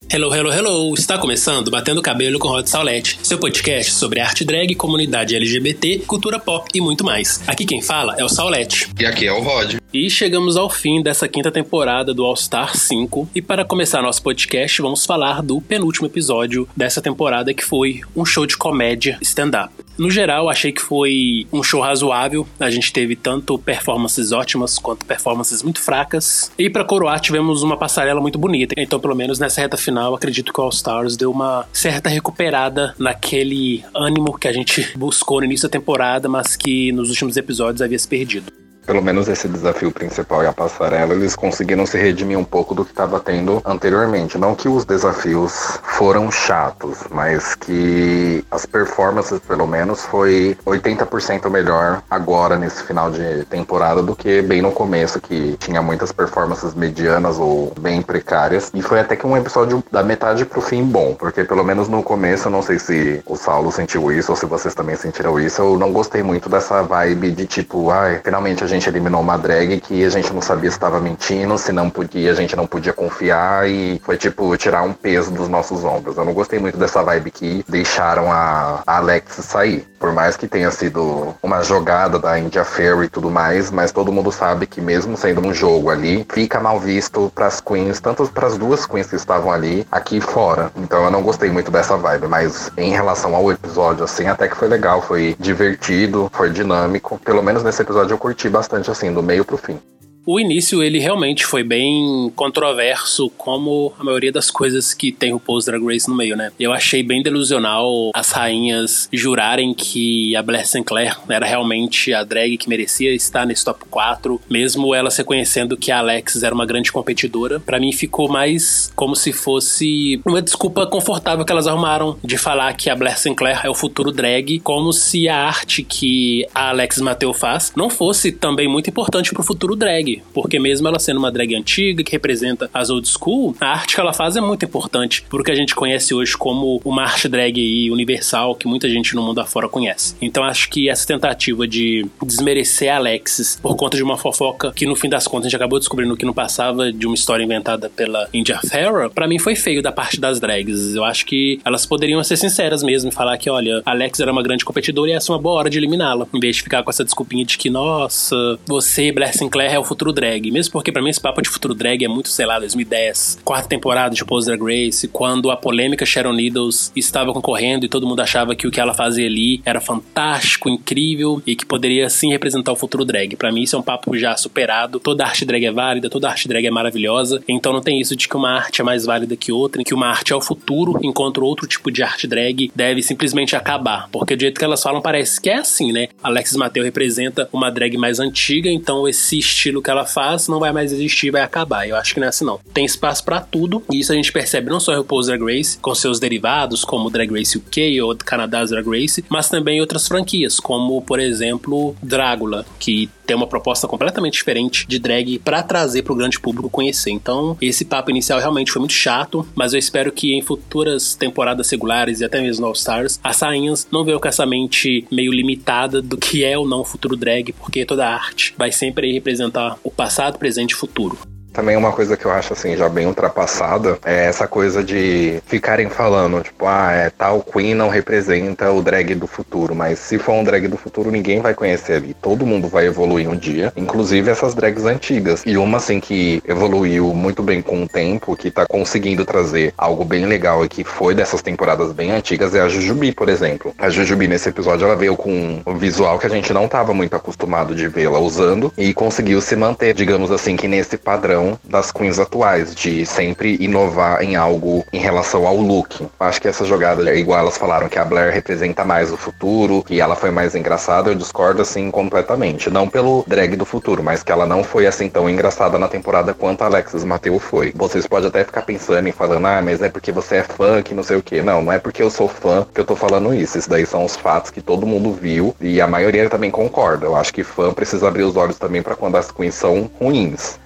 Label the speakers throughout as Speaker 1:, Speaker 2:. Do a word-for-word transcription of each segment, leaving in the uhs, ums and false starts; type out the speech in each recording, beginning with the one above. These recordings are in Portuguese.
Speaker 1: Hello, hello, hello! Está começando Batendo Cabelo com Rod Saulete, seu podcast sobre arte drag, comunidade L G B T, cultura pop e muito mais. Aqui quem fala é o Saulete.
Speaker 2: E aqui é o Rod.
Speaker 1: E chegamos ao fim dessa quinta temporada do All Star cinco. E para começar nosso podcast, vamos falar do penúltimo episódio dessa temporada, que foi um show de comédia stand-up. No geral, achei que foi um show razoável. A gente teve tanto performances ótimas quanto performances muito fracas. E para coroar, tivemos uma passarela muito bonita. Então, pelo menos nessa reta final, acredito que o All Stars deu uma certa recuperada naquele ânimo que a gente buscou no início da temporada, mas que nos últimos episódios havia se perdido.
Speaker 2: Pelo menos esse desafio principal e a passarela, eles conseguiram se redimir um pouco do que estava tendo anteriormente. Não que os desafios foram chatos, mas que as performances, pelo menos, foi oitenta por cento melhor agora, nesse final de temporada, do que bem no começo, que tinha muitas performances medianas ou bem precárias. E foi até que um episódio da metade pro fim bom, porque pelo menos no começo, eu não sei se o Saulo sentiu isso ou se vocês também sentiram isso, eu não gostei muito dessa vibe de tipo, ai, finalmente a gente A gente eliminou uma drag que a gente não sabia se estava mentindo, se não podia, a gente não podia confiar, e foi tipo tirar um peso dos nossos ombros. Eu não gostei muito dessa vibe que deixaram a, a Alex sair. Por mais que tenha sido uma jogada da India Ferry e tudo mais, mas todo mundo sabe que mesmo sendo um jogo ali, fica mal visto pras queens, tanto pras duas queens que estavam ali, aqui fora. Então eu não gostei muito dessa vibe, mas em relação ao episódio, assim, até que foi legal, foi divertido, foi dinâmico. Pelo menos nesse episódio eu curti bastante. Bastante assim, do meio pro fim.
Speaker 1: O início, ele realmente foi bem controverso, como a maioria das coisas que tem o RuPaul's Drag Race no meio, né? Eu achei bem delusional as rainhas jurarem que a Blair Sinclair era realmente a drag que merecia estar nesse top quatro, mesmo elas reconhecendo que a Alexis era uma grande competidora. Pra mim ficou mais como se fosse uma desculpa confortável que elas arrumaram de falar que a Blair Sinclair é o futuro drag, como se a arte que a Alexis Mateo faz não fosse também muito importante pro futuro drag. Porque mesmo ela sendo uma drag antiga, que representa as old school, a arte que ela faz é muito importante pro que a gente conhece hoje como uma arte drag aí universal, que muita gente no mundo afora conhece. Então acho que essa tentativa de desmerecer a Alexis por conta de uma fofoca que no fim das contas a gente acabou descobrindo que não passava de uma história inventada pela India Ferry, pra mim foi feio da parte das drags. Eu acho que elas poderiam ser sinceras mesmo e falar que, olha, a Alexis era uma grande competidora e essa é uma boa hora de eliminá-la, em vez de ficar com essa desculpinha de que, nossa, você, Blair Sinclair, é o futuro drag. Mesmo porque pra mim esse papo de futuro drag é muito, sei lá, dois mil e dez, quarta temporada de RuPaul's Drag Race, quando a polêmica Sharon Needles estava concorrendo e todo mundo achava que o que ela fazia ali era fantástico, incrível e que poderia sim representar o futuro drag. Pra mim isso é um papo já superado. Toda arte drag é válida, toda arte drag é maravilhosa, então não tem isso de que uma arte é mais válida que outra, que uma arte é o futuro, enquanto outro tipo de arte drag deve simplesmente acabar. Porque do jeito que elas falam parece que é assim, né? Alexis Mateo representa uma drag mais antiga, então esse estilo que ela faz não vai mais existir, vai acabar. Eu acho que não é assim não. Tem espaço pra tudo, e isso a gente percebe não só em RuPaul's Drag Race, com seus derivados, como Drag Race U K ou Canada's Drag Race, mas também em outras franquias, como, por exemplo, Drácula, que tem uma proposta completamente diferente de drag pra trazer pro grande público conhecer. Então, esse papo inicial realmente foi muito chato, mas eu espero que em futuras temporadas regulares e até mesmo no All Stars, as rainhas não venham com essa mente meio limitada do que é ou não o futuro drag, porque toda arte vai sempre representar o passado, presente e futuro.
Speaker 2: Também uma coisa que eu acho assim já bem ultrapassada é essa coisa de ficarem falando, tipo, ah, é, tal queen não representa o drag do futuro, mas se for um drag do futuro ninguém vai conhecer ali, todo mundo vai evoluir um dia, inclusive essas drags antigas. E uma assim que evoluiu muito bem com o tempo, que tá conseguindo trazer algo bem legal e que foi dessas temporadas bem antigas é a Jujubee, por exemplo. A Jujubee nesse episódio ela veio com um visual que a gente não tava muito acostumado de vê-la usando e conseguiu se manter, digamos assim, que nesse padrão das queens atuais, de sempre inovar em algo em relação ao look. Acho que essa jogada, é igual elas falaram que a Blair representa mais o futuro, que ela foi mais engraçada, eu discordo assim completamente. Não pelo drag do futuro, mas que ela não foi assim tão engraçada na temporada quanto a Alexis Mateo foi. Vocês podem até ficar pensando e falando, ah, mas é porque você é fã, que não sei o que. Não, não é porque eu sou fã que eu tô falando isso. Isso daí são os fatos que todo mundo viu e a maioria também concorda. Eu acho que fã precisa abrir os olhos também pra quando as queens são ruins.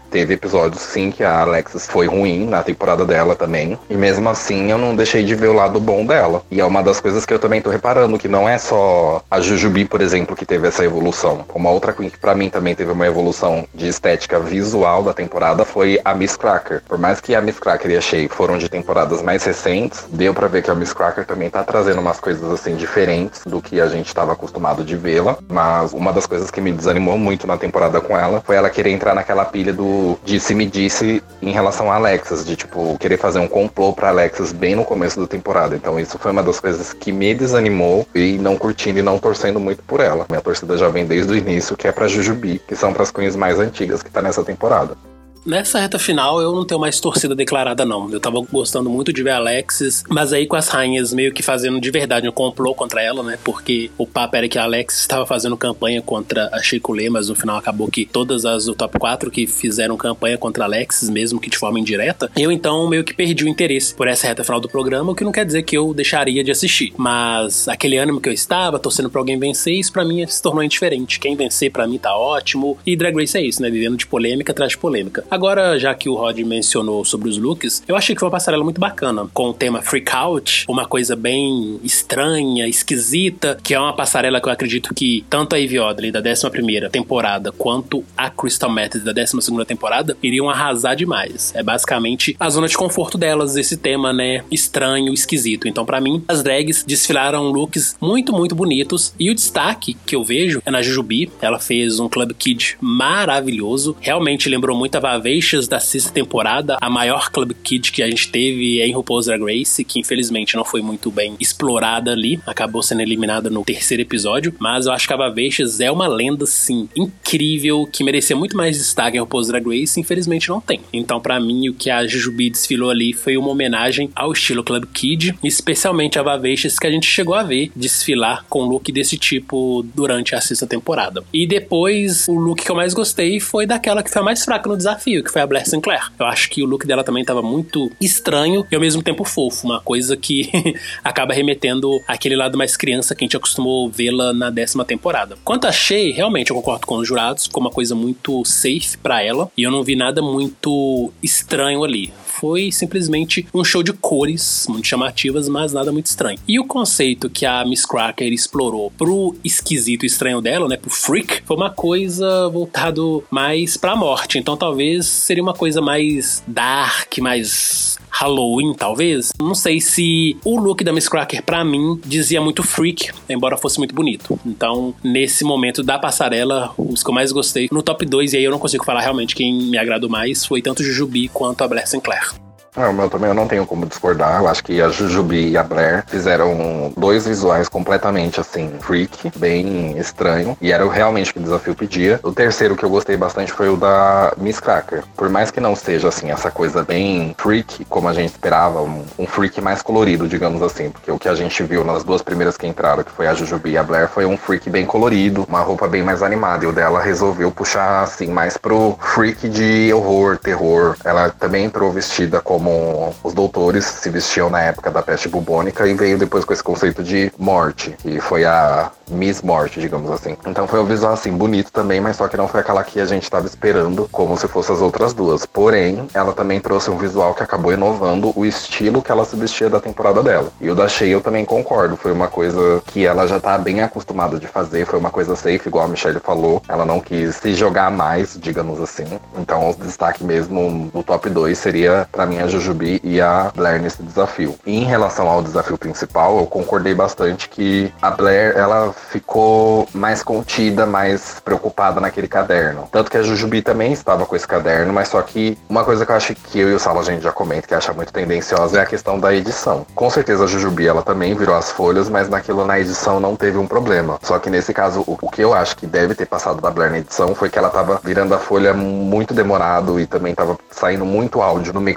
Speaker 2: teve episódios sim que a Alexis foi ruim na temporada dela também. E mesmo assim eu não deixei de ver o lado bom dela. E é uma das coisas que eu também tô reparando, que não é só a Jujubee, por exemplo, que teve essa evolução. Uma outra Queen que pra mim também teve uma evolução de estética visual da temporada foi a Miss Cracker. Por mais que a Miss Cracker e a Shea foram de temporadas mais recentes, deu pra ver que a Miss Cracker também tá trazendo umas coisas assim diferentes do que a gente tava acostumado de vê-la. Mas uma das coisas que me desanimou muito na temporada com ela foi ela querer entrar naquela pilha do disse-me-disse em relação a Alexis, de tipo, querer fazer um complô pra Alexis bem no começo da temporada. Então isso foi uma das coisas que me desanimou e não curtindo e não torcendo muito por ela. Minha torcida já vem desde o início, que é pra Jujubee, que são pras queens mais antigas que tá nessa temporada.
Speaker 1: Nessa reta final, eu não tenho mais torcida declarada, não. Eu tava gostando muito de ver a Alexis, mas aí com as rainhas meio que fazendo de verdade um complô contra ela, né? Porque o papo era que a Alexis estava fazendo campanha contra a Shea Coulee, mas no final acabou que todas as do top quatro que fizeram campanha contra a Alexis, mesmo que de forma indireta. Eu, então, meio que perdi o interesse por essa reta final do programa, o que não quer dizer que eu deixaria de assistir. Mas aquele ânimo que eu estava, torcendo pra alguém vencer, isso pra mim se tornou indiferente. Quem vencer, pra mim, tá ótimo. E Drag Race é isso, né? Vivendo de polêmica atrás de polêmica. Agora, já que o Rod mencionou sobre os looks, eu achei que foi uma passarela muito bacana, com o tema Freak Out, uma coisa bem estranha, esquisita, que é uma passarela que eu acredito que tanto a Yvie Oddly da décima primeira temporada, quanto a Crystal Method da décima segunda temporada, iriam arrasar demais. É basicamente a zona de conforto delas, esse tema, né, estranho, esquisito. Então, pra mim, as drags desfilaram looks muito, muito bonitos, e o destaque que eu vejo é na Jujubee. Ela fez um Club Kid maravilhoso, realmente lembrou muito a Vaveishas da sexta temporada. A maior Club Kid que a gente teve é em RuPaul's Drag Race, que infelizmente não foi muito bem explorada ali, acabou sendo eliminada no terceiro episódio, mas eu acho que a Vaveishas é uma lenda, sim, incrível, que merecia muito mais destaque em RuPaul's Drag Race, infelizmente não tem. Então, pra mim, o que a Jujubee desfilou ali foi uma homenagem ao estilo Club Kid, especialmente a Vaveishas, que a gente chegou a ver desfilar com look desse tipo durante a sexta temporada. E depois, o look que eu mais gostei foi daquela que foi a mais fraca no desafio, que foi a Blair Sinclair. Eu acho que o look dela também tava muito estranho e ao mesmo tempo fofo, uma coisa que acaba remetendo àquele lado mais criança que a gente acostumou vê-la na décima temporada. Quanto a Shea, realmente eu concordo com os jurados, ficou uma coisa muito safe pra ela e eu não vi nada muito estranho ali. Foi simplesmente um show de cores muito chamativas, mas nada muito estranho. E o conceito que a Miss Cracker explorou pro esquisito estranho dela, né, pro freak, foi uma coisa voltado mais pra morte. Então talvez seria uma coisa mais dark, mais Halloween, talvez. Não sei se o look da Miss Cracker, pra mim, dizia muito freak, embora fosse muito bonito. Então, nesse momento da passarela, os que eu mais gostei, no top dois, e aí eu não consigo falar realmente quem me agradou mais, foi tanto Jujubee quanto a Blair Sinclair.
Speaker 2: É, o meu também eu não tenho como discordar. Eu acho que a Jujubee e a Blair fizeram dois visuais completamente, assim, freak, bem estranho. E era realmente o que o desafio pedia. O terceiro que eu gostei bastante foi o da Miss Cracker. Por mais que não seja, assim, essa coisa bem freak, como a gente esperava, um, um freak mais colorido, digamos assim. Porque o que a gente viu nas duas primeiras que entraram, que foi a Jujubee e a Blair, foi um freak bem colorido, uma roupa bem mais animada. E o dela resolveu puxar, assim, mais pro freak de horror, terror. Ela também entrou vestida como como os doutores se vestiam na época da peste bubônica e veio depois com esse conceito de morte, que foi a Miss Morte, digamos assim. Então foi um visual assim, bonito também, mas só que não foi aquela que a gente estava esperando, como se fosse as outras duas. Porém, ela também trouxe um visual que acabou inovando o estilo que ela se vestia da temporada dela. E o da Shea eu também concordo, foi uma coisa que ela já tá bem acostumada de fazer, foi uma coisa safe, igual a Michelle falou. Ela não quis se jogar mais, digamos assim. Então o destaque mesmo no top dois seria, pra mim, a Jujubee e a Blair nesse desafio. E em relação ao desafio principal, eu concordei bastante que a Blair, ela ficou mais contida, mais preocupada naquele caderno. Tanto que a Jujubee também estava com esse caderno, mas só que uma coisa que eu acho que eu e o Sala a gente já comenta, que acha muito tendenciosa, é a questão da edição. Com certeza a Jujubee, ela também virou as folhas, mas naquilo na edição não teve um problema. Só que nesse caso, o, o que eu acho que deve ter passado da Blair na edição foi que ela tava virando a folha muito demorado e também tava saindo muito áudio no microfone.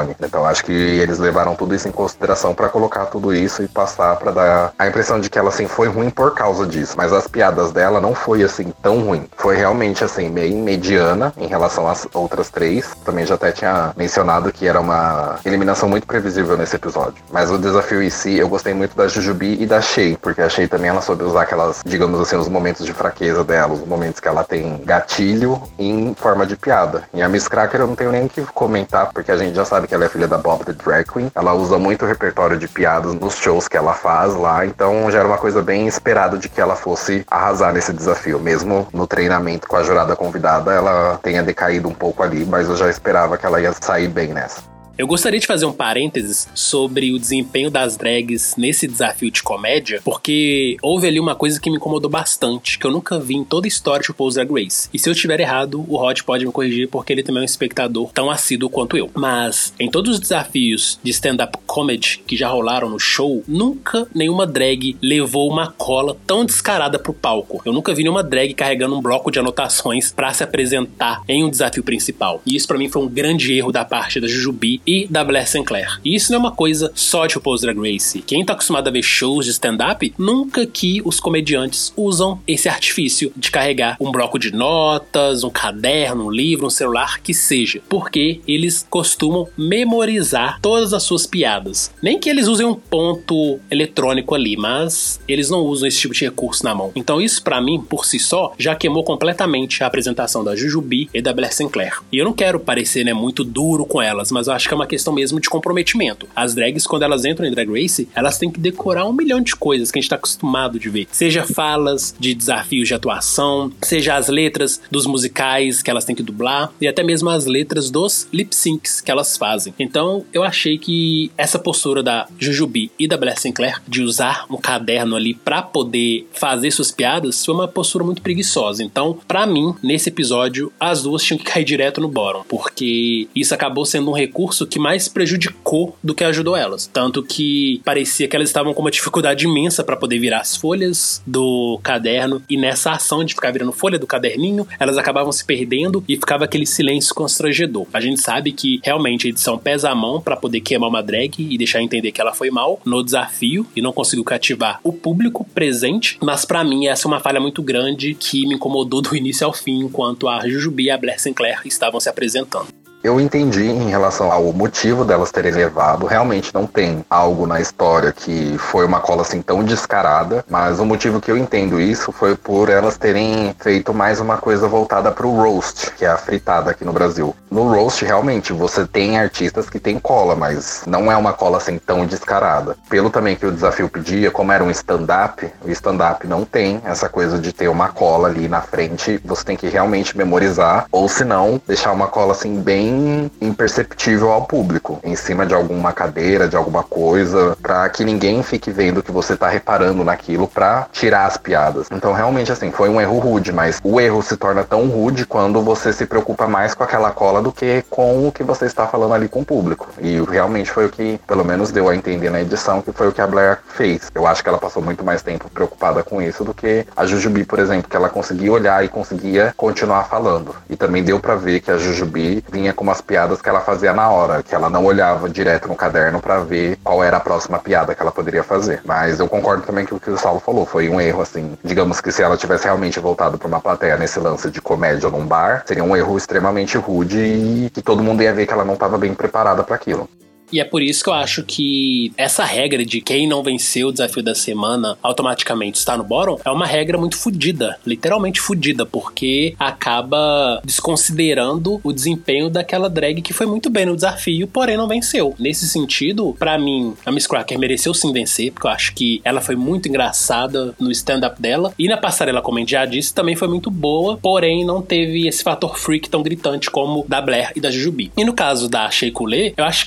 Speaker 2: Simone. Então acho que eles levaram tudo isso em consideração pra colocar tudo isso e passar pra dar a impressão de que ela, assim, foi ruim por causa disso. Mas as piadas dela não foi, assim, tão ruim. Foi realmente, assim, meio mediana em relação às outras três. Também já até tinha mencionado que era uma eliminação muito previsível nesse episódio. Mas o desafio em si, eu gostei muito da Jujubee e da Shea, porque a Shea também ela soube usar aquelas, digamos assim, os momentos de fraqueza dela, os momentos que ela tem gatilho em forma de piada. E a Miss Cracker eu não tenho nem o que comentar, porque a gente já sabe que ela é filha da Bob the Drag Queen. Ela usa muito o repertório de piadas nos shows que ela faz lá, então já era uma coisa bem esperada de que ela fosse arrasar nesse desafio. Mesmo no treinamento com a jurada convidada, ela tenha decaído um pouco ali, mas eu já esperava que ela ia sair bem nessa.
Speaker 1: Eu gostaria de fazer um parênteses sobre o desempenho das drags nesse desafio de comédia, porque houve ali uma coisa que me incomodou bastante, que eu nunca vi em toda a história de RuPaul's Drag Race. E se eu estiver errado, o Rod pode me corrigir, porque ele também é um espectador tão assíduo quanto eu. Mas, em todos os desafios de stand-up comedy que já rolaram no show, nunca nenhuma drag levou uma cola tão descarada pro palco. Eu nunca vi nenhuma drag carregando um bloco de anotações pra se apresentar em um desafio principal. E isso pra mim foi um grande erro da parte da Jujubee e da Blair Sinclair. E isso não é uma coisa só de RuPaul's Drag Race. Quem tá acostumado a ver shows de stand-up, nunca que os comediantes usam esse artifício de carregar um bloco de notas, um caderno, um livro, um celular, que seja. Porque eles costumam memorizar todas as suas piadas. Nem que eles usem um ponto eletrônico ali, mas eles não usam esse tipo de recurso na mão. Então isso, pra mim, por si só, já queimou completamente a apresentação da Jujubee e da Blair Sinclair. E eu não quero parecer, né, muito duro com elas, mas eu acho que é uma questão mesmo de comprometimento. As drags, quando elas entram em Drag Race, elas têm que decorar um milhão de coisas que a gente tá acostumado de ver. Seja falas de desafios de atuação, seja as letras dos musicais que elas têm que dublar, e até mesmo as letras dos lip-syncs que elas fazem. Então, eu achei que essa postura da Jujubee e da Blair Sinclair, de usar um caderno ali pra poder fazer suas piadas, foi uma postura muito preguiçosa. Então, pra mim, nesse episódio, as duas tinham que cair direto no bottom, porque isso acabou sendo um recurso que mais prejudicou do que ajudou elas. Tanto que parecia que elas estavam com uma dificuldade imensa pra poder virar as folhas do caderno, e nessa ação de ficar virando folha do caderninho, elas acabavam se perdendo e ficava aquele silêncio constrangedor. A gente sabe que realmente a edição pesa a mão pra poder queimar uma drag e deixar entender que ela foi mal no desafio e não conseguiu cativar o público presente, mas pra mim essa é uma falha muito grande que me incomodou do início ao fim, enquanto a Jujubee e a Blair Sinclair estavam se apresentando.
Speaker 2: Eu entendi em relação ao motivo delas terem levado. Realmente não tem algo na história que foi uma cola assim tão descarada, mas o motivo que eu entendo isso foi por elas terem feito mais uma coisa voltada pro roast, que é a fritada aqui no Brasil. No roast, realmente, você tem artistas que tem cola, mas não é uma cola assim tão descarada. Pelo também que o desafio pedia, como era um stand-up, o stand-up não tem essa coisa de ter uma cola ali na frente, você tem que realmente memorizar, ou se não, deixar uma cola assim bem imperceptível ao público, em cima de alguma cadeira, de alguma coisa, pra que ninguém fique vendo que você tá reparando naquilo pra tirar as piadas. Então realmente assim, foi um erro rude, mas o erro se torna tão rude quando você se preocupa mais com aquela cola do que com o que você está falando ali com o público. E realmente foi o que, pelo menos deu a entender na edição, que foi o que a Blair fez. Eu acho que ela passou muito mais tempo preocupada com isso do que a Jujubee, por exemplo, que ela conseguia olhar e conseguia continuar falando. E também deu pra ver que a Jujubee vinha com umas piadas que ela fazia na hora, que ela não olhava direto no caderno pra ver qual era a próxima piada que ela poderia fazer. Mas eu concordo também com o que o Saulo falou, foi um erro assim, digamos que se ela tivesse realmente voltado pra uma plateia nesse lance de comédia num bar, seria um erro extremamente rude e que todo mundo ia ver que ela não estava bem preparada para aquilo.
Speaker 1: E é por isso que eu acho que essa regra de quem não venceu o desafio da semana automaticamente está no bottom é uma regra muito fodida, literalmente fodida, porque acaba desconsiderando o desempenho daquela drag que foi muito bem no desafio, porém não venceu. Nesse sentido, pra mim, a Miss Cracker mereceu sim vencer, porque eu acho que ela foi muito engraçada no stand-up dela, e na passarela, como a gente já disse, também foi muito boa, porém não teve esse fator freak tão gritante como da Blair e da Jujubee. E no caso da Shea Coulee, eu acho que a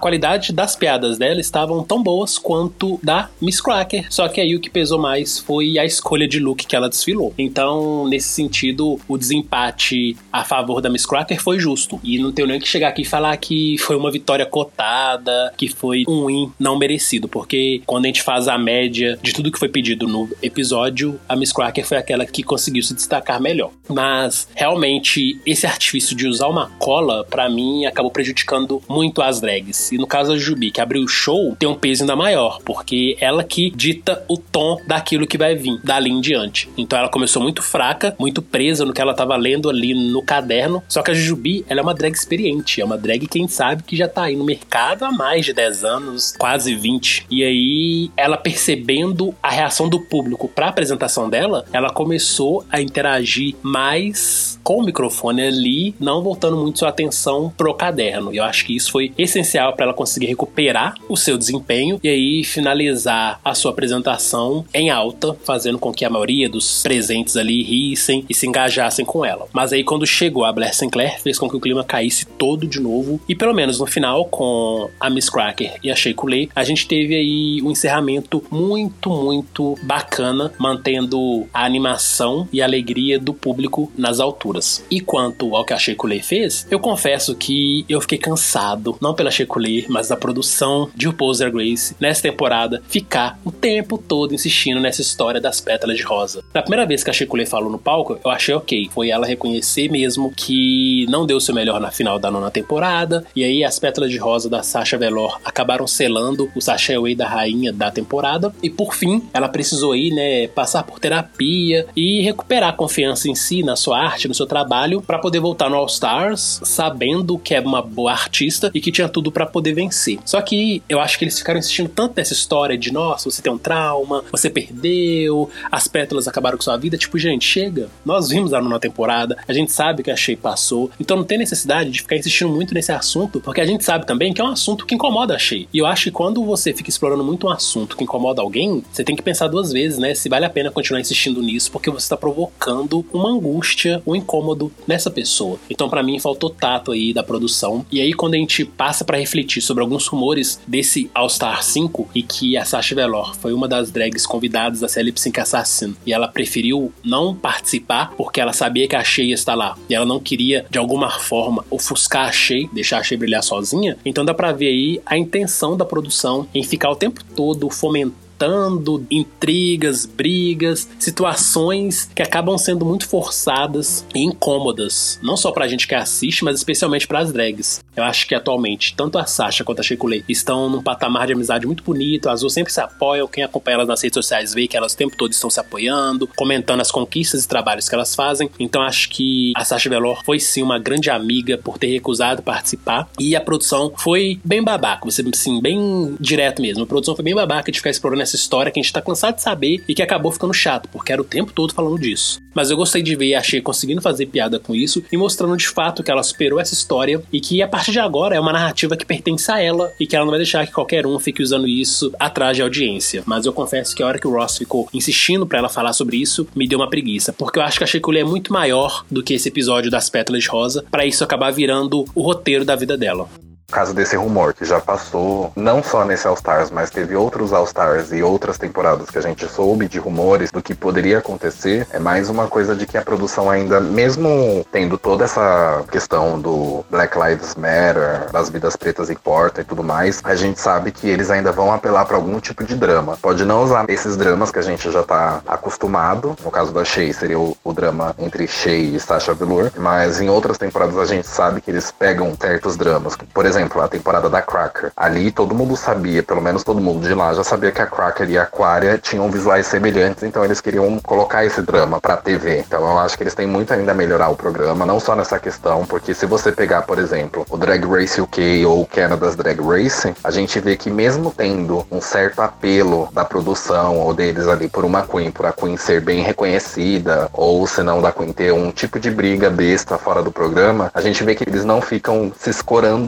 Speaker 1: qualidade das piadas dela estavam tão boas quanto da Miz Cracker, só que aí o que pesou mais foi a escolha de look que ela desfilou. Então, nesse sentido, o desempate a favor da Miz Cracker foi justo. E não tenho nem que chegar aqui e falar que foi uma vitória cotada, que foi um win não merecido, porque quando a gente faz a média de tudo que foi pedido no episódio, a Miz Cracker foi aquela que conseguiu se destacar melhor. Mas, realmente, esse artifício de usar uma cola, pra mim, acabou prejudicando muito as drags. E no caso da Jujubi, que abriu o show, tem um peso ainda maior, porque ela que dita o tom daquilo que vai vir, dali em diante. Então ela começou muito fraca, muito presa no que ela tava lendo ali no caderno, só que a Jujubi, ela é uma drag experiente, é uma drag, quem sabe, que já tá aí no mercado há mais de dez anos, quase vinte. E aí, ela percebendo a reação do público pra apresentação dela, ela começou a interagir mais com o microfone ali, não voltando muito sua atenção pro caderno. E eu acho que isso foi essencial pra ela conseguir recuperar o seu desempenho e aí finalizar a sua apresentação em alta, fazendo com que a maioria dos presentes ali rissem e se engajassem com ela. Mas aí, quando chegou a Blair Sinclair, fez com que o clima caísse todo de novo, e pelo menos no final, com a Miz Cracker e a Shea Coulee, a gente teve aí um encerramento muito, muito bacana, mantendo a animação e a alegria do público nas alturas. E quanto ao que a Shea Coulee fez, eu confesso que eu fiquei cansado, não pela Shea Coulee, mas da produção de RuPaul's Drag Race nessa temporada, ficar o tempo todo insistindo nessa história das pétalas de rosa. Na primeira vez que a Shea Coulee falou no palco, eu achei ok, foi ela reconhecer mesmo que não deu o seu melhor na final da nona temporada, e aí as pétalas de rosa da Sasha Velour acabaram selando o sachê away da rainha da temporada, e por fim, ela precisou ir, né, passar por terapia e recuperar a confiança em si, na sua arte, no seu trabalho, pra poder voltar no All Stars, sabendo que é uma boa artista e que tinha tudo pra poder vencer. Só que eu acho que eles ficaram insistindo tanto nessa história de, nossa, você tem um trauma, você perdeu, as pétalas acabaram com sua vida, tipo, gente, chega, nós vimos a nona temporada, a gente sabe que a Shea passou, então não tem necessidade de ficar insistindo muito nesse assunto, porque a gente sabe também que é um assunto que incomoda a Shea. E eu acho que quando você fica explorando muito um assunto que incomoda alguém, você tem que pensar duas vezes, né, se vale a pena continuar insistindo nisso, porque você tá provocando uma angústia, um incômodo nessa pessoa. Então, pra mim, faltou tato aí da produção. E aí, quando a gente passa pra refletir sobre alguns rumores desse All Star cinco, e que a Sasha Velour foi uma das drags convidadas a ser Lip Sync Assassin, e ela preferiu não participar porque ela sabia que a Shea ia estar lá, e ela não queria, de alguma forma, ofuscar a Shea, deixar a Shea brilhar sozinha. Então dá pra ver aí a intenção da produção em ficar o tempo todo fomentando intrigas, brigas, situações que acabam sendo muito forçadas e incômodas, não só pra gente que assiste, mas especialmente pras drags. Eu acho que atualmente, tanto a Sasha quanto a Shea Coulee estão num patamar de amizade muito bonito, as duas sempre se apoiam, quem acompanha elas nas redes sociais vê que elas o tempo todo estão se apoiando, comentando as conquistas e trabalhos que elas fazem. Então acho que a Sasha Velour foi sim uma grande amiga por ter recusado participar, e a produção foi bem babaca, você sim, bem direto mesmo, a produção foi bem babaca de ficar explorando essa história que a gente tá cansado de saber e que acabou ficando chato, porque era o tempo todo falando disso. Mas eu gostei de ver a Shea conseguindo fazer piada com isso e mostrando de fato que ela superou essa história e que a partir de agora é uma narrativa que pertence a ela e que ela não vai deixar que qualquer um fique usando isso atrás de audiência. Mas eu confesso que a hora que o Ross ficou insistindo pra ela falar sobre isso, me deu uma preguiça, porque eu acho que a Shea Coulee é muito maior do que esse episódio das pétalas de rosa pra isso acabar virando o roteiro da vida dela.
Speaker 2: Caso desse rumor que já passou, não só nesse All Stars, mas teve outros All Stars e outras temporadas que a gente soube de rumores do que poderia acontecer, é mais uma coisa de que a produção ainda, mesmo tendo toda essa questão do Black Lives Matter, das vidas pretas importam e tudo mais, a gente sabe que eles ainda vão apelar para algum tipo de drama. Pode não usar esses dramas que a gente já tá acostumado, no caso da Shea seria o, o drama entre Shea e Sasha Velour, mas em outras temporadas a gente sabe que eles pegam certos dramas, por exemplo, a temporada da Cracker. Ali todo mundo sabia, pelo menos todo mundo de lá já sabia que a Cracker e a Aquaria tinham visuais semelhantes, então eles queriam colocar esse drama pra T V. Então eu acho que eles têm muito ainda a melhorar o programa, não só nessa questão, porque se você pegar, por exemplo, o Drag Race U K ou o Canada's Drag Race, a gente vê que mesmo tendo um certo apelo da produção ou deles ali por uma Queen, por a Queen ser bem reconhecida, ou se não da Queen ter um tipo de briga besta fora do programa, a gente vê que eles não ficam se escorando só nessa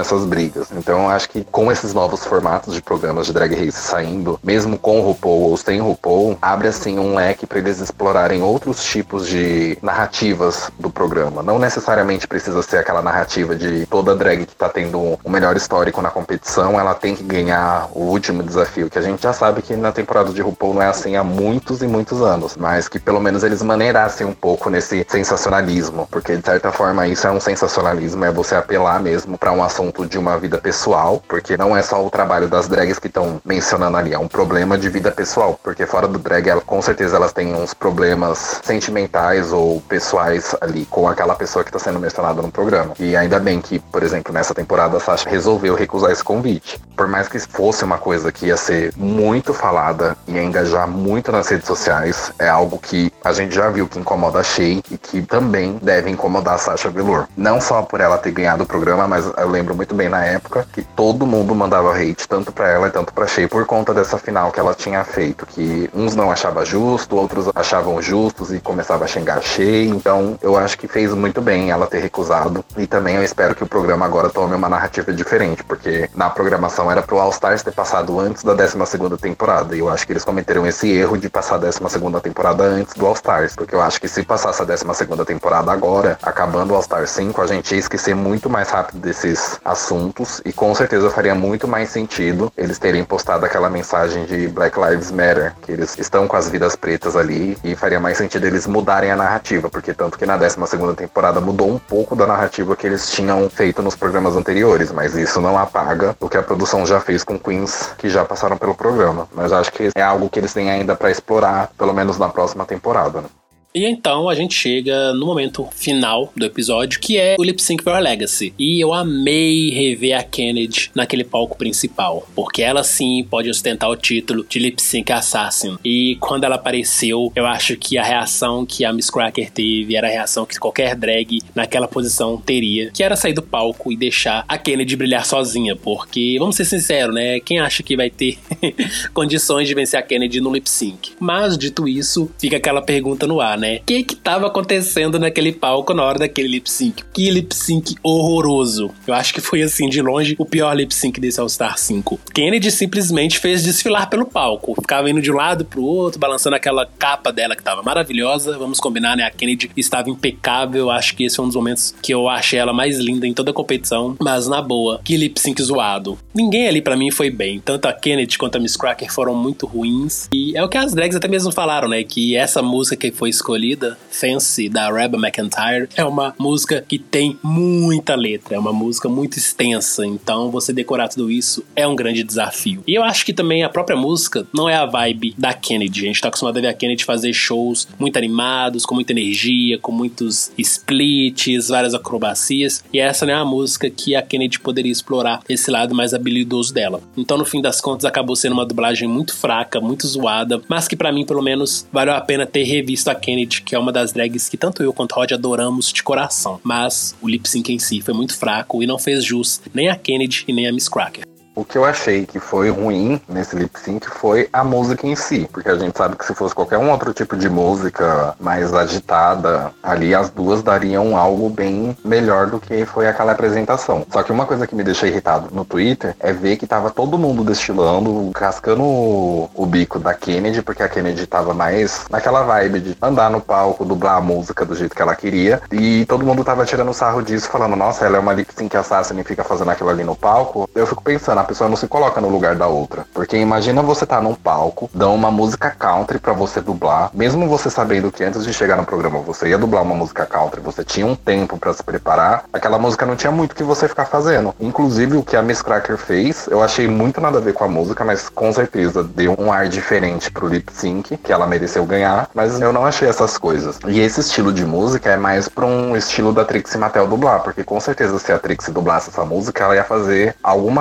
Speaker 2: essas brigas. Então eu acho que com esses novos formatos de programas de Drag Race saindo, mesmo com o RuPaul ou sem RuPaul, abre assim um leque para eles explorarem outros tipos de narrativas do programa. Não necessariamente precisa ser aquela narrativa de toda drag que tá tendo o melhor histórico na competição, ela tem que ganhar o último desafio, que a gente já sabe que na temporada de RuPaul não é assim há muitos e muitos anos, mas que pelo menos eles maneirassem um pouco nesse sensacionalismo, porque de certa forma isso é um sensacionalismo, é você apelar mesmo para um assunto de uma vida pessoal, porque não é só o trabalho das drags que estão mencionando ali, é um problema de vida pessoal, porque fora do drag, ela, com certeza elas têm uns problemas sentimentais ou pessoais ali com aquela pessoa que está sendo mencionada no programa. E ainda bem que, por exemplo, nessa temporada a Sasha resolveu recusar esse convite. Por mais que fosse uma coisa que ia ser muito falada e ia engajar muito nas redes sociais, é algo que a gente já viu que incomoda a Shea e que também deve incomodar a Sasha Velour. Não só por ela ter ganhado o programa, mas eu lembro muito bem na época que todo mundo mandava hate, tanto pra ela e tanto pra Shea, por conta dessa final que ela tinha feito, que uns não achavam justo, outros achavam justos e começavam a xingar a Shea. Então eu acho que fez muito bem ela ter recusado, e também eu espero que o programa agora tome uma narrativa diferente, porque na programação era pro All Stars ter passado antes da décima segunda temporada, e eu acho que eles cometeram esse erro de passar a décima segunda temporada antes do All Stars, porque eu acho que se passasse a décima segunda temporada agora, acabando o All Stars cinco, a gente ia esquecer muito mais rápido desses assuntos, e com certeza faria muito mais sentido eles terem postado aquela mensagem de Black Lives Matter, que eles estão com as vidas pretas ali, e faria mais sentido eles mudarem a narrativa, porque tanto que na décima segunda temporada mudou um pouco da narrativa que eles tinham feito nos programas anteriores, mas isso não apaga o que a produção já fez com queens que já passaram pelo programa. Mas acho que é algo que eles têm ainda pra explorar, pelo menos na próxima temporada, né?
Speaker 1: E então a gente chega no momento final do episódio, que é o Lip Sync for a Legacy. E eu amei rever a Kennedy naquele palco principal, porque ela sim pode ostentar o título de Lip Sync Assassin. E quando ela apareceu, eu acho que a reação que a Miss Cracker teve era a reação que qualquer drag naquela posição teria, que era sair do palco e deixar a Kennedy brilhar sozinha, porque, vamos ser sinceros, né, quem acha que vai ter condições de vencer a Kennedy no Lip Sync? Mas, dito isso, fica aquela pergunta no ar, né? O que que tava acontecendo naquele palco na hora daquele lip sync? Que lip sync horroroso. Eu acho que foi, assim, de longe, o pior lip sync desse All Star cinco. Kennedy simplesmente fez desfilar pelo palco. Ficava indo de um lado pro outro, balançando aquela capa dela que tava maravilhosa. Vamos combinar, né? A Kennedy estava impecável. Acho que esse é um dos momentos que eu achei ela mais linda em toda a competição. Mas, na boa, que lip sync zoado. Ninguém ali pra mim foi bem. Tanto a Kennedy quanto a Miss Cracker foram muito ruins. E é o que as drags até mesmo falaram, né? Que essa música que foi escolhida, Fancy, da Reba McEntire, é uma música que tem muita letra, é uma música muito extensa, então você decorar tudo isso é um grande desafio. E eu acho que também a própria música não é a vibe da Kennedy. A gente tá acostumado a ver a Kennedy fazer shows muito animados, com muita energia, com muitos splits, várias acrobacias, e essa não é a música que a Kennedy poderia explorar esse lado mais habilidoso dela. Então, no fim das contas, acabou sendo uma dublagem muito fraca, muito zoada, mas que pra mim, pelo menos, valeu a pena ter revisto a Kennedy, que é uma das drags que tanto eu quanto o Rod adoramos de coração. Mas o lip sync em si foi muito fraco e não fez jus nem a Kennedy e nem a Miss Cracker.
Speaker 2: O que eu achei que foi ruim nesse lip sync foi a música em si, porque a gente sabe que se fosse qualquer um outro tipo de música mais agitada, ali as duas dariam algo bem melhor do que foi aquela apresentação. Só que uma coisa que me deixou irritado no Twitter é ver que tava todo mundo destilando, cascando o, o bico da Kennedy, porque a Kennedy tava mais naquela vibe de andar no palco, dublar a música do jeito que ela queria, e todo mundo tava tirando sarro disso, falando, nossa, ela é uma lip sync assassin e fica fazendo aquilo ali no palco. Eu fico pensando, a pessoa não se coloca no lugar da outra. Porque imagina você tá num palco, dão uma música country pra você dublar, mesmo você sabendo que antes de chegar no programa você ia dublar uma música country, você tinha um tempo pra se preparar, aquela música não tinha muito o que você ficar fazendo. Inclusive o que a Miss Cracker fez, eu achei muito nada a ver com a música, mas com certeza deu um ar diferente pro lip sync, que ela mereceu ganhar, mas eu não achei essas coisas. E esse estilo de música é mais pra um estilo da Trixie Mattel dublar, porque com certeza se a Trixie dublasse essa música, ela ia fazer alguma coisa engraçada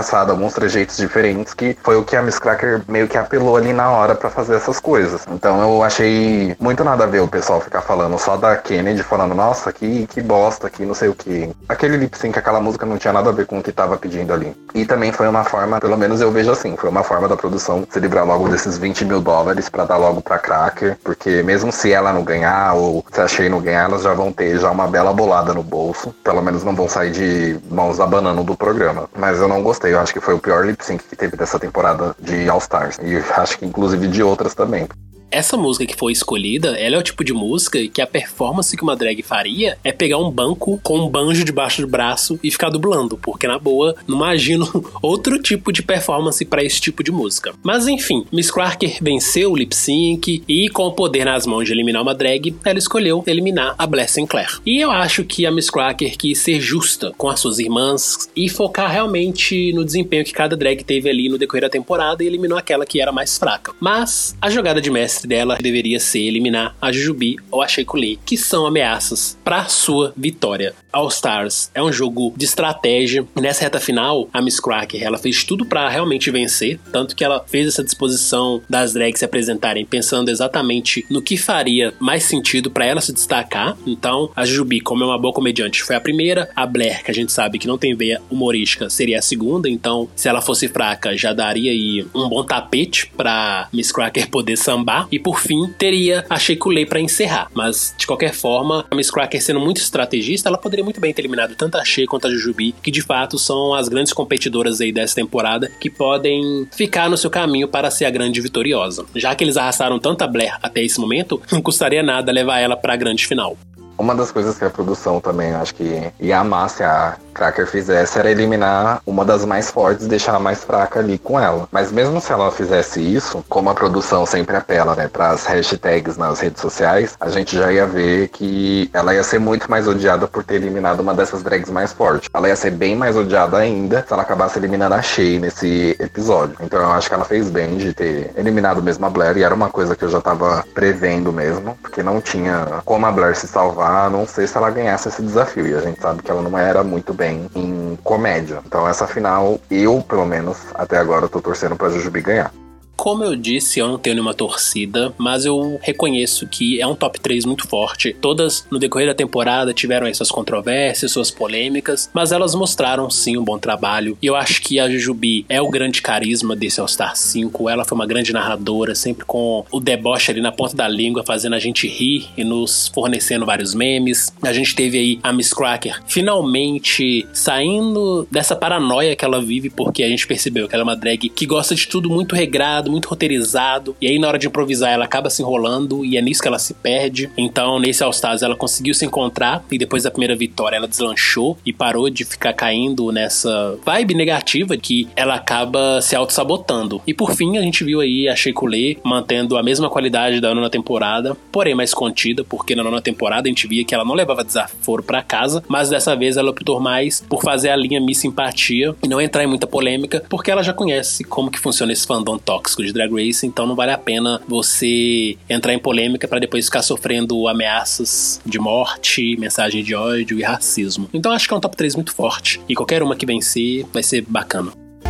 Speaker 2: engraçado, alguns trejeitos diferentes, que foi o que a Miss Cracker meio que apelou ali na hora pra fazer essas coisas. Então eu achei muito nada a ver o pessoal ficar falando só da Kennedy, falando, nossa, que, que bosta, que não sei o que. Aquele lip sync, aquela música não tinha nada a ver com o que tava pedindo ali. E também foi uma forma, pelo menos eu vejo assim, foi uma forma da produção se livrar logo desses vinte mil dólares pra dar logo pra Cracker, porque mesmo se ela não ganhar, ou se a Shea não ganhar, elas já vão ter já uma bela bolada no bolso. Pelo menos não vão sair de mãos abanando do programa. Mas eu não gostei, eu acho que foi o pior lip sync que teve dessa temporada de All Stars. E acho que inclusive de outras também.
Speaker 1: Essa música que foi escolhida, ela é o tipo de música que a performance que uma drag faria é pegar um banco com um banjo debaixo do braço e ficar dublando, porque na boa, não imagino outro tipo de performance pra esse tipo de música. Mas enfim, Miss Cracker venceu o lip sync e com o poder nas mãos de eliminar uma drag, ela escolheu eliminar a Blair Sinclair. E eu acho que a Miss Cracker quis ser justa com as suas irmãs e focar realmente no desempenho que cada drag teve ali no decorrer da temporada e eliminou aquela que era mais fraca. Mas a jogada de mestre dela deveria ser eliminar a Jujubee ou a Shea Coulee, que são ameaças para sua vitória. All Stars é um jogo de estratégia e nessa reta final a Miss Cracker ela fez tudo para realmente vencer, tanto que ela fez essa disposição das drags se apresentarem pensando exatamente no que faria mais sentido para ela se destacar. Então a Jujubee, como é uma boa comediante, foi a primeira, a Blair, que a gente sabe que não tem veia humorística, seria a segunda, então se ela fosse fraca já daria aí um bom tapete para Miss Cracker poder sambar. E por fim, teria a Shea Coulee pra encerrar. Mas, de qualquer forma, a Miss Cracker sendo muito estrategista, ela poderia muito bem ter eliminado tanto a Shea quanto a Jujubee, que de fato são as grandes competidoras aí dessa temporada, que podem ficar no seu caminho para ser a grande vitoriosa. Já que eles arrastaram tanto a Blair até esse momento, não custaria nada levar ela pra grande final.
Speaker 2: Uma das coisas que a produção também, acho que ia amar se a Cracker fizesse, era eliminar uma das mais fortes e deixar a mais fraca ali com ela. Mas mesmo se ela fizesse isso, como a produção sempre apela, né, pras hashtags nas redes sociais, a gente já ia ver que ela ia ser muito mais odiada por ter eliminado uma dessas drags mais fortes. Ela ia ser bem mais odiada ainda se ela acabasse eliminando a Shea nesse episódio. Então eu acho que ela fez bem de ter eliminado mesmo a Blair, e era uma coisa que eu já tava prevendo mesmo, porque não tinha como a Blair se salvar, a não ser se ela ganhasse esse desafio, e a gente sabe que ela não era muito bem em comédia. Então essa final, eu pelo menos até agora tô torcendo pra Jujubee ganhar.
Speaker 1: Como eu disse, eu não tenho nenhuma torcida, mas eu reconheço que é um top três muito forte. Todas, no decorrer da temporada, tiveram aí suas controvérsias, suas polêmicas, mas elas mostraram, sim, um bom trabalho. E eu acho que a Jujubee é o grande carisma desse All Star cinco. Ela foi uma grande narradora, sempre com o deboche ali na ponta da língua, fazendo a gente rir e nos fornecendo vários memes. A gente teve aí a Miss Cracker finalmente saindo dessa paranoia que ela vive, porque a gente percebeu que ela é uma drag que gosta de tudo muito regrado, muito roteirizado, e aí na hora de improvisar ela acaba se enrolando e é nisso que ela se perde. Então nesse All Stars ela conseguiu se encontrar e depois da primeira vitória ela deslanchou e parou de ficar caindo nessa vibe negativa que ela acaba se auto-sabotando. E por fim a gente viu aí a Shea Coulee mantendo a mesma qualidade da nona temporada, porém mais contida, porque na nona temporada a gente via que ela não levava desaforo pra casa, mas dessa vez ela optou mais por fazer a linha Miss Simpatia e não entrar em muita polêmica, porque ela já conhece como que funciona esse fandom tóxico de Drag Race, então não vale a pena você entrar em polêmica pra depois ficar sofrendo ameaças de morte, mensagem de ódio e racismo. Então acho que é um top três muito forte e qualquer uma que vencer vai ser bacana.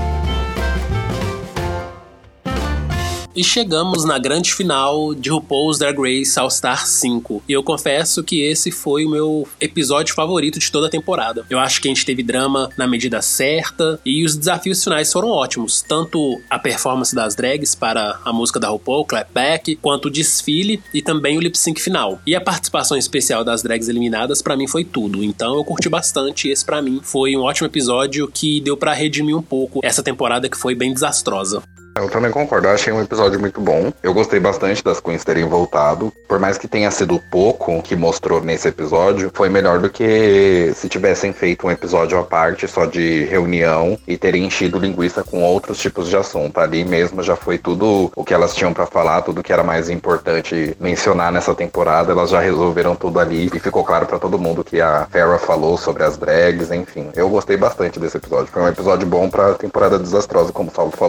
Speaker 1: E chegamos na grande final de RuPaul's Drag Race All Star cinco. E eu confesso que esse foi o meu episódio favorito de toda a temporada. Eu acho que a gente teve drama na medida certa e os desafios finais foram ótimos. Tanto a performance das drags para a música da RuPaul, Clap Back, quanto o desfile e também o lip sync final. E a participação especial das drags eliminadas pra mim foi tudo. Então eu curti bastante e esse pra mim foi um ótimo episódio que deu pra redimir um pouco essa temporada que foi bem desastrosa.
Speaker 2: Eu também concordo, eu achei um episódio muito bom. Eu gostei bastante das Queens terem voltado. Por mais que tenha sido pouco que mostrou nesse episódio, foi melhor do que se tivessem feito um episódio à parte, só de reunião, e terem enchido linguiça com outros tipos de assunto. Ali mesmo já foi tudo o que elas tinham pra falar, tudo que era mais importante mencionar nessa temporada, elas já resolveram tudo ali, e ficou claro pra todo mundo que a Farrah falou sobre as drags, enfim. Eu gostei bastante desse episódio. Foi um episódio bom pra temporada desastrosa, como o Saulo falou.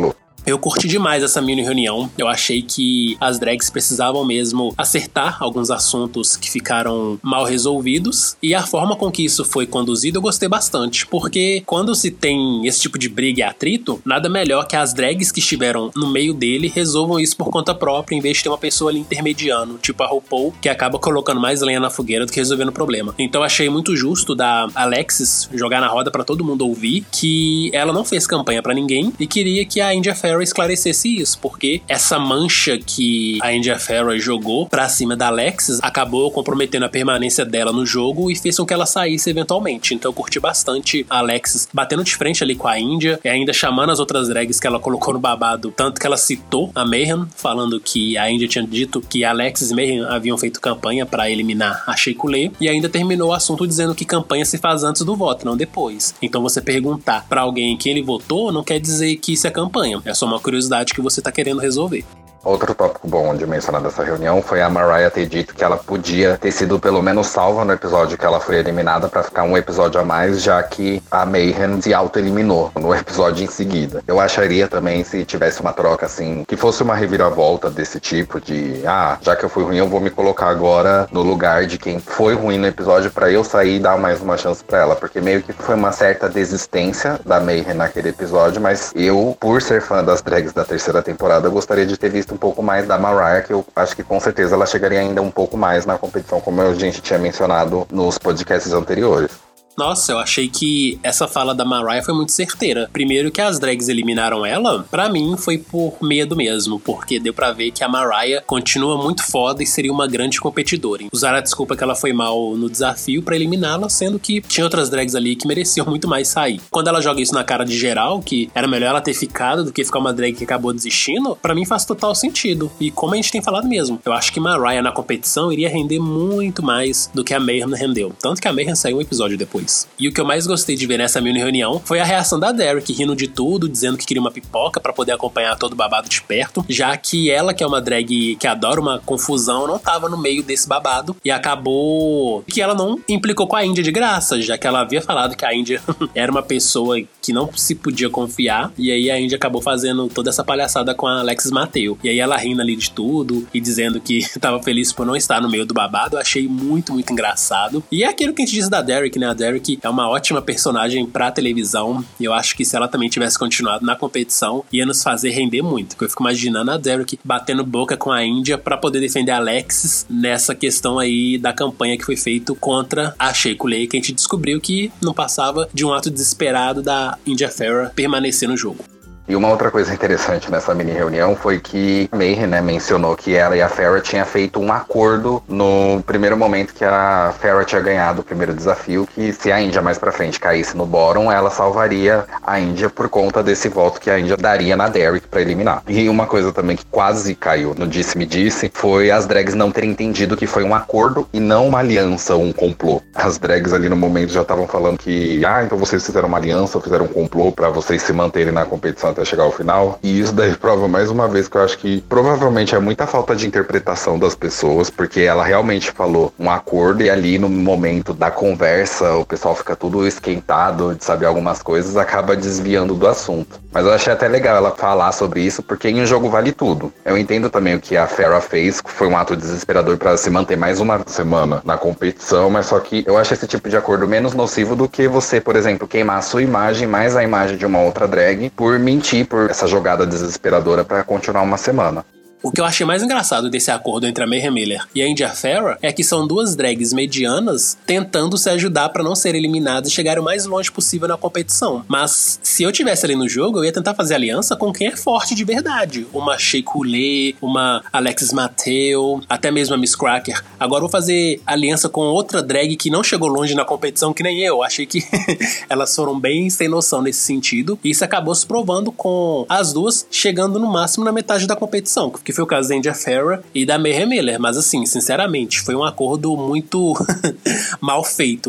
Speaker 1: Eu curti demais essa mini reunião. Eu achei que as drags precisavam mesmo acertar alguns assuntos que ficaram mal resolvidos. E a forma com que isso foi conduzido eu gostei bastante. Porque quando se tem esse tipo de briga e atrito, nada melhor que as drags que estiveram no meio dele resolvam isso por conta própria, em vez de ter uma pessoa ali intermediando, tipo a RuPaul, que acaba colocando mais lenha na fogueira do que resolvendo o problema. Então achei muito justo da Alexis jogar na roda pra todo mundo ouvir que ela não fez campanha pra ninguém e queria que a India Ferrell esclarecesse isso, porque essa mancha que a India Ferrell jogou pra cima da Alexis acabou comprometendo a permanência dela no jogo e fez com que ela saísse eventualmente. Então eu curti bastante a Alexis batendo de frente ali com a India e ainda chamando as outras drags que ela colocou no babado, tanto que ela citou a Mayhem, falando que a India tinha dito que a Alexis e Mayhem haviam feito campanha pra eliminar a Shea Coulee, e ainda terminou o assunto dizendo que campanha se faz antes do voto, não depois. Então você perguntar pra alguém que ele votou não quer dizer que isso é campanha, é só uma curiosidade que você tá querendo resolver.
Speaker 2: Outro tópico bom de mencionar dessa reunião foi a Mariah ter dito que ela podia ter sido pelo menos salva no episódio que ela foi eliminada pra ficar um episódio a mais, já que a Mayhem se auto-eliminou no episódio em seguida. Eu acharia também, se tivesse uma troca assim, que fosse uma reviravolta desse tipo de, ah, já que eu fui ruim, eu vou me colocar agora no lugar de quem foi ruim no episódio pra eu sair e dar mais uma chance pra ela, porque meio que foi uma certa desistência da Mayhem naquele episódio, mas eu, por ser fã das drags da terceira temporada, eu gostaria de ter visto um pouco mais da Mariah, que eu acho que com certeza ela chegaria ainda um pouco mais na competição, como a gente tinha mencionado nos podcasts anteriores.
Speaker 1: Nossa, eu achei que essa fala da Mariah foi muito certeira. Primeiro que as drags eliminaram ela, pra mim foi por medo mesmo, porque deu pra ver que a Mariah continua muito foda e seria uma grande competidora. Usaram a desculpa que ela foi mal no desafio pra eliminá-la, sendo que tinha outras drags ali que mereciam muito mais sair. Quando ela joga isso na cara de geral, que era melhor ela ter ficado do que ficar uma drag que acabou desistindo, pra mim faz total sentido. E como a gente tem falado mesmo, eu acho que Mariah na competição iria render muito mais do que a Mayhem rendeu. Tanto que a Mayhem saiu um episódio depois. E o que eu mais gostei de ver nessa mini reunião foi a reação da Derrick, rindo de tudo, dizendo que queria uma pipoca pra poder acompanhar todo o babado de perto, já que ela, que é uma drag que adora uma confusão, não tava no meio desse babado, e acabou que ela não implicou com a India de graça, já que ela havia falado que a India era uma pessoa que não se podia confiar, e aí a India acabou fazendo toda essa palhaçada com a Alexis Mateo. E aí ela rindo ali de tudo e dizendo que tava feliz por não estar no meio do babado. Eu achei muito, muito engraçado. E é aquilo que a gente diz da Derrick, né? A Derrick é uma ótima personagem pra televisão, e eu acho que se ela também tivesse continuado na competição, ia nos fazer render muito, porque eu fico imaginando a Derrick batendo boca com a India pra poder defender a Alexis nessa questão aí da campanha que foi feito contra a Shea Coulee, que a gente descobriu que não passava de um ato desesperado da India Ferrell permanecer no jogo.
Speaker 2: E uma outra coisa interessante nessa mini reunião foi que Mayhem, né, mencionou que ela e a Farrah tinham feito um acordo no primeiro momento que a Farrah tinha ganhado o primeiro desafio, que se a India mais pra frente caísse no bottom, ela salvaria a India por conta desse voto que a India daria na Derrick pra eliminar. E uma coisa também que quase caiu no disse-me-disse foi as drags não terem entendido que foi um acordo e não uma aliança, um complô. As drags ali no momento já estavam falando que, ah, então vocês fizeram uma aliança, fizeram um complô pra vocês se manterem na competição até chegar ao final. E isso daí prova mais uma vez que eu acho que provavelmente é muita falta de interpretação das pessoas, porque ela realmente falou um acordo e ali no momento da conversa o pessoal fica tudo esquentado de saber algumas coisas, acaba desviando do assunto. Mas eu achei até legal ela falar sobre isso, porque em um jogo vale tudo. Eu entendo também o que a Farrah fez, que foi um ato desesperador para se manter mais uma semana na competição, mas só que eu acho esse tipo de acordo menos nocivo do que você, por exemplo, queimar a sua imagem mais a imagem de uma outra drag por mentir por essa jogada desesperadora para continuar uma semana.
Speaker 1: O que eu achei mais engraçado desse acordo entre a Mayhem Miller e a India Ferrell é que são duas drags medianas tentando se ajudar pra não ser eliminadas e chegar o mais longe possível na competição. Mas se eu tivesse ali no jogo, eu ia tentar fazer aliança com quem é forte de verdade. Uma Shea Coulee, uma Alexis Mateo, até mesmo a Miss Cracker. Agora eu vou fazer aliança com outra drag que não chegou longe na competição, que nem eu. Achei que elas foram bem sem noção nesse sentido. E isso acabou se provando com as duas chegando no máximo na metade da competição, que foi o caso da India Ferrell e da Mayhem Miller. Mas assim, sinceramente, foi um acordo muito mal feito, né?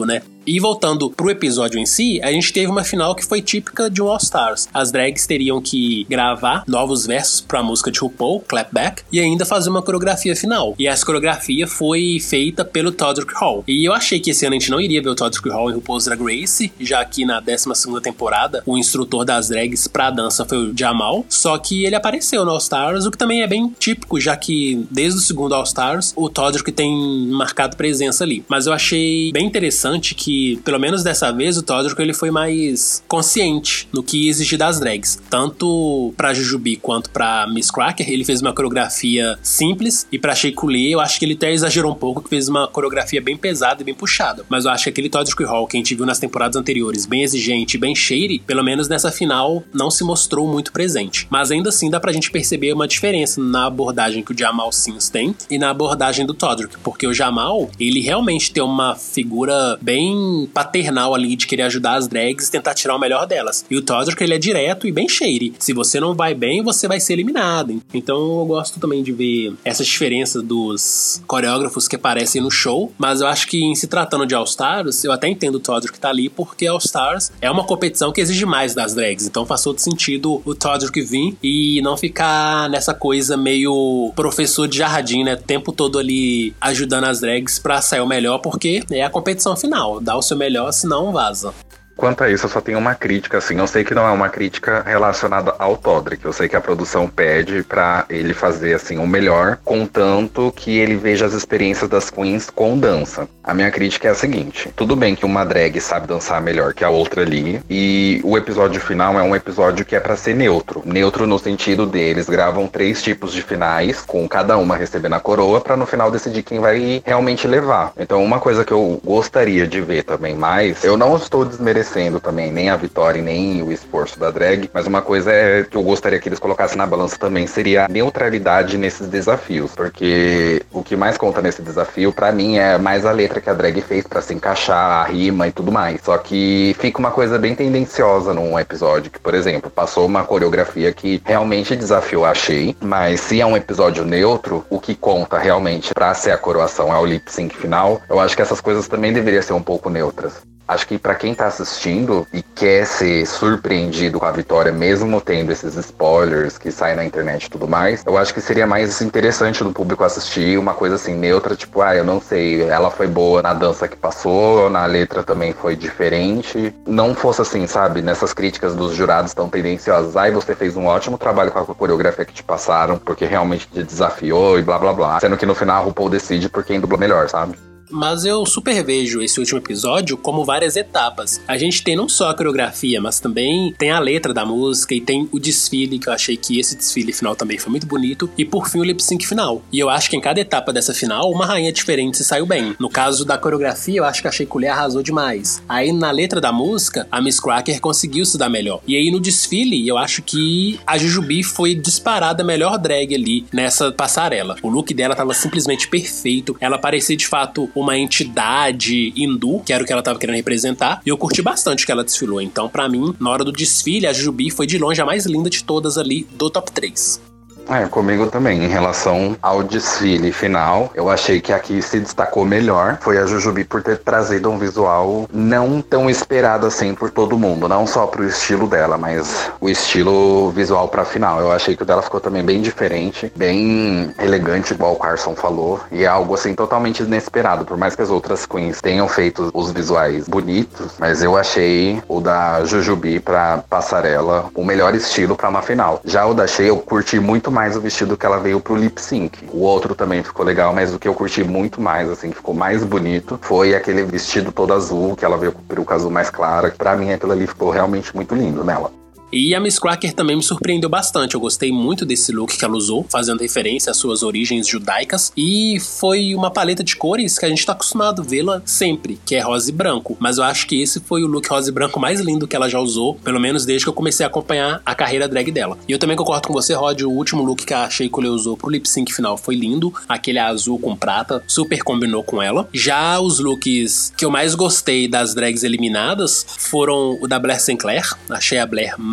Speaker 1: E voltando pro episódio em si, a gente teve uma final que foi típica de um All Stars. As drags teriam que gravar novos versos pra música de RuPaul, Clap Back, e ainda fazer uma coreografia final. E essa coreografia foi feita pelo Todrick Hall. E eu achei que esse ano a gente não iria ver o Todrick Hall em RuPaul's Drag Race, já que na décima segunda temporada o instrutor das drags pra dança foi o Jamal, só que ele apareceu no All Stars, o que também é bem típico, já que desde o segundo All Stars o Todrick tem marcado presença ali. Mas eu achei bem interessante que, pelo menos dessa vez, o Todrick ele foi mais consciente no que exigir das drags. Tanto pra Jujubee quanto pra Miz Cracker, ele fez uma coreografia simples, e pra Shea Coulee eu acho que ele até exagerou um pouco, que fez uma coreografia bem pesada e bem puxada. Mas eu acho que aquele Todrick Hall que a gente viu nas temporadas anteriores, bem exigente e bem shady, pelo menos nessa final não se mostrou muito presente. Mas ainda assim dá pra gente perceber uma diferença na abordagem que o Jamal Sims tem e na abordagem do Todrick, porque o Jamal, ele realmente tem uma figura bem paternal ali de querer ajudar as drags e tentar tirar o melhor delas. E o Todrick, ele é direto e bem shady. Se você não vai bem, você vai ser eliminado. Então eu gosto também de ver essas diferenças dos coreógrafos que aparecem no show, mas eu acho que em se tratando de All Stars, eu até entendo o Todrick tá ali, porque All Stars é uma competição que exige mais das drags, então faz todo sentido o Todrick vir e não ficar nessa coisa meio professor de jardim, né, o tempo todo ali ajudando as drags pra sair o melhor, porque é a competição final, dá o seu melhor, senão vaza.
Speaker 2: Quanto a isso, eu só tenho uma crítica, assim, eu sei que não é uma crítica relacionada ao Todrick, eu sei que a produção pede pra ele fazer, assim, o melhor, contanto que ele veja as experiências das queens com dança. A minha crítica é a seguinte: tudo bem que uma drag sabe dançar melhor que a outra ali, e o episódio final é um episódio que é pra ser neutro. Neutro no sentido deles gravam três tipos de finais, com cada uma recebendo a coroa, pra no final decidir quem vai realmente levar. Então, uma coisa que eu gostaria de ver também mais, eu não estou desmerecendo também nem a vitória e nem o esforço da drag, mas uma coisa é que eu gostaria que eles colocassem na balança também seria a neutralidade nesses desafios, porque o que mais conta nesse desafio pra mim é mais a letra que a drag fez pra se encaixar, a rima e tudo mais. Só que fica uma coisa bem tendenciosa num episódio que, por exemplo, passou uma coreografia que realmente desafiou a Shea, mas se é um episódio neutro, o que conta realmente pra ser a coroação é o lip sync final. Eu acho que essas coisas também deveriam ser um pouco neutras. Acho que pra quem tá assistindo e quer ser surpreendido com a vitória, mesmo tendo esses spoilers que saem na internet e tudo mais, eu acho que seria mais interessante do público assistir uma coisa assim, neutra, tipo, ah, eu não sei, ela foi boa na dança que passou, na letra também foi diferente. Não fosse assim, sabe, nessas críticas dos jurados tão tendenciosas, ai, você fez um ótimo trabalho com a coreografia que te passaram, porque realmente te desafiou e blá blá blá. Sendo que no final a RuPaul decide por quem dubla melhor, sabe?
Speaker 1: Mas eu super vejo esse último episódio como várias etapas. A gente tem não só a coreografia, mas também tem a letra da música e tem o desfile, que eu achei que esse desfile final também foi muito bonito, e por fim o lip sync final. E eu acho que em cada etapa dessa final, uma rainha diferente se saiu bem. No caso da coreografia, eu acho que a Shea Coulee arrasou demais. Aí na letra da música, a Miz Cracker conseguiu se dar melhor. E aí no desfile, eu acho que a Jujubee foi disparada a melhor drag ali nessa passarela. O look dela tava simplesmente perfeito, ela parecia de fato uma entidade hindu, que era o que ela tava querendo representar, e eu curti bastante que ela desfilou. Então, pra mim, na hora do desfile, a Jujubee foi de longe a mais linda de todas ali do top três.
Speaker 2: É, comigo também. Em relação ao desfile final, eu achei que aqui se destacou melhor. Foi a Jujubee por ter trazido um visual não tão esperado assim por todo mundo. Não só pro estilo dela, mas o estilo visual pra final. Eu achei que o dela ficou também bem diferente, bem elegante, igual o Carson falou. E é algo assim totalmente inesperado. Por mais que as outras queens tenham feito os visuais bonitos, mas eu achei o da Jujubee pra passarela o melhor estilo pra uma final. Já o da Shea eu curti muito mais mais o vestido que ela veio pro lip sync. O outro também ficou legal, mas o que eu curti muito mais, assim, que ficou mais bonito, foi aquele vestido todo azul, que ela veio com peruca azul mais clara, que pra mim aquilo ali ficou realmente muito lindo nela.
Speaker 1: E a Miz Cracker também me surpreendeu bastante. Eu gostei muito desse look que ela usou, fazendo referência às suas origens judaicas. E foi uma paleta de cores que a gente tá acostumado a vê-la sempre, que é rosa e branco. Mas eu acho que esse foi o look rosa e branco mais lindo que ela já usou, pelo menos desde que eu comecei a acompanhar a carreira drag dela. E eu também concordo com você, Rod, o último look que a Shea Coulee usou pro lip sync final foi lindo. Aquele azul com prata, super combinou com ela. Já os looks que eu mais gostei das drags eliminadas foram o da Blair Sinclair. Achei a Blair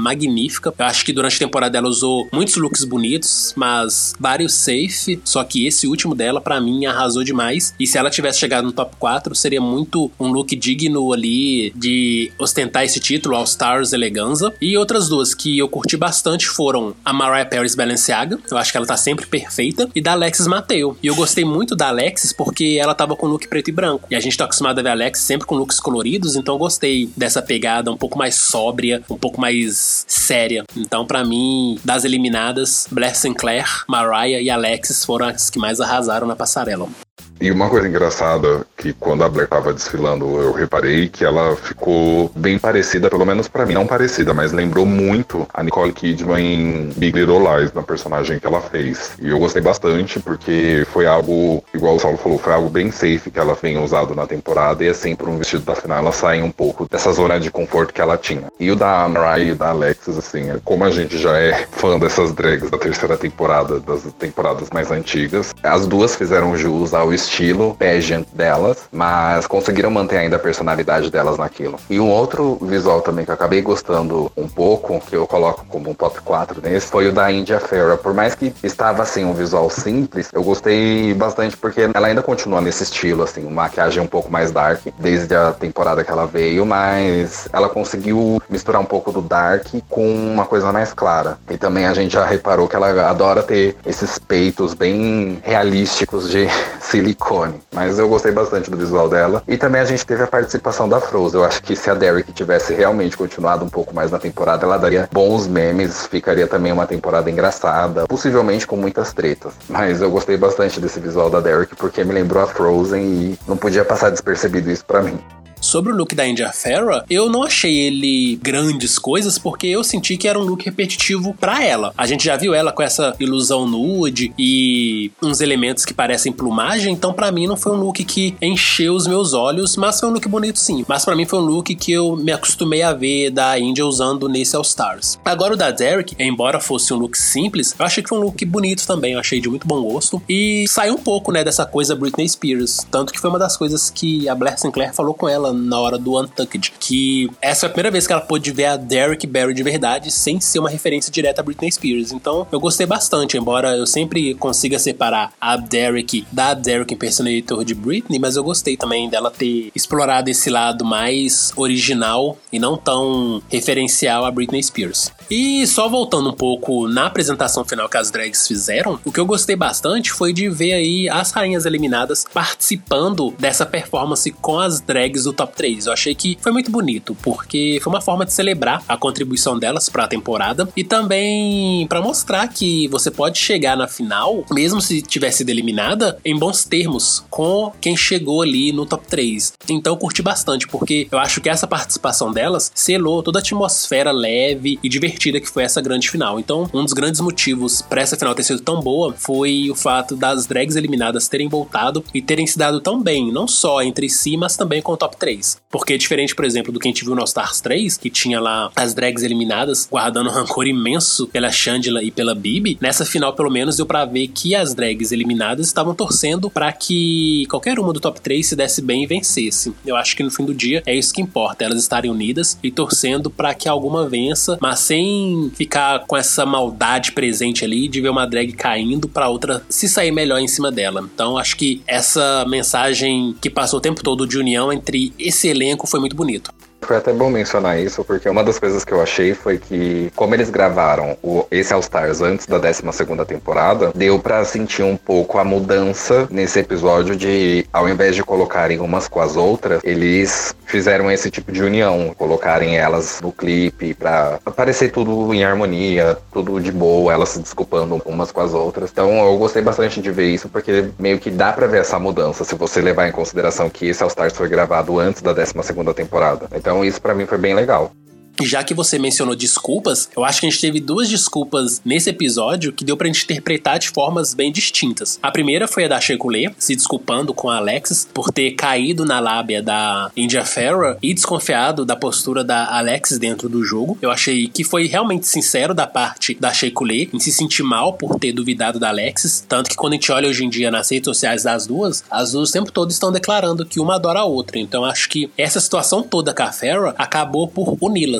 Speaker 1: magnífica. Eu acho que durante a temporada ela usou muitos looks bonitos, mas vários safe, só que esse último dela, pra mim, arrasou demais. E se ela tivesse chegado no top quatro, seria muito um look digno ali de ostentar esse título, All Stars Eleganza. E outras duas que eu curti bastante foram a Mariah Paris Balenciaga, eu acho que ela tá sempre perfeita, e da Alexis Mateo. E eu gostei muito da Alexis porque ela tava com look preto e branco. E a gente tá acostumado a ver a Alexis sempre com looks coloridos, então eu gostei dessa pegada um pouco mais sóbria, um pouco mais séria. Então, pra mim, das eliminadas, Blair Sinclair, Mariah e Alexis foram as que mais arrasaram na passarela.
Speaker 2: E uma coisa engraçada, que quando a Blair tava desfilando, eu reparei que ela ficou bem parecida, pelo menos pra mim, não parecida, mas lembrou muito a Nicole Kidman em Big Little Lies, na personagem que ela fez. E eu gostei bastante, porque foi algo, igual o Saulo falou, foi algo bem safe que ela vem usado na temporada, e assim, por um vestido da final, ela sai um pouco dessa zona de conforto que ela tinha. E o da Mariah e da Alexis, assim, como a gente já é fã dessas drags da terceira temporada, das temporadas mais antigas, as duas fizeram jus ao estilo pageant delas, mas conseguiram manter ainda a personalidade delas naquilo. E um outro visual também que eu acabei gostando um pouco, que eu coloco como um top quatro nesse, foi o da India Ferrah. Por mais que estava assim um visual simples, eu gostei bastante porque ela ainda continua nesse estilo, assim, uma maquiagem um pouco mais dark, desde a temporada que ela veio, mas ela conseguiu misturar um pouco do dark com uma coisa mais clara. E também a gente já reparou que ela adora ter esses peitos bem realísticos de silicone. Mas eu gostei bastante do visual dela. E também a gente teve a participação da Frozen. Eu acho que se a Derrick tivesse realmente continuado um pouco mais na temporada, ela daria bons memes, ficaria também uma temporada engraçada, possivelmente com muitas tretas. Mas eu gostei bastante desse visual da Derrick porque me lembrou a Frozen e não podia passar despercebido isso pra mim.
Speaker 1: Sobre o look da India Ferrah, eu não achei ele grandes coisas, porque eu senti que era um look repetitivo pra ela. A gente já viu ela com essa ilusão nude e uns elementos que parecem plumagem, então pra mim não foi um look que encheu os meus olhos, mas foi um look bonito sim. Mas pra mim foi um look que eu me acostumei a ver da India usando nesse All Stars. Agora o da Derrick, embora fosse um look simples, eu achei que foi um look bonito também, eu achei de muito bom gosto e saiu um pouco, né, dessa coisa Britney Spears, tanto que foi uma das coisas que a Blair Sinclair falou com ela na hora do Untucked, que essa é a primeira vez que ela pôde ver a Derrick Barry de verdade, sem ser uma referência direta a Britney Spears. Então eu gostei bastante, embora eu sempre consiga separar a Derrick da Derrick Impersonator de Britney, mas eu gostei também dela ter explorado esse lado mais original e não tão referencial a Britney Spears. E só voltando um pouco na apresentação final que as drags fizeram, o que eu gostei bastante foi de ver aí as rainhas eliminadas participando dessa performance com as drags do top três. Eu achei que foi muito bonito, porque foi uma forma de celebrar a contribuição delas para a temporada e também para mostrar que você pode chegar na final, mesmo se tiver sido eliminada, em bons termos com quem chegou ali no top três. Então eu curti bastante, porque eu acho que essa participação delas selou toda a atmosfera leve e divertida que foi essa grande final. Então, um dos grandes motivos para essa final ter sido tão boa foi o fato das drags eliminadas terem voltado e terem se dado tão bem, não só entre si, mas também com o top três. Porque diferente, por exemplo, do que a gente viu no All Stars três, que tinha lá as drags eliminadas guardando um rancor imenso pela Shangela e pela Bibi, nessa final pelo menos deu pra ver que as drags eliminadas estavam torcendo pra que qualquer uma do top três se desse bem e vencesse. Eu acho que no fim do dia é isso que importa, elas estarem unidas e torcendo pra que alguma vença, mas sem ficar com essa maldade presente ali de ver uma drag caindo pra outra se sair melhor em cima dela. Então acho que essa mensagem que passou o tempo todo de união entre esse elenco foi muito bonito.
Speaker 2: Foi até bom mencionar isso, porque uma das coisas que eu achei foi que, como eles gravaram o, esse All Stars antes da décima segunda temporada, deu pra sentir um pouco a mudança nesse episódio de, ao invés de colocarem umas com as outras, eles fizeram esse tipo de união, colocarem elas no clipe pra parecer tudo em harmonia, tudo de boa, elas se desculpando umas com as outras. Então eu gostei bastante de ver isso, porque meio que dá pra ver essa mudança, se você levar em consideração que esse All Stars foi gravado antes da décima segunda temporada. Então isso pra mim foi bem legal.
Speaker 1: Já que você mencionou desculpas, eu acho que a gente teve duas desculpas nesse episódio que deu pra gente interpretar de formas bem distintas. A primeira foi a da Shea Coulee, se desculpando com a Alexis por ter caído na lábia da India Ferrah e desconfiado da postura da Alexis dentro do jogo. Eu achei que foi realmente sincero da parte da Shea Coulee em se sentir mal por ter duvidado da Alexis, tanto que quando a gente olha hoje em dia nas redes sociais das duas, as duas o tempo todo estão declarando que uma adora a outra. Então acho que essa situação toda com a Ferrah acabou por uni-las.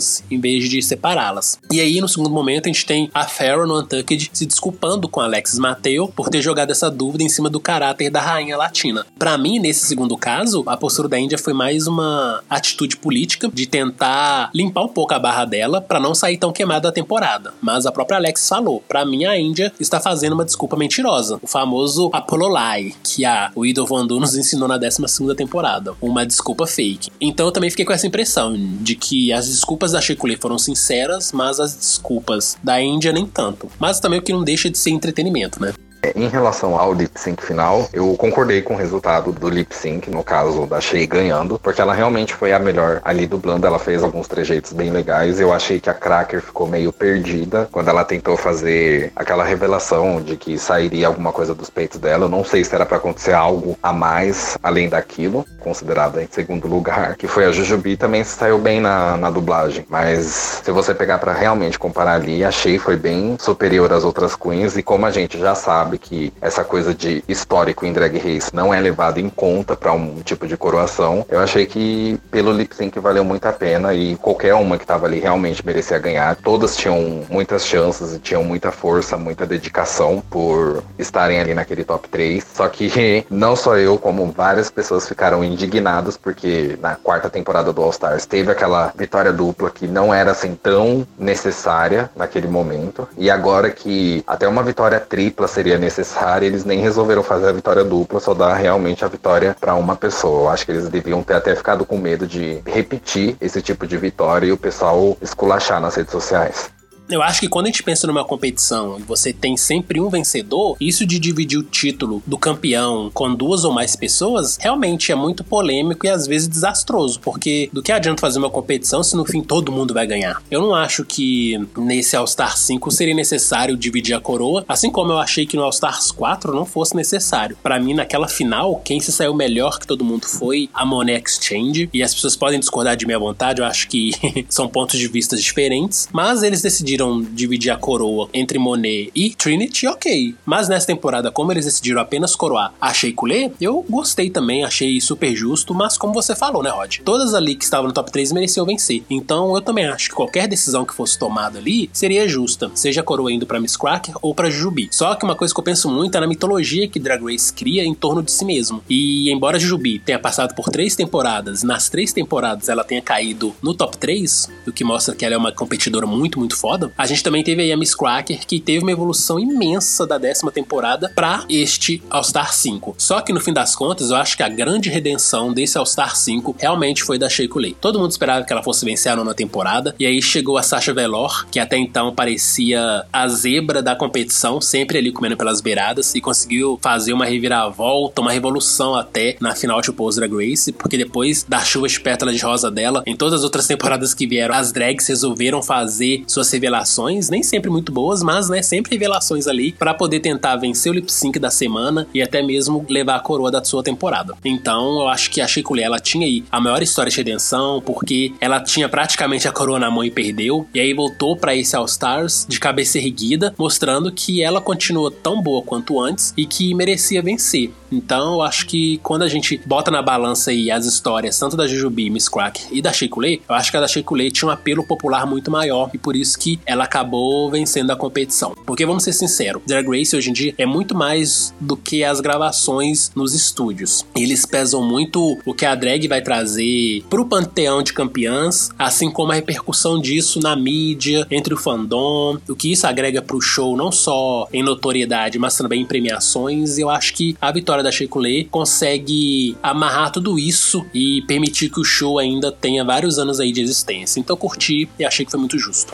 Speaker 1: elas, em vez de separá-las. E aí, no segundo momento, a gente tem a Farrah no Untucked se desculpando com Alexis Mateo por ter jogado essa dúvida em cima do caráter da rainha latina. Pra mim, nesse segundo caso, a postura da Índia foi mais uma atitude política de tentar limpar um pouco a barra dela pra não sair tão queimada da temporada. Mas a própria Alexis falou, pra mim a Índia está fazendo uma desculpa mentirosa, o famoso Apollo Lie, que a Widow Von'Du nos ensinou na décima segunda temporada, uma desculpa fake. Então eu também fiquei com essa impressão de que as desculpas da Shea Coulee foram sinceras, mas as desculpas da Índia nem tanto. Mas também o que não deixa de ser entretenimento, né?
Speaker 2: Em relação ao lip sync final, eu concordei com o resultado do lip sync, no caso da Shea ganhando, porque ela realmente foi a melhor ali dublando, ela fez alguns trejeitos bem legais. Eu achei que a Cracker ficou meio perdida quando ela tentou fazer aquela revelação de que sairia alguma coisa dos peitos dela. Eu não sei se era pra acontecer algo a mais além daquilo, considerada em segundo lugar, que foi a Jujubee, também saiu bem na, na dublagem, mas se você pegar pra realmente comparar ali, a Shea foi bem superior às outras queens, e como a gente já sabe que essa coisa de histórico em Drag Race não é levado em conta para um tipo de coroação, eu achei que pelo lip sync valeu muito a pena, e qualquer uma que tava ali realmente merecia ganhar. Todas tinham muitas chances e tinham muita força, muita dedicação por estarem ali naquele top três, só que não só eu, como várias pessoas ficaram indignadas porque na quarta temporada do All Stars teve aquela vitória dupla que não era assim tão necessária naquele momento, e agora que até uma vitória tripla seria necessária, eles nem resolveram fazer a vitória dupla, só dar realmente a vitória para uma pessoa. Eu acho que eles deviam ter até ficado com medo de repetir esse tipo de vitória e o pessoal esculachar nas redes sociais.
Speaker 1: Eu acho que quando a gente pensa numa competição e você tem sempre um vencedor, isso de dividir o título do campeão com duas ou mais pessoas realmente é muito polêmico e às vezes desastroso, porque do que adianta fazer uma competição se no fim todo mundo vai ganhar? Eu não acho que nesse All Stars cinco seria necessário dividir a coroa, assim como eu achei que no All Stars quatro não fosse necessário. Pra mim, naquela final, quem se saiu melhor que todo mundo foi a Monét X Change, e as pessoas podem discordar de minha vontade, eu acho que são pontos de vista diferentes, mas eles decidiram dividir a coroa entre Monet e Trinity, ok. Mas nessa temporada, como eles decidiram apenas coroar a Shea Coulee, eu gostei também, achei super justo, mas como você falou, né, Rod? Todas ali que estavam no top três mereciam vencer. Então eu também acho que qualquer decisão que fosse tomada ali seria justa, seja a coroa indo pra Miss Cracker ou pra Jujubee. Só que uma coisa que eu penso muito é na mitologia que Drag Race cria em torno de si mesmo. E embora a Jujubee tenha passado por três temporadas, nas três temporadas ela tenha caído no top três, o que mostra que ela é uma competidora muito, muito foda, a gente também teve aí a Miss Cracker, que teve uma evolução imensa da décima temporada pra este All Star cinco. Só que no fim das contas, eu acho que a grande redenção desse All Star cinco realmente foi da Shea Coulee. Todo mundo esperava que ela fosse vencer a nona temporada, e aí chegou a Sasha Velour, que até então parecia a zebra da competição, sempre ali comendo pelas beiradas, e conseguiu fazer uma reviravolta, uma revolução até na final de RuPaul's Drag Race, porque depois das chuvas de pétalas de rosa dela, em todas as outras temporadas que vieram, as drags resolveram fazer suas revelações, nem sempre muito boas, mas né, sempre revelações ali pra poder tentar vencer o lip sync da semana e até mesmo levar a coroa da sua temporada. Então eu acho que a Shea Coulee, ela tinha aí a maior história de redenção, porque ela tinha praticamente a coroa na mão e perdeu, e aí voltou pra esse All Stars de cabeça erguida, mostrando que ela continua tão boa quanto antes e que merecia vencer. Então eu acho que quando a gente bota na balança aí as histórias tanto da Jujubee, Miss Cracker e da Shea Coulee, eu acho que a da Shea Coulee tinha um apelo popular muito maior, e por isso que ela acabou vencendo a competição. Porque vamos ser sinceros, Drag Race hoje em dia é muito mais do que as gravações nos estúdios. Eles pesam muito o que a drag vai trazer pro panteão de campeãs, assim como a repercussão disso na mídia, entre o fandom, o que isso agrega pro show, não só em notoriedade, mas também em premiações. E eu acho que a vitória da Shea Coulee consegue amarrar tudo isso e permitir que o show ainda tenha vários anos aí de existência. Então eu curti e achei que foi muito justo.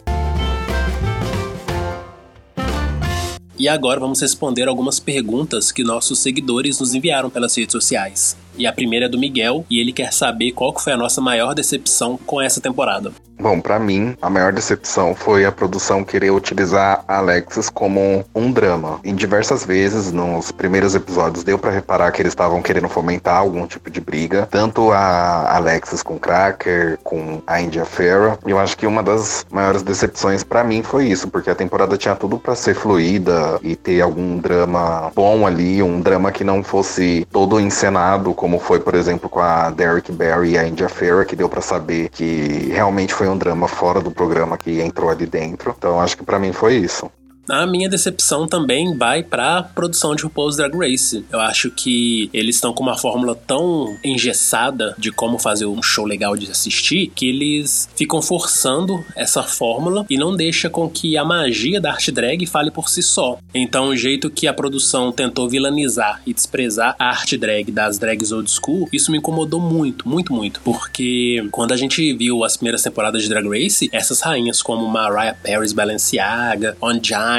Speaker 1: E agora vamos responder algumas perguntas que nossos seguidores nos enviaram pelas redes sociais. E a primeira é do Miguel, e ele quer saber qual foi a nossa maior decepção com essa temporada.
Speaker 2: Bom, pra mim, a maior decepção foi a produção querer utilizar a Alexis como um drama. Em diversas vezes, nos primeiros episódios, deu pra reparar que eles estavam querendo fomentar algum tipo de briga. Tanto a Alexis com Cracker, com a India Farrah. Eu acho que uma das maiores decepções pra mim foi isso, porque a temporada tinha tudo pra ser fluida e ter algum drama bom ali, um drama que não fosse todo encenado, como foi, por exemplo, com a Derrick Barry e a India Farrah, que deu pra saber que realmente foi um drama fora do programa que entrou ali dentro. Então acho que pra mim foi isso.
Speaker 1: A minha decepção também vai pra produção de RuPaul's Drag Race. Eu acho que eles estão com uma fórmula tão engessada de como fazer um show legal de assistir, que eles ficam forçando essa fórmula e não deixa com que a magia da arte drag fale por si só. Então o jeito que a produção tentou vilanizar e desprezar a arte drag das drags old school, isso me incomodou muito, muito, muito. Porque quando a gente viu as primeiras temporadas de Drag Race, essas rainhas como Mariah Paris, Balenciaga, Onjai,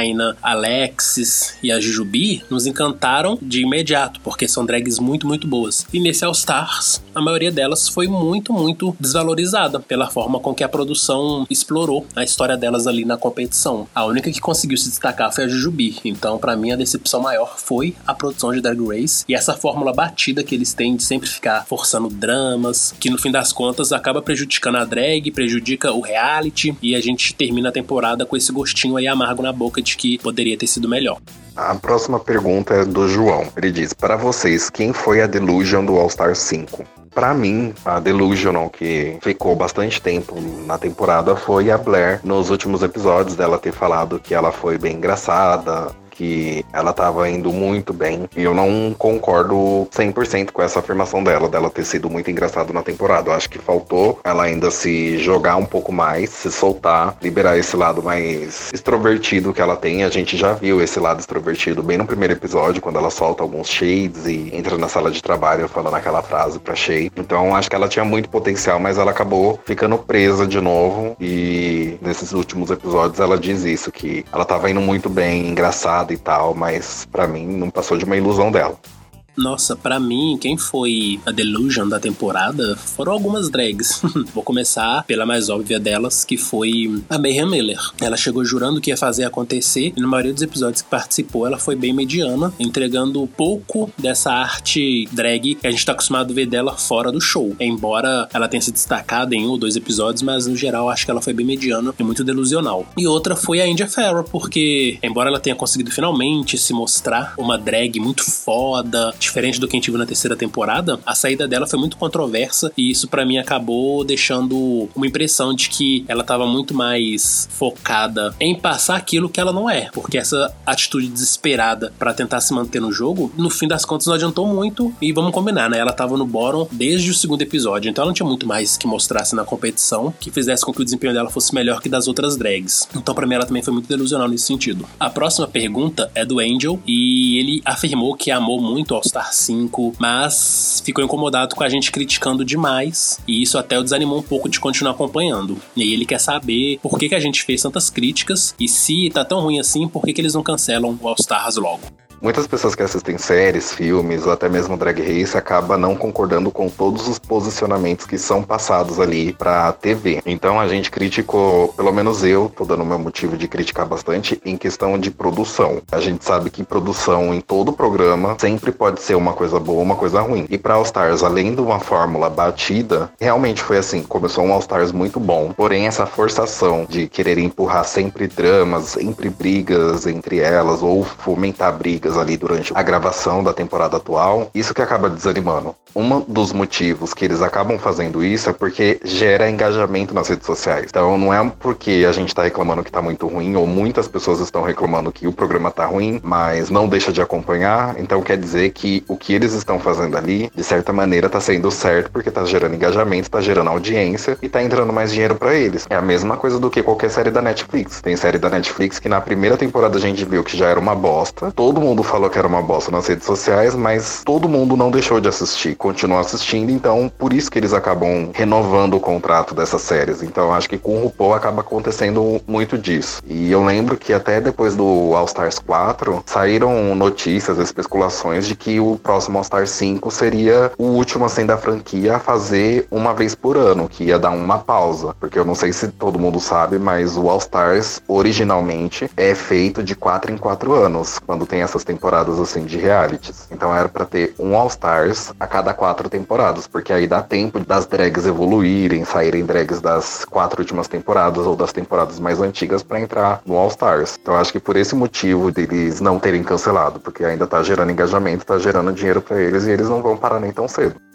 Speaker 1: Alexis e a Jujubee nos encantaram de imediato, porque são drags muito, muito boas. E nesse All Stars, a maioria delas foi muito, muito desvalorizada pela forma com que a produção explorou a história delas ali na competição. A única que conseguiu se destacar foi a Jujubee. Então, pra mim, a decepção maior foi a produção de Drag Race e essa fórmula batida que eles têm de sempre ficar forçando dramas, que no fim das contas acaba prejudicando a drag, prejudica o reality, e a gente termina a temporada com esse gostinho aí amargo na boca de que poderia ter sido melhor.
Speaker 2: A próxima pergunta é do João. Ele diz: para vocês, quem foi a Delusion do All Star cinco? Pra mim, a Delusional, que ficou bastante tempo na temporada, foi a Blair. Nos últimos episódios dela ter falado que ela foi bem engraçada, que ela tava indo muito bem. E eu não concordo cem por cento com essa afirmação dela, dela ter sido muito engraçada na temporada. Eu acho que faltou ela ainda se jogar um pouco mais, se soltar, liberar esse lado mais extrovertido que ela tem. A gente já viu esse lado extrovertido bem no primeiro episódio, quando ela solta alguns shades e entra na sala de trabalho falando aquela frase pra Shea. Então acho que ela tinha muito potencial, mas ela acabou ficando presa de novo. E nesses últimos episódios ela diz isso, que ela tava indo muito bem, engraçada e tal, mas pra mim não passou de uma ilusão dela.
Speaker 1: Nossa, pra mim, quem foi a Delusion da temporada foram algumas drags. Vou começar pela mais óbvia delas, que foi a Mayhem Miller. Ela chegou jurando que ia fazer acontecer, e na maioria dos episódios que participou, ela foi bem mediana, entregando pouco dessa arte drag que a gente tá acostumado a ver dela fora do show. Embora ela tenha se destacado em um ou dois episódios, mas no geral acho que ela foi bem mediana e muito delusional. E outra foi a India Ferrell, porque embora ela tenha conseguido finalmente se mostrar uma drag muito foda, diferente do que a gente viu na terceira temporada, a saída dela foi muito controversa e isso pra mim acabou deixando uma impressão de que ela tava muito mais focada em passar aquilo que ela não é, porque essa atitude desesperada pra tentar se manter no jogo, no fim das contas não adiantou muito. E vamos combinar, né, ela tava no bottom desde o segundo episódio, então ela não tinha muito mais que mostrasse na competição que fizesse com que o desempenho dela fosse melhor que das outras drags. Então pra mim ela também foi muito delusional nesse sentido. A próxima pergunta é do Angel e ele afirmou que amou muito All Star cinco, mas ficou incomodado com a gente criticando demais, e isso até o desanimou um pouco de continuar acompanhando. E aí ele quer saber por que, que a gente fez tantas críticas, e se tá tão ruim assim, por que, que eles não cancelam o All Stars logo.
Speaker 2: Muitas pessoas que assistem séries, filmes ou até mesmo Drag Race acabam não concordando com todos os posicionamentos que são passados ali pra T V. Então a gente criticou, pelo menos eu, tô dando meu motivo de criticar bastante, em questão de produção. A gente sabe que produção em todo programa sempre pode ser uma coisa boa ou uma coisa ruim. E pra All Stars, além de uma fórmula batida, realmente foi assim, começou um All Stars muito bom, porém essa forçação de querer empurrar sempre dramas, sempre brigas entre elas, ou fomentar brigas ali durante a gravação da temporada atual, isso que acaba desanimando. Um dos motivos que eles acabam fazendo isso é porque gera engajamento nas redes sociais. Então não é porque a gente tá reclamando que tá muito ruim, ou muitas pessoas estão reclamando que o programa tá ruim, mas não deixa de acompanhar, então quer dizer que o que eles estão fazendo ali, de certa maneira, tá sendo certo, porque tá gerando engajamento, tá gerando audiência e tá entrando mais dinheiro pra eles. É a mesma coisa do que qualquer série da Netflix. Tem série da Netflix que na primeira temporada a gente viu que já era uma bosta, todo mundo falou que era uma bosta nas redes sociais, mas todo mundo não deixou de assistir, continuou assistindo, então por isso que eles acabam renovando o contrato dessas séries. Então acho que com o RuPaul acaba acontecendo muito disso. E eu lembro que até depois do All Stars quatro, saíram notícias, especulações de que o próximo All Stars cinco seria o último assim da franquia a fazer uma vez por ano, que ia dar uma pausa, porque eu não sei se todo mundo sabe, mas o All Stars originalmente é feito de quatro em quatro anos, quando tem essas temporadas assim de realities. Então era pra ter um All Stars a cada quatro temporadas, porque aí dá tempo das drags evoluírem, saírem drags das quatro últimas temporadas ou das temporadas mais antigas pra entrar no All Stars. Então acho que por esse motivo deles não terem cancelado, porque ainda tá gerando engajamento, tá gerando dinheiro pra eles e eles não vão parar nem tão cedo.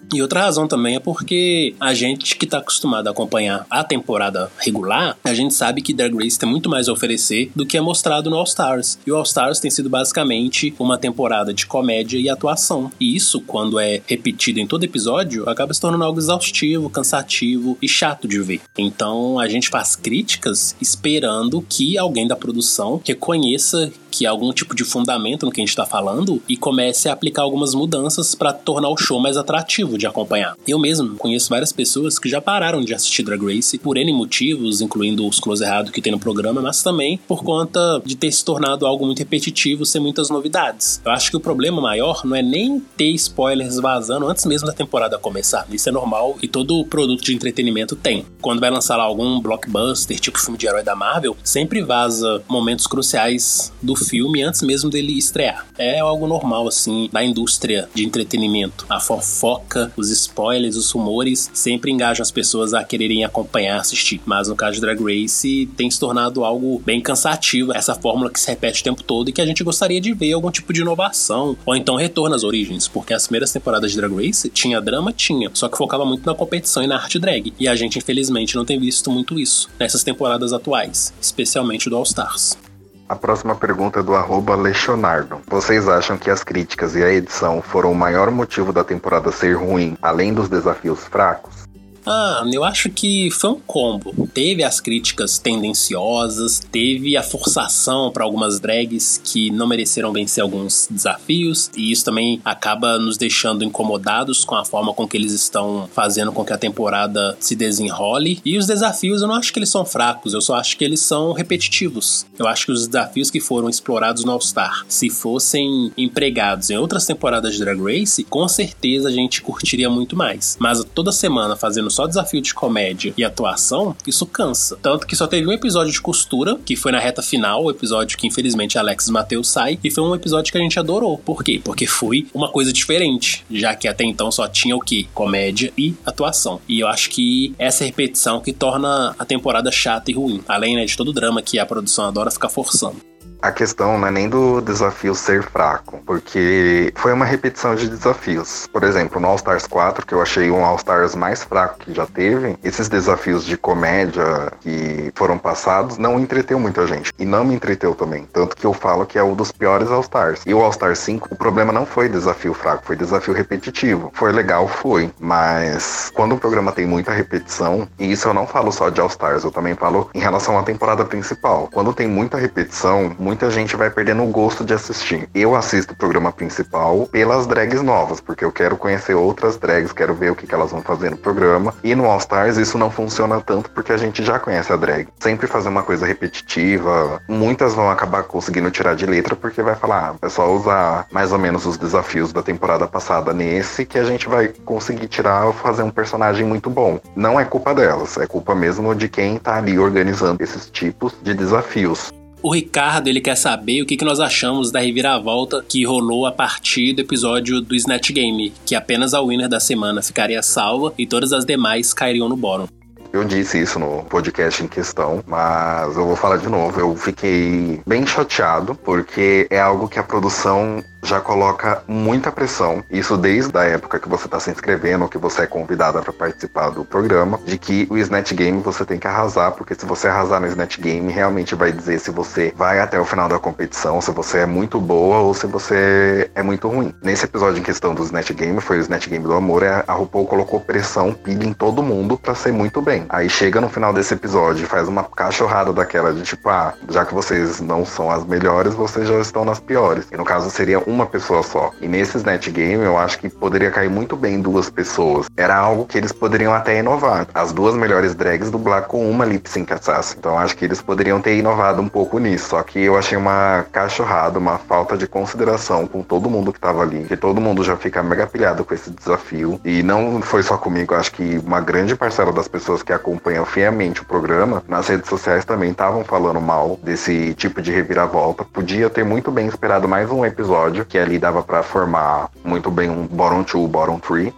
Speaker 1: E outra razão também é porque a gente que tá acostumado a acompanhar a temporada regular, a gente sabe que Drag Race tem muito mais a oferecer do que é mostrado no All Stars. E o All Stars tem sido basicamente uma temporada de comédia e atuação. E isso, quando é repetido em todo episódio, acaba se tornando algo exaustivo, cansativo e chato de ver. Então a gente faz críticas esperando que alguém da produção reconheça que há algum tipo de fundamento no que a gente tá falando e comece a aplicar algumas mudanças para tornar o show mais atrativo de acompanhar. Eu mesmo conheço várias pessoas que já pararam de assistir Drag Race por N motivos, incluindo os close errados que tem no programa, mas também por conta de ter se tornado algo muito repetitivo, sem muitas novidades. Eu acho que o problema maior não é nem ter spoilers vazando antes mesmo da temporada começar. Isso é normal e todo produto de entretenimento tem. Quando vai lançar lá algum blockbuster, tipo filme de herói da Marvel, sempre vaza momentos cruciais do filme antes mesmo dele estrear. É algo normal, assim, da indústria de entretenimento. A fofoca, os spoilers, os rumores sempre engajam as pessoas a quererem acompanhar, assistir. Mas no caso de Drag Race, tem se tornado algo bem cansativo, essa fórmula que se repete o tempo todo e que a gente gostaria de ver algum tipo de inovação, ou então retorno às origens, porque as primeiras temporadas de Drag Race tinha drama, tinha, só que focava muito na competição e na arte drag. E a gente, infelizmente, não tem visto muito isso nessas temporadas atuais, especialmente do All Stars.
Speaker 2: A próxima pergunta é do arroba Leonardo. Vocês acham que as críticas e a edição foram o maior motivo da temporada ser ruim, além dos desafios fracos?
Speaker 1: Ah, eu acho que foi um combo. Teve as críticas tendenciosas, teve a forçação para algumas drags que não mereceram vencer alguns desafios, e isso também acaba nos deixando incomodados com a forma com que eles estão fazendo com que a temporada se desenrole. E os desafios, eu não acho que eles são fracos, eu só acho que eles são repetitivos. Eu acho que os desafios que foram explorados no All Star, se fossem empregados em outras temporadas de Drag Race, com certeza a gente curtiria muito mais. Mas toda semana fazendo só desafio de comédia e atuação, isso cansa. Tanto que só teve um episódio de costura, que foi na reta final, o episódio que infelizmente Alexis Matheus sai, e foi um episódio que a gente adorou. Por quê? Porque foi uma coisa diferente, já que até então só tinha o quê? Comédia e atuação. E eu acho que essa repetição que torna a temporada chata e ruim, além, né, de todo o drama que a produção adora ficar forçando.
Speaker 2: A questão não é nem do desafio ser fraco, porque foi uma repetição de desafios. Por exemplo, no All Stars quatro, que eu achei um All Stars mais fraco que já teve, esses desafios de comédia que foram passados não entreteu muita gente. E não me entreteu também. Tanto que eu falo que é um dos piores All Stars. E o All Stars cinco, o problema não foi desafio fraco, foi desafio repetitivo. Foi legal, foi. Mas quando o programa tem muita repetição, e isso eu não falo só de All Stars, eu também falo em relação à temporada principal. Quando tem muita repetição, muita gente vai perdendo o gosto de assistir. Eu assisto o programa principal pelas drags novas, porque eu quero conhecer outras drags, quero ver o que, que elas vão fazer no programa. E no All Stars isso não funciona tanto porque a gente já conhece a drag. Sempre fazer uma coisa repetitiva, muitas vão acabar conseguindo tirar de letra porque vai falar, ah, é só usar mais ou menos os desafios da temporada passada nesse que a gente vai conseguir tirar, fazer um personagem muito bom. Não é culpa delas, é culpa mesmo de quem tá ali organizando esses tipos de desafios.
Speaker 1: O Ricardo, ele quer saber o que, que nós achamos da reviravolta que rolou a partir do episódio do Snatch Game, que apenas a winner da semana ficaria salva e todas as demais cairiam no bottom.
Speaker 2: Eu disse isso no podcast em questão, mas eu vou falar de novo. Eu fiquei bem chateado, porque é algo que a produção já coloca muita pressão, isso desde a época que você está se inscrevendo ou que você é convidada para participar do programa, de que o Snatch Game você tem que arrasar, porque se você arrasar no Snatch Game, realmente vai dizer se você vai até o final da competição, se você é muito boa ou se você é muito ruim. Nesse episódio em questão do Snatch Game, foi o Snatch Game do amor, a RuPaul colocou pressão, pilha em todo mundo para ser muito bem. Aí chega no final desse episódio e faz uma cachorrada daquela de tipo, ah, já que vocês não são as melhores, vocês já estão nas piores. E no caso seria uma pessoa só. E nesse Snatch Game eu acho que poderia cair muito bem duas pessoas. Era algo que eles poderiam até inovar. As duas melhores drags dublar com uma lip sync assassin. Então eu acho que eles poderiam ter inovado um pouco nisso. Só que eu achei uma cachorrada, uma falta de consideração com todo mundo que tava ali. Que todo mundo já fica mega pilhado com esse desafio. E não foi só comigo, acho que uma grande parcela das pessoas que acompanham fielmente o programa, nas redes sociais também estavam falando mal desse tipo de reviravolta. Podia ter muito bem esperado mais um episódio, que ali dava pra formar muito bem um bottom two, bottom three.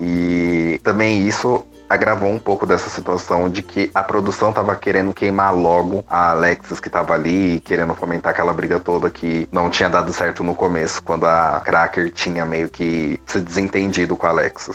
Speaker 2: E também isso agravou um pouco dessa situação de que a produção tava querendo queimar logo a Alexis que tava ali, querendo fomentar aquela briga toda que não tinha dado certo no começo, quando a Cracker tinha meio que se desentendido com a Alexis.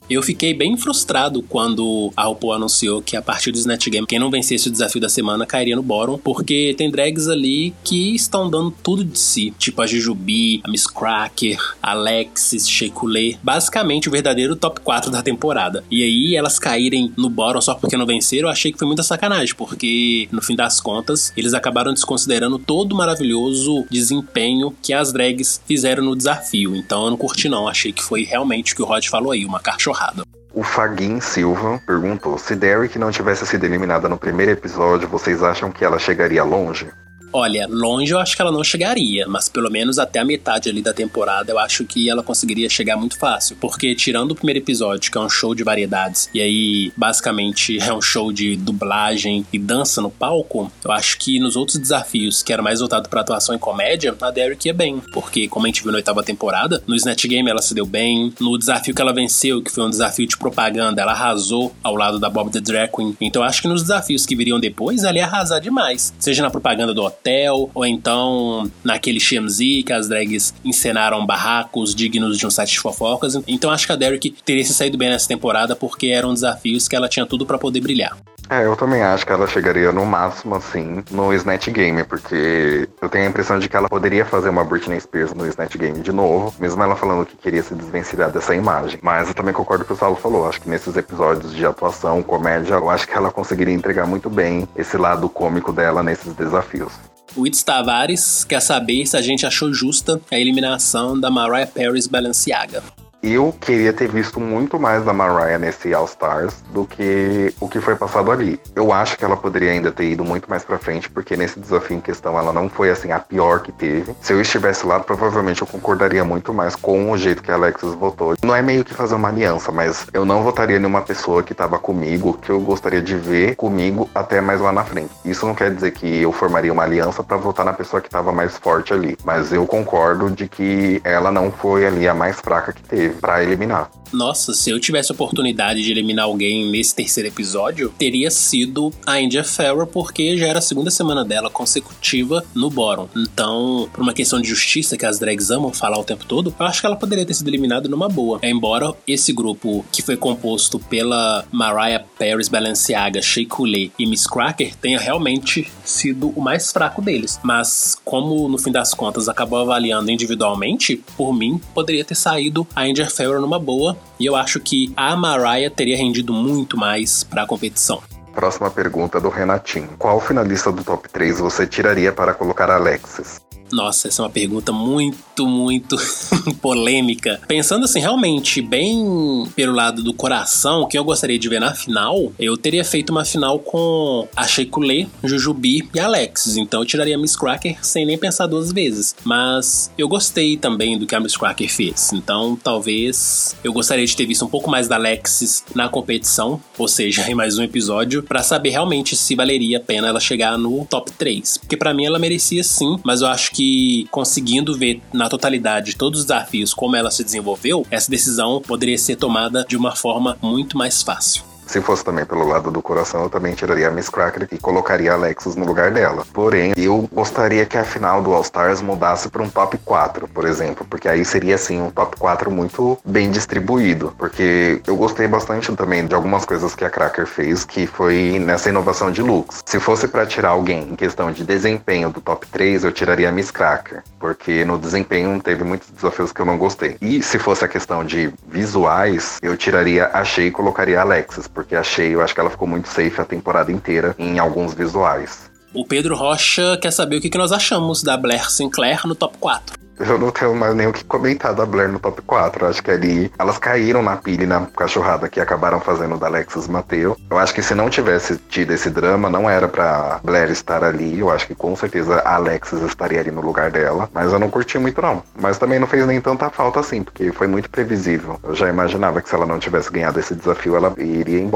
Speaker 1: Eu fiquei bem frustrado quando a RuPaul anunciou que a partir do Snatch Game, quem não vencesse o desafio da semana cairia no bottom, porque tem drags ali que estão dando tudo de si, tipo a Jujubee, a Miss Cracker, a Alexis, Shea Coulee, basicamente o verdadeiro top quatro da temporada. E aí elas caírem no bottom só porque não venceram, eu achei que foi muita sacanagem, porque no fim das contas eles acabaram desconsiderando todo o maravilhoso desempenho que as drags fizeram no desafio. Então eu não curti não, achei que foi realmente o que o Rod falou aí, uma cachorrada.
Speaker 2: O Faguin Silva perguntou: se Derrick não tivesse sido eliminada no primeiro episódio, vocês acham que ela chegaria longe?
Speaker 1: Olha, longe eu acho que ela não chegaria, mas pelo menos até a metade ali da temporada eu acho que ela conseguiria chegar muito fácil, porque tirando o primeiro episódio, que é um show de variedades, e aí basicamente é um show de dublagem e dança no palco, eu acho que nos outros desafios, que era mais voltado pra atuação e comédia, a Derrick ia bem, porque como a gente viu na oitava temporada, no Snatch Game ela se deu bem, no desafio que ela venceu, que foi um desafio de propaganda, ela arrasou ao lado da Bob the Drag Queen, então eu acho que nos desafios que viriam depois, ela ia arrasar demais, seja na propaganda do hotel, ou então naquele X M Z que as drags encenaram barracos dignos de um site de fofocas. Então acho que a Derrick teria se saído bem nessa temporada porque eram desafios que ela tinha tudo pra poder brilhar.
Speaker 2: É, eu também acho que ela chegaria no máximo, assim, no Snatch Game, porque eu tenho a impressão de que ela poderia fazer uma Britney Spears no Snatch Game de novo, mesmo ela falando que queria se desvencilhar dessa imagem. Mas eu também concordo com o que o Saulo falou, acho que nesses episódios de atuação, comédia, eu acho que ela conseguiria entregar muito bem esse lado cômico dela nesses desafios.
Speaker 1: O Itz Tavares quer saber se a gente achou justa a eliminação da Mariah Paris Balenciaga.
Speaker 2: Eu queria ter visto muito mais da Mariah nesse All Stars do que o que foi passado ali. Eu acho que ela poderia ainda ter ido muito mais pra frente, porque nesse desafio em questão ela não foi assim a pior que teve. Se eu estivesse lá, provavelmente eu concordaria muito mais com o jeito que a Alexis votou. Não é meio que fazer uma aliança, mas eu não votaria em uma pessoa que tava comigo, que eu gostaria de ver comigo até mais lá na frente. Isso não quer dizer que eu formaria uma aliança pra votar na pessoa que tava mais forte ali, mas eu concordo de que ela não foi ali a mais fraca que teve pra eliminar.
Speaker 1: Nossa, se eu tivesse a oportunidade de eliminar alguém nesse terceiro episódio, teria sido a India Ferrell, porque já era a segunda semana dela consecutiva no bottom. Então, por uma questão de justiça que as drags amam falar o tempo todo, eu acho que ela poderia ter sido eliminada numa boa. Embora esse grupo, que foi composto pela Mariah Paris Balenciaga, Shea Coulee e Miss Cracker, tenha realmente sido o mais fraco deles. Mas, como no fim das contas acabou avaliando individualmente, por mim, poderia ter saído a India Ferrell numa boa, e eu acho que a Mariah teria rendido muito mais para a competição.
Speaker 2: Próxima pergunta do Renatinho. Qual finalista do top três você tiraria para colocar a Alexis?
Speaker 1: Nossa, essa é uma pergunta muito, muito polêmica. Pensando assim, realmente, bem pelo lado do coração, o que eu gostaria de ver na final, eu teria feito uma final com a Shea Coulee, Jujubee e Alexis. Então eu tiraria a Miss Cracker sem nem pensar duas vezes. Mas eu gostei também do que a Miss Cracker fez. Então talvez eu gostaria de ter visto um pouco mais da Alexis na competição, ou seja, em mais um episódio, pra saber realmente se valeria a pena ela chegar no top três. Porque pra mim ela merecia sim, mas eu acho que conseguindo ver na totalidade todos os desafios como ela se desenvolveu, essa decisão poderia ser tomada de uma forma muito mais fácil.
Speaker 2: Se fosse também pelo lado do coração, eu também tiraria a Miss Cracker e colocaria a Alexis no lugar dela. Porém, eu gostaria que a final do All Stars mudasse para um top quatro, por exemplo, porque aí seria, assim, um top quatro muito bem distribuído, porque eu gostei bastante também de algumas coisas que a Cracker fez, que foi nessa inovação de looks. Se fosse para tirar alguém em questão de desempenho do top três, eu tiraria a Miss Cracker, porque no desempenho teve muitos desafios que eu não gostei. E se fosse a questão de visuais, eu tiraria a Shea e colocaria a Alexis, porque a Shea, eu acho que ela ficou muito safe a temporada inteira em alguns visuais.
Speaker 1: O Pedro Rocha quer saber o que nós achamos da Blair Sinclair no top quatro.
Speaker 2: Eu não tenho mais nem o que comentar da Blair no top quatro. Eu acho que ali elas caíram na pilha e na cachorrada que acabaram fazendo da Alexis Mateo. Eu acho que se não tivesse tido esse drama, não era pra Blair estar ali. Eu acho que com certeza a Alexis estaria ali no lugar dela. Mas eu não curti muito não. Mas também não fez nem tanta falta assim, porque foi muito previsível. Eu já imaginava que se ela não tivesse ganhado esse desafio, ela iria embora.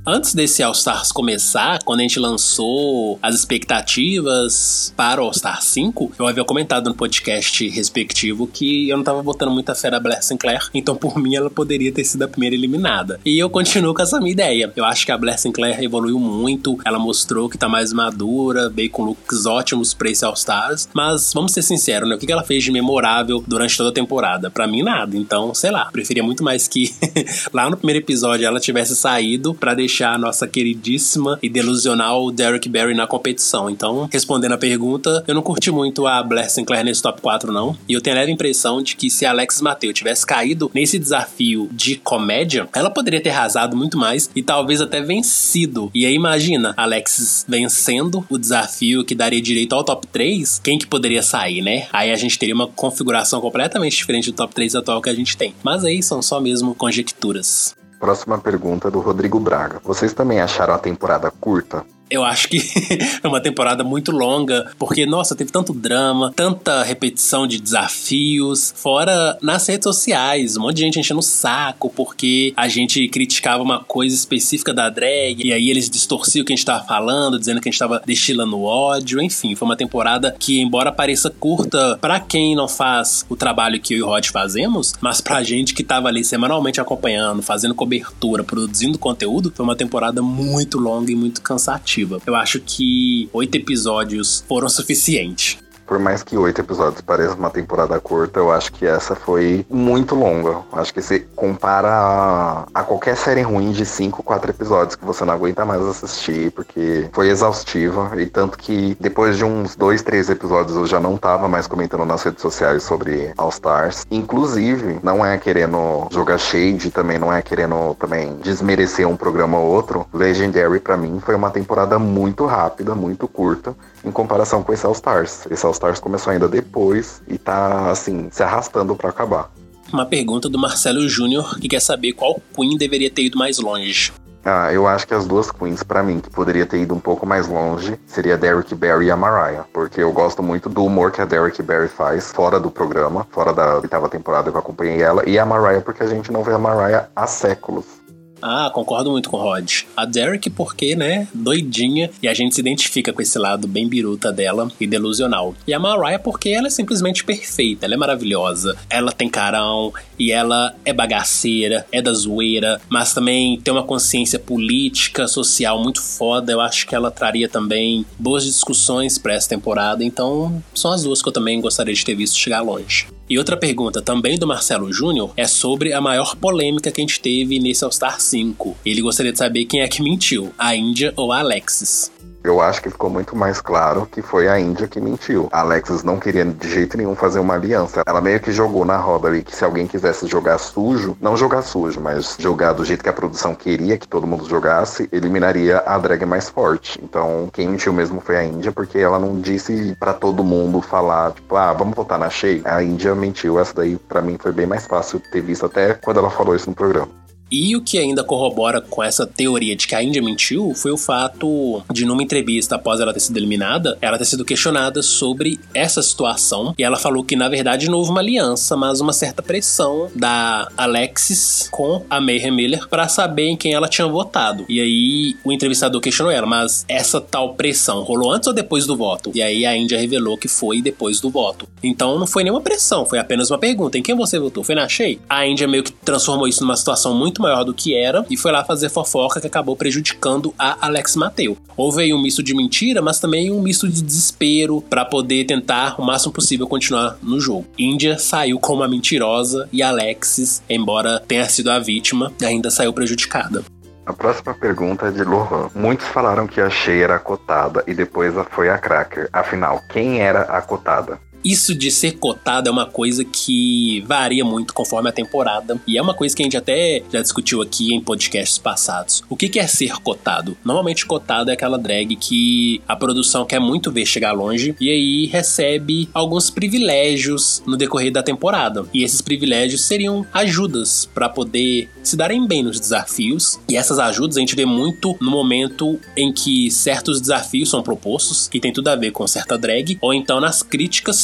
Speaker 1: Antes desse All Stars começar, quando a gente lançou as expectativas para o All Star cinco, eu havia comentado no podcast respectivo que eu não tava botando muita fé na Blair Sinclair, então por mim ela poderia ter sido a primeira eliminada. E eu continuo com essa minha ideia. Eu acho que a Blair Sinclair evoluiu muito, ela mostrou que tá mais madura, veio com looks ótimos pra esse All Stars, mas vamos ser sinceros, né? O que ela fez de memorável durante toda a temporada? Pra mim, nada. Então, sei lá, preferia muito mais que lá no primeiro episódio ela tivesse saído pra deixar a nossa queridíssima e delusional Derrick Barry na competição. Então, respondendo a pergunta, eu não curti muito a Blair Sinclair nesse top quatro, não. E eu tenho a leve impressão de que se a Alexis Mateo tivesse caído nesse desafio de comédia, ela poderia ter arrasado muito mais e talvez até vencido. E aí, imagina, Alexis vencendo o desafio que daria direito ao top três, quem que poderia sair, né? Aí a gente teria uma configuração completamente diferente do top três atual que a gente tem. Mas aí são só mesmo conjecturas.
Speaker 2: Próxima pergunta do Rodrigo Braga. Vocês também acharam a temporada curta?
Speaker 1: Eu acho que é uma temporada muito longa, porque, nossa, teve tanto drama, tanta repetição de desafios, fora nas redes sociais, um monte de gente enchendo o saco porque a gente criticava uma coisa específica da drag, e aí eles distorciam o que a gente tava falando, dizendo que a gente tava destilando ódio, enfim, foi uma temporada que, embora pareça curta pra quem não faz o trabalho que eu e o Rod fazemos, mas pra gente que tava ali semanalmente acompanhando, fazendo cobertura, produzindo conteúdo, foi uma temporada muito longa e muito cansativa. Eu acho que oito episódios foram suficientes.
Speaker 2: Por mais que oito episódios pareça uma temporada curta, eu acho que essa foi muito longa. Acho que se compara a, a qualquer série ruim de cinco, quatro episódios que você não aguenta mais assistir, porque foi exaustiva. E tanto que depois de uns dois, três episódios eu já não tava mais comentando nas redes sociais sobre All Stars. Inclusive, não é querendo jogar shade, também não é querendo também desmerecer um programa ou outro. Legendary, pra mim, foi uma temporada muito rápida, muito curta, em comparação com esse All Stars. Esse All Stars começou ainda depois e tá, assim, se arrastando pra acabar.
Speaker 1: Uma pergunta do Marcelo Júnior, que quer saber qual Queen deveria ter ido mais longe.
Speaker 2: Ah, eu acho que as duas Queens, pra mim, que poderia ter ido um pouco mais longe, seria a Derrick Barry e a Mariah. Porque eu gosto muito do humor que a Derrick Barry faz, fora do programa, fora da oitava temporada que eu acompanhei ela. E a Mariah, porque a gente não vê a Mariah há séculos.
Speaker 1: Ah, concordo muito com o Rod. A Derrick porque, né, doidinha, e a gente se identifica com esse lado bem biruta dela e delusional. E a Mariah porque ela é simplesmente perfeita, ela é maravilhosa, ela tem carão, e ela é bagaceira, é da zoeira, mas também tem uma consciência política, social muito foda. Eu acho que ela traria também boas discussões pra essa temporada, então são as duas que eu também gostaria de ter visto chegar longe. E outra pergunta também do Marcelo Júnior é sobre a maior polêmica que a gente teve nesse All Star cinco. Ele gostaria de saber quem é que mentiu, a Índia ou a Alexis.
Speaker 2: Eu acho que ficou muito mais claro que foi a Índia que mentiu. A Alexis não queria de jeito nenhum fazer uma aliança. Ela meio que jogou na roda ali que se alguém quisesse jogar sujo, não jogar sujo, mas jogar do jeito que a produção queria que todo mundo jogasse, eliminaria a drag mais forte. Então, quem mentiu mesmo foi a Índia, porque ela não disse pra todo mundo falar, tipo, ah, vamos votar na Shea. A Índia mentiu. Essa daí, pra mim, foi bem mais fácil ter visto até quando ela falou isso no programa.
Speaker 1: E o que ainda corrobora com essa teoria de que a Índia mentiu foi o fato de, numa entrevista após ela ter sido eliminada, ela ter sido questionada sobre essa situação, e ela falou que na verdade não houve uma aliança, mas uma certa pressão da Alexis com a Mayhem Miller para saber em quem ela tinha votado. E aí o entrevistador questionou ela, mas essa tal pressão rolou antes ou depois do voto? E aí a Índia revelou que foi depois do voto. Então não foi nenhuma pressão, foi apenas uma pergunta: em quem você votou? Foi na Shea? A Índia meio que transformou isso numa situação muito maior do que era e foi lá fazer fofoca, que acabou prejudicando a Alexis Mateo. Houve aí um misto de mentira, mas também um misto de desespero para poder tentar o máximo possível continuar no jogo. Índia saiu como a mentirosa e Alexis, embora tenha sido a vítima, ainda saiu prejudicada.
Speaker 2: A próxima pergunta é de Lohan. Muitos falaram que a Shea era a cotada e depois foi a Cracker. Afinal, quem era a cotada?
Speaker 1: Isso de ser cotado é uma coisa que varia muito conforme a temporada. E é uma coisa que a gente até já discutiu aqui em podcasts passados. O que é ser cotado? Normalmente cotado é aquela drag que a produção quer muito ver chegar longe e aí recebe alguns privilégios no decorrer da temporada. E esses privilégios seriam ajudas para poder se darem bem nos desafios. E essas ajudas a gente vê muito no momento em que certos desafios são propostos, que tem tudo a ver com certa drag, ou então nas críticas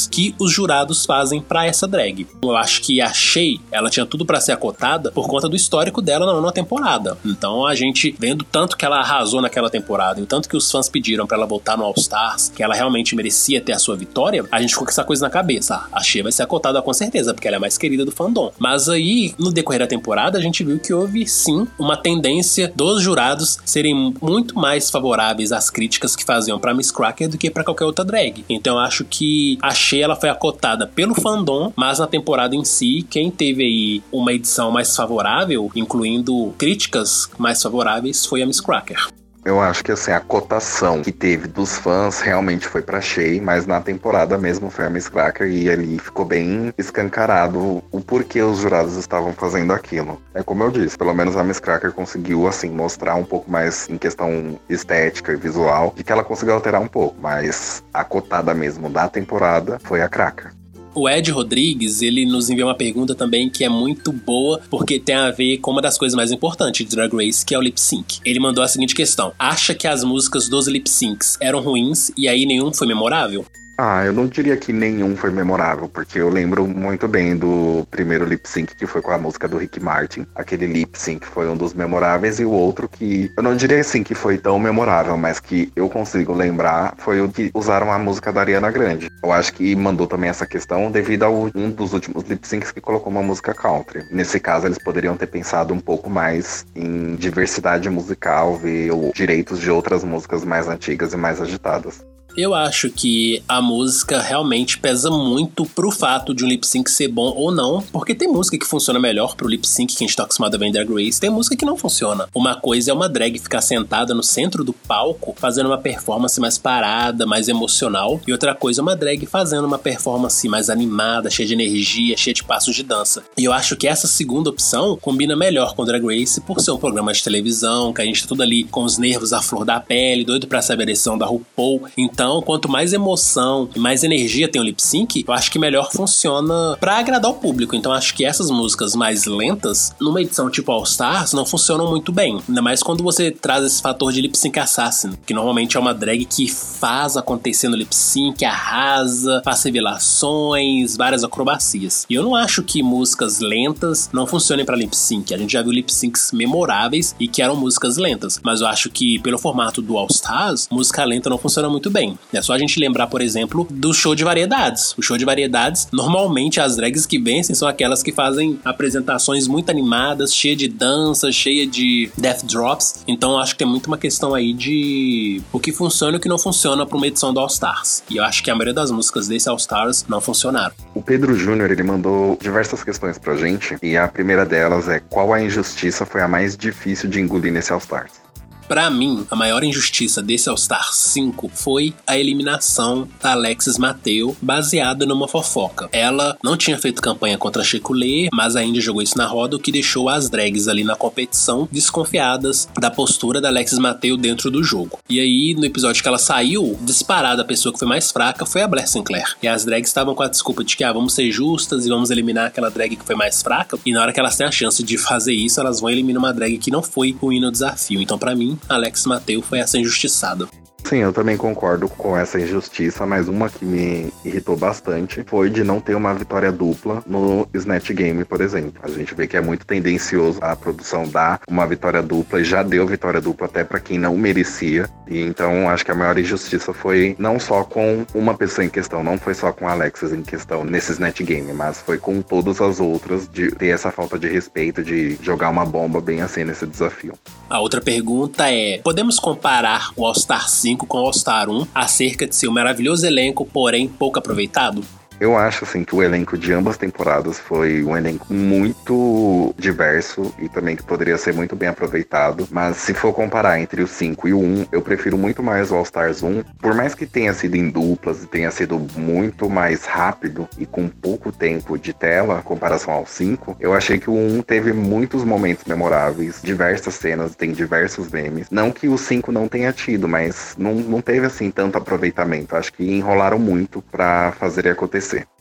Speaker 1: que os jurados fazem pra essa drag. Eu acho que a Shea, ela tinha tudo pra ser acotada por conta do histórico dela na nona temporada. Então a gente, vendo tanto que ela arrasou naquela temporada e o tanto que os fãs pediram pra ela voltar no All Stars, que ela realmente merecia ter a sua vitória, a gente ficou com essa coisa na cabeça. A Shea vai ser acotada com certeza, porque ela é mais querida do fandom. Mas aí, no decorrer da temporada, a gente viu que houve sim uma tendência dos jurados serem muito mais favoráveis às críticas que faziam pra Miz Cracker do que pra qualquer outra drag. Então eu acho que a Shea, ela foi acotada pelo fandom, mas na temporada em si, quem teve aí uma edição mais favorável, incluindo críticas mais favoráveis, foi a Miz Cracker.
Speaker 2: Eu acho que assim, a cotação que teve dos fãs realmente foi pra Shea, mas na temporada mesmo foi a Miz Cracker e ali ficou bem escancarado o porquê os jurados estavam fazendo aquilo. É como eu disse, pelo menos a Miz Cracker conseguiu assim mostrar um pouco mais em questão estética e visual, de que ela conseguiu alterar um pouco, mas a cotada mesmo da temporada foi a Cracker.
Speaker 1: O Ed Rodrigues, ele nos enviou uma pergunta também que é muito boa, porque tem a ver com uma das coisas mais importantes de Drag Race, que é o lip sync. Ele mandou a seguinte questão: acha que as músicas dos lip syncs eram ruins e aí nenhum foi memorável?
Speaker 2: Ah, eu não diria que nenhum foi memorável, porque eu lembro muito bem do primeiro lip sync, que foi com a música do Rick Martin. Aquele lip sync foi um dos memoráveis, e o outro que, eu não diria assim que foi tão memorável, mas que eu consigo lembrar, foi o que usaram a música da Ariana Grande. Eu acho que mandou também essa questão devido a um dos últimos lip syncs que colocou uma música country. Nesse caso, eles poderiam ter pensado um pouco mais em diversidade musical, ver os direitos de outras músicas mais antigas e mais agitadas.
Speaker 1: Eu acho que a música realmente pesa muito pro fato de um lip sync ser bom ou não, porque tem música que funciona melhor pro lip sync que a gente tá acostumado a ver em Drag Race, tem música que não funciona. Uma coisa é uma drag ficar sentada no centro do palco fazendo uma performance mais parada, mais emocional, e outra coisa é uma drag fazendo uma performance mais animada, cheia de energia, cheia de passos de dança. E eu acho que essa segunda opção combina melhor com Drag Race por ser um programa de televisão, que a gente tá tudo ali com os nervos à flor da pele, doido pra saber a direção da RuPaul. Então, quanto mais emoção e mais energia tem o lip sync, eu acho que melhor funciona pra agradar o público. Então acho que essas músicas mais lentas, numa edição tipo All Stars, não funcionam muito bem. Ainda mais quando você traz esse fator de lip sync assassin, que normalmente é uma drag que faz acontecer no lip sync, arrasa, faz revelações, várias acrobacias. E eu não acho que músicas lentas não funcionem pra lip sync. A gente já viu lip syncs memoráveis e que eram músicas lentas, mas eu acho que pelo formato do All Stars, música lenta não funciona muito bem. É só a gente lembrar, por exemplo, do show de variedades. O show de variedades, normalmente as drags que vencem são aquelas que fazem apresentações muito animadas, cheia de dança, cheia de death drops. Então eu acho que tem muito uma questão aí de o que funciona e o que não funciona para uma edição do All Stars. E eu acho que a maioria das músicas desse All Stars não funcionaram.
Speaker 2: O Pedro Júnior, ele mandou diversas questões pra gente, e a primeira delas é: qual a injustiça foi a mais difícil de engolir nesse All Stars?
Speaker 1: Pra mim, a maior injustiça desse All Star cinco foi a eliminação da Alexis Mateo, baseada numa fofoca. Ela não tinha feito campanha contra a Shekulé, mas a Índia jogou isso na roda, o que deixou as drags ali na competição desconfiadas da postura da Alexis Mateo dentro do jogo. E aí, no episódio que ela saiu, disparada a pessoa que foi mais fraca foi a Blair Sinclair. E as drags estavam com a desculpa de que, ah, vamos ser justas e vamos eliminar aquela drag que foi mais fraca. E na hora que elas têm a chance de fazer isso, elas vão eliminar uma drag que não foi ruim no desafio. Então, pra mim, Alexis Mateo foi essa injustiçada.
Speaker 2: Sim, eu também concordo com essa injustiça, mas uma que me irritou bastante foi de não ter uma vitória dupla no Snatch Game, por exemplo. A gente vê que é muito tendencioso a produção dar uma vitória dupla, e já deu vitória dupla até pra quem não merecia. E então acho que a maior injustiça foi não só com uma pessoa em questão, não foi só com a Alexis em questão nesse Snatch Game, mas foi com todas as outras, de ter essa falta de respeito, de jogar uma bomba bem assim nesse desafio.
Speaker 1: A outra pergunta é: podemos comparar o All Star cinco com o All Star um acerca de seu maravilhoso elenco, porém pouco aproveitado?
Speaker 2: Eu acho, assim, que o elenco de ambas temporadas foi um elenco muito diverso e também que poderia ser muito bem aproveitado. Mas se for comparar entre o cinco e o um, eu prefiro muito mais o All Stars um. Por mais que tenha sido em duplas e tenha sido muito mais rápido e com pouco tempo de tela em comparação ao cinco, eu achei que o um teve muitos momentos memoráveis, diversas cenas, tem diversos memes. Não que o cinco não tenha tido, mas não, não teve, assim, tanto aproveitamento. Acho que enrolaram muito pra fazer acontecer.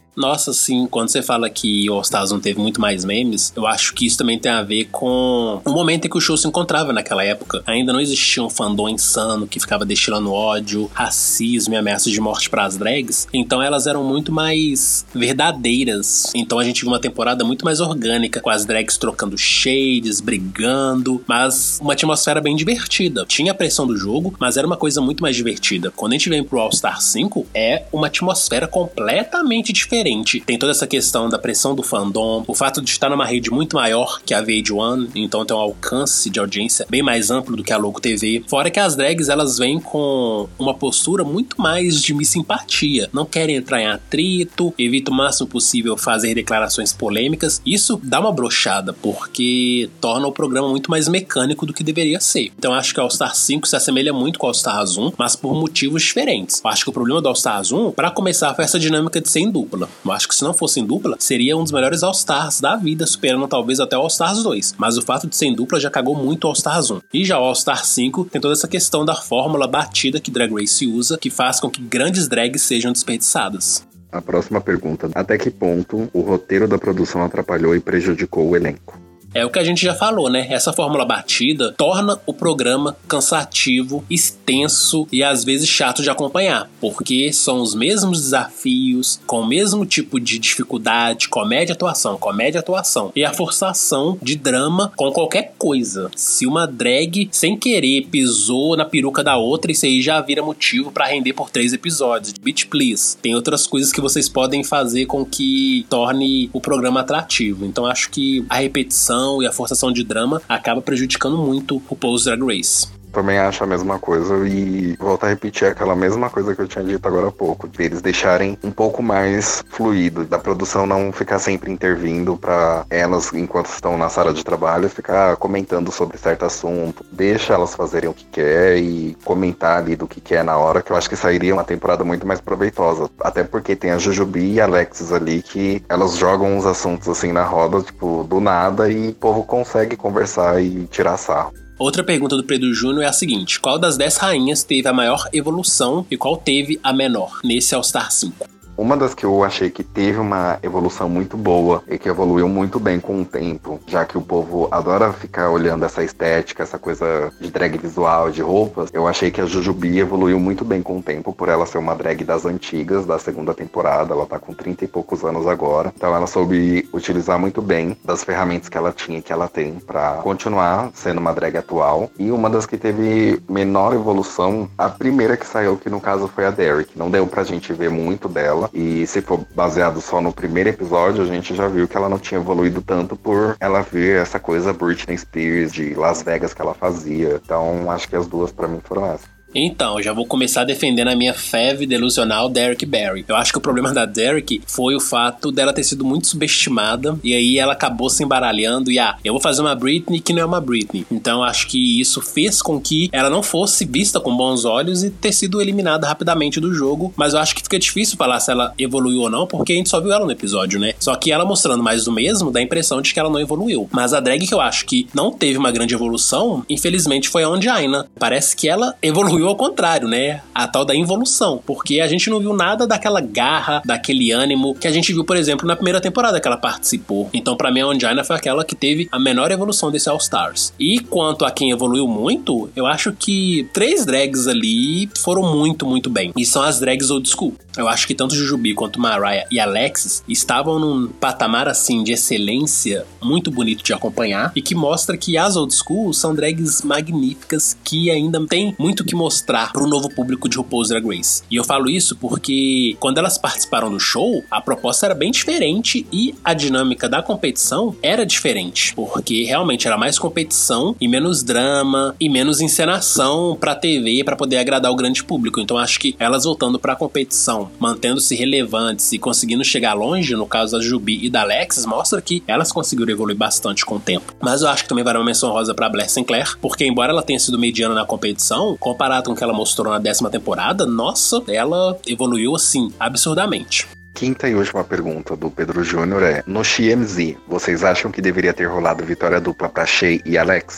Speaker 1: Nossa, sim, quando você fala que o All Stars um teve muito mais memes, eu acho que isso também tem a ver com o momento em que o show se encontrava naquela época. Ainda não existia um fandom insano que ficava destilando ódio, racismo e ameaças de morte pras drags, então elas eram muito mais verdadeiras. Então a gente viu uma temporada muito mais orgânica, com as drags trocando shades, brigando, mas uma atmosfera bem divertida. Tinha a pressão do jogo, mas era uma coisa muito mais divertida. Quando a gente vem pro All Star cinco, é uma atmosfera completamente diferente. Tem toda essa questão da pressão do fandom, o fato de estar numa rede muito maior que a V H um, então tem um alcance de audiência bem mais amplo do que a Logo T V. Fora que as drags, elas vêm com uma postura muito mais de missimpatia. Não querem entrar em atrito, evitam o máximo possível fazer declarações polêmicas. Isso dá uma brochada, porque torna o programa muito mais mecânico do que deveria ser. Então eu acho que o All Star cinco se assemelha muito com o All Stars um, mas por motivos diferentes. Eu acho que o problema do All Stars um, pra começar, foi essa dinâmica de ser em dupla. Eu acho que se não fosse em dupla, seria um dos melhores All-Stars da vida, superando talvez até o All-Stars dois. Mas o fato de ser em dupla já cagou muito o All-Stars um. E já o All-Star cinco tem toda essa questão da fórmula batida que Drag Race usa, que faz com que grandes drags sejam desperdiçadas.
Speaker 2: A próxima pergunta: até que ponto o roteiro da produção atrapalhou e prejudicou o elenco?
Speaker 1: É o que a gente já falou, né? Essa fórmula batida torna o programa cansativo, extenso e às vezes chato de acompanhar, porque são os mesmos desafios, com o mesmo tipo de dificuldade, comédia, atuação, comédia, atuação, e a forçação de drama com qualquer coisa. Se uma drag, sem querer, pisou na peruca da outra, isso aí já vira motivo pra render por três episódios. Bitch, please. Tem outras coisas que vocês podem fazer com que torne o programa atrativo. Então acho que a repetição e a forçação de drama acaba prejudicando muito o RuPaul's Drag Race.
Speaker 2: Também acho a mesma coisa e volto a repetir aquela mesma coisa que eu tinha dito agora há pouco, de eles deixarem um pouco mais fluido, da produção não ficar sempre intervindo para elas, enquanto estão na sala de trabalho, ficar comentando sobre certo assunto. Deixa elas fazerem o que quer e comentar ali do que quer na hora, que eu acho que sairia uma temporada muito mais proveitosa. Até porque tem a Jujubi e a Alexis ali, que elas jogam uns assuntos assim na roda, tipo, do nada, e o povo consegue conversar e tirar sarro.
Speaker 1: Outra pergunta do Pedro Júnior é a seguinte: qual das dez rainhas teve a maior evolução e qual teve a menor nesse All Star cinco?
Speaker 2: Uma das que eu achei que teve uma evolução muito boa e que evoluiu muito bem com o tempo, já que o povo adora ficar olhando essa estética, essa coisa de drag visual, de roupas, eu achei que a Jujubi evoluiu muito bem com o tempo, por ela ser uma drag das antigas, da segunda temporada. Ela tá com trinta e poucos anos agora, então ela soube utilizar muito bem das ferramentas que ela tinha e que ela tem pra continuar sendo uma drag atual. E uma das que teve menor evolução, a primeira que saiu, que no caso foi a Derrick. Não deu pra gente ver muito dela, e se for baseado só no primeiro episódio, a gente já viu que ela não tinha evoluído tanto por ela ver essa coisa Britney Spears de Las Vegas que ela fazia. Então acho que as duas pra mim foram essas.
Speaker 1: Então, eu já vou começar defendendo a minha feve delusional Derrick Barry. Eu acho que o problema da Derrick foi o fato dela ter sido muito subestimada, e aí ela acabou se embaralhando e, ah, eu vou fazer uma Britney que não é uma Britney. Então, acho que isso fez com que ela não fosse vista com bons olhos e ter sido eliminada rapidamente do jogo. Mas eu acho que fica difícil falar se ela evoluiu ou não, porque a gente só viu ela no episódio, né? Só que ela mostrando mais do mesmo, dá a impressão de que ela não evoluiu. Mas a drag que eu acho que não teve uma grande evolução, infelizmente, foi a Ongina. Parece que ela evoluiu ao contrário, né? A tal da involução. Porque a gente não viu nada daquela garra, daquele ânimo que a gente viu, por exemplo, na primeira temporada que ela participou. Então, pra mim, a Ongina foi aquela que teve a menor evolução desse All Stars. E quanto a quem evoluiu muito, eu acho que três drags ali foram muito, muito bem. E são as drags old school. Eu acho que tanto Jujubi quanto Mariah e Alexis estavam num patamar, assim, de excelência muito bonito de acompanhar e que mostra que as old school são drags magníficas que ainda tem muito que mostrar pro novo público de RuPaul's Drag Race. E eu falo isso porque quando elas participaram do show, a proposta era bem diferente e a dinâmica da competição era diferente, porque realmente era mais competição e menos drama e menos encenação pra T V pra poder agradar o grande público. Então acho que elas voltando pra competição, mantendo-se relevantes e conseguindo chegar longe, no caso da Jubi e da Alexis, mostra que elas conseguiram evoluir bastante com o tempo. Mas eu acho que também vai uma menção rosa pra Blair Sinclair, porque embora ela tenha sido mediana na competição, comparado com o que ela mostrou na décima temporada, nossa, ela evoluiu assim, absurdamente.
Speaker 2: Quinta e última pergunta do Pedro Júnior é: no X M Z, vocês acham que deveria ter rolado vitória dupla pra Shea e Alexis?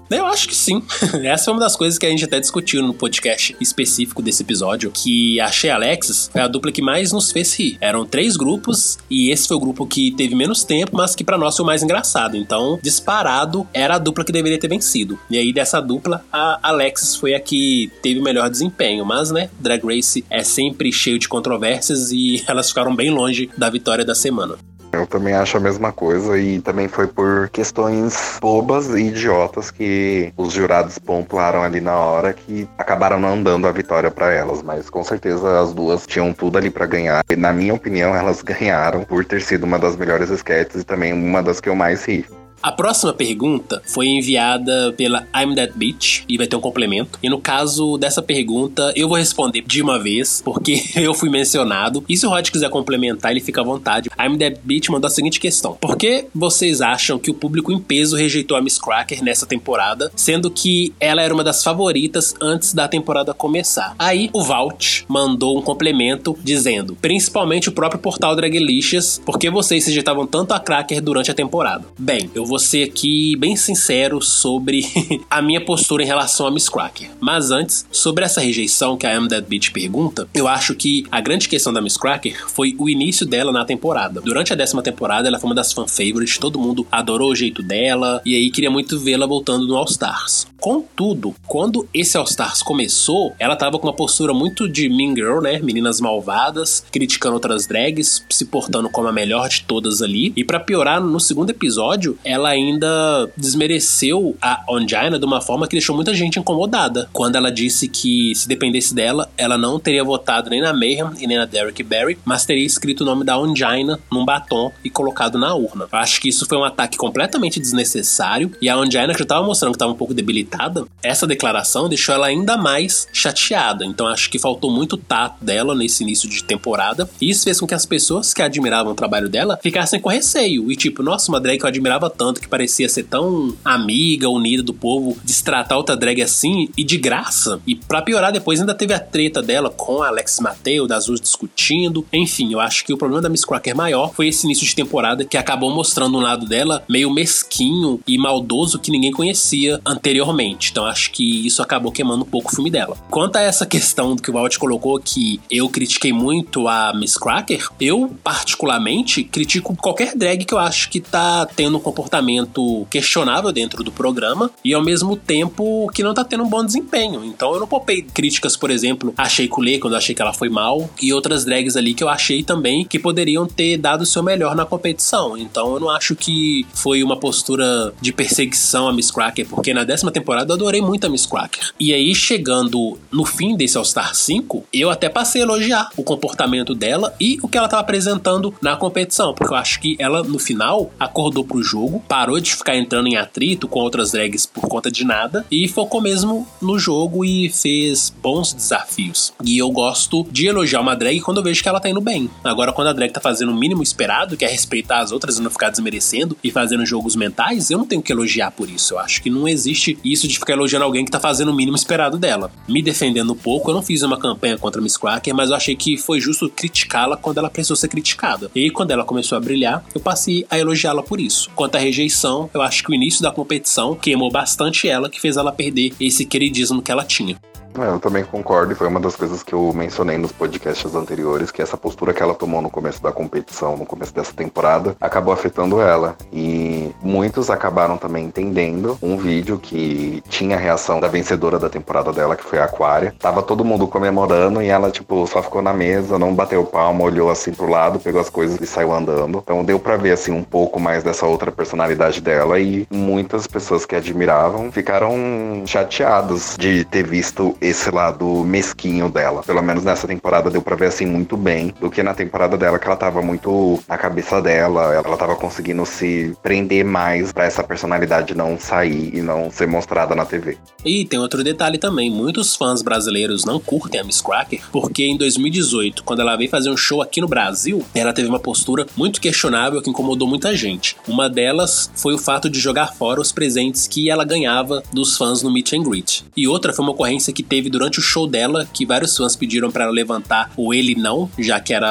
Speaker 1: Eu acho que sim. Essa é uma das coisas que a gente até discutiu no podcast específico desse episódio, que a Shea e Alexis foi a dupla que mais nos fez rir. Eram três grupos e esse foi o grupo que teve menos tempo, mas que pra nós foi o mais engraçado. Então, disparado, era a dupla que deveria ter vencido. E aí, dessa dupla, a Alexis foi a que teve o melhor desempenho. Mas, né, Drag Race é sempre cheio de controvérsias e elas ficaram bem longe da vitória da semana.
Speaker 2: Eu também acho a mesma coisa e também foi por questões bobas e idiotas que os jurados pontuaram ali na hora que acabaram não dando a vitória pra elas, mas com certeza as duas tinham tudo ali pra ganhar e na minha opinião elas ganharam por ter sido uma das melhores sketches e também uma das que eu mais ri.
Speaker 1: A próxima pergunta foi enviada pela I'm That Bitch e vai ter um complemento. E no caso dessa pergunta, eu vou responder de uma vez, porque eu fui mencionado. E se o Rod quiser complementar, ele fica à vontade. I'm That Bitch mandou a seguinte questão: por que vocês acham que o público em peso rejeitou a Miss Cracker nessa temporada, sendo que ela era uma das favoritas antes da temporada começar? Aí o Valt mandou um complemento dizendo: principalmente o próprio portal Draglicious, porque vocês rejeitavam tanto a Cracker durante a temporada. Bem, eu vou Vou ser aqui bem sincero sobre a minha postura em relação a Miss Cracker. Mas antes, sobre essa rejeição que a I'm That Bitch pergunta, eu acho que a grande questão da Miss Cracker foi o início dela na temporada. Durante a décima temporada, ela foi uma das fan favorites, todo mundo adorou o jeito dela, e aí queria muito vê-la voltando no All Stars. Contudo, quando esse All Stars começou, ela tava com uma postura muito de Mean Girl, né? Meninas malvadas, criticando outras drags, se portando como a melhor de todas ali. E pra piorar, no segundo episódio, ela ainda desmereceu a Ongina de uma forma que deixou muita gente incomodada. Quando ela disse que, se dependesse dela, ela não teria votado nem na Mayhem e nem na Derrick Barry, mas teria escrito o nome da Ongina num batom e colocado na urna. Eu acho que isso foi um ataque completamente desnecessário, e a Ongina, que já estava mostrando que estava um pouco debilitada, essa declaração deixou ela ainda mais chateada. Então acho que faltou muito tato dela nesse início de temporada, e isso fez com que as pessoas que admiravam o trabalho dela ficassem com receio, e tipo, nossa, uma drag que eu admirava tanto, que parecia ser tão amiga, unida do povo, destratar outra drag assim, e de graça. E pra piorar, depois ainda teve a treta dela com a Alexis Mateo, das duas discutindo. Enfim, eu acho que o problema da Miss Cracker maior foi esse início de temporada, que acabou mostrando um lado dela meio mesquinho e maldoso que ninguém conhecia anteriormente. Então acho que isso acabou queimando um pouco o filme dela. Quanto a essa questão do que o Walt colocou, que eu critiquei muito a Miss Cracker, eu particularmente critico qualquer drag que eu acho que tá tendo um comportamento questionável dentro do programa e ao mesmo tempo que não tá tendo um bom desempenho. Então eu não poupei críticas, por exemplo, a Shea Coulee, quando eu achei que ela foi mal, e outras drags ali que eu achei também que poderiam ter dado o seu melhor na competição. Então eu não acho que foi uma postura de perseguição a Miss Cracker, porque na décima temporada eu adorei muito a Miss Cracker. E aí, chegando no fim desse All Star cinco, eu até passei a elogiar o comportamento dela e o que ela estava apresentando na competição, porque eu acho que ela, no final, acordou pro jogo, parou de ficar entrando em atrito com outras drags por conta de nada e focou mesmo no jogo e fez bons desafios. E eu gosto de elogiar uma drag quando eu vejo que ela tá indo bem. Agora, quando a drag tá fazendo o mínimo esperado, que é respeitar as outras e não ficar desmerecendo e fazendo jogos mentais, eu não tenho que elogiar por isso. Eu acho que não existe isso de ficar elogiando alguém que tá fazendo o mínimo esperado dela. Me defendendo um pouco, eu não fiz uma campanha contra a Miss Cracker, mas eu achei que foi justo criticá-la quando ela precisou ser criticada. E aí, quando ela começou a brilhar, eu passei a elogiá-la por isso. Quanto à rejeição, eu acho que o início da competição queimou bastante ela, que fez ela perder esse queridismo que ela tinha.
Speaker 2: É, eu também concordo, e foi uma das coisas que eu mencionei nos podcasts anteriores, que essa postura que ela tomou no começo da competição, no começo dessa temporada, acabou afetando ela. E muitos acabaram também entendendo um vídeo que tinha a reação da vencedora da temporada dela, que foi a Aquária. Tava todo mundo comemorando e ela, tipo, só ficou na mesa, não bateu palma, olhou assim pro lado, pegou as coisas e saiu andando. Então deu pra ver, assim, um pouco mais dessa outra personalidade dela, e muitas pessoas que admiravam ficaram chateadas de ter visto esse lado mesquinho dela. Pelo menos nessa temporada deu pra ver assim muito bem, do que na temporada dela, que ela tava muito na cabeça dela, ela tava conseguindo se prender mais pra essa personalidade não sair e não ser mostrada na T V.
Speaker 1: E tem outro detalhe também, muitos fãs brasileiros não curtem a Miss Cracker, porque em dois mil e dezoito, quando ela veio fazer um show aqui no Brasil, ela teve uma postura muito questionável que incomodou muita gente. Uma delas foi o fato de jogar fora os presentes que ela ganhava dos fãs no Meet and Greet. E outra foi uma ocorrência que teve durante o show dela, que vários fãs pediram pra ela levantar o ele não, já que era o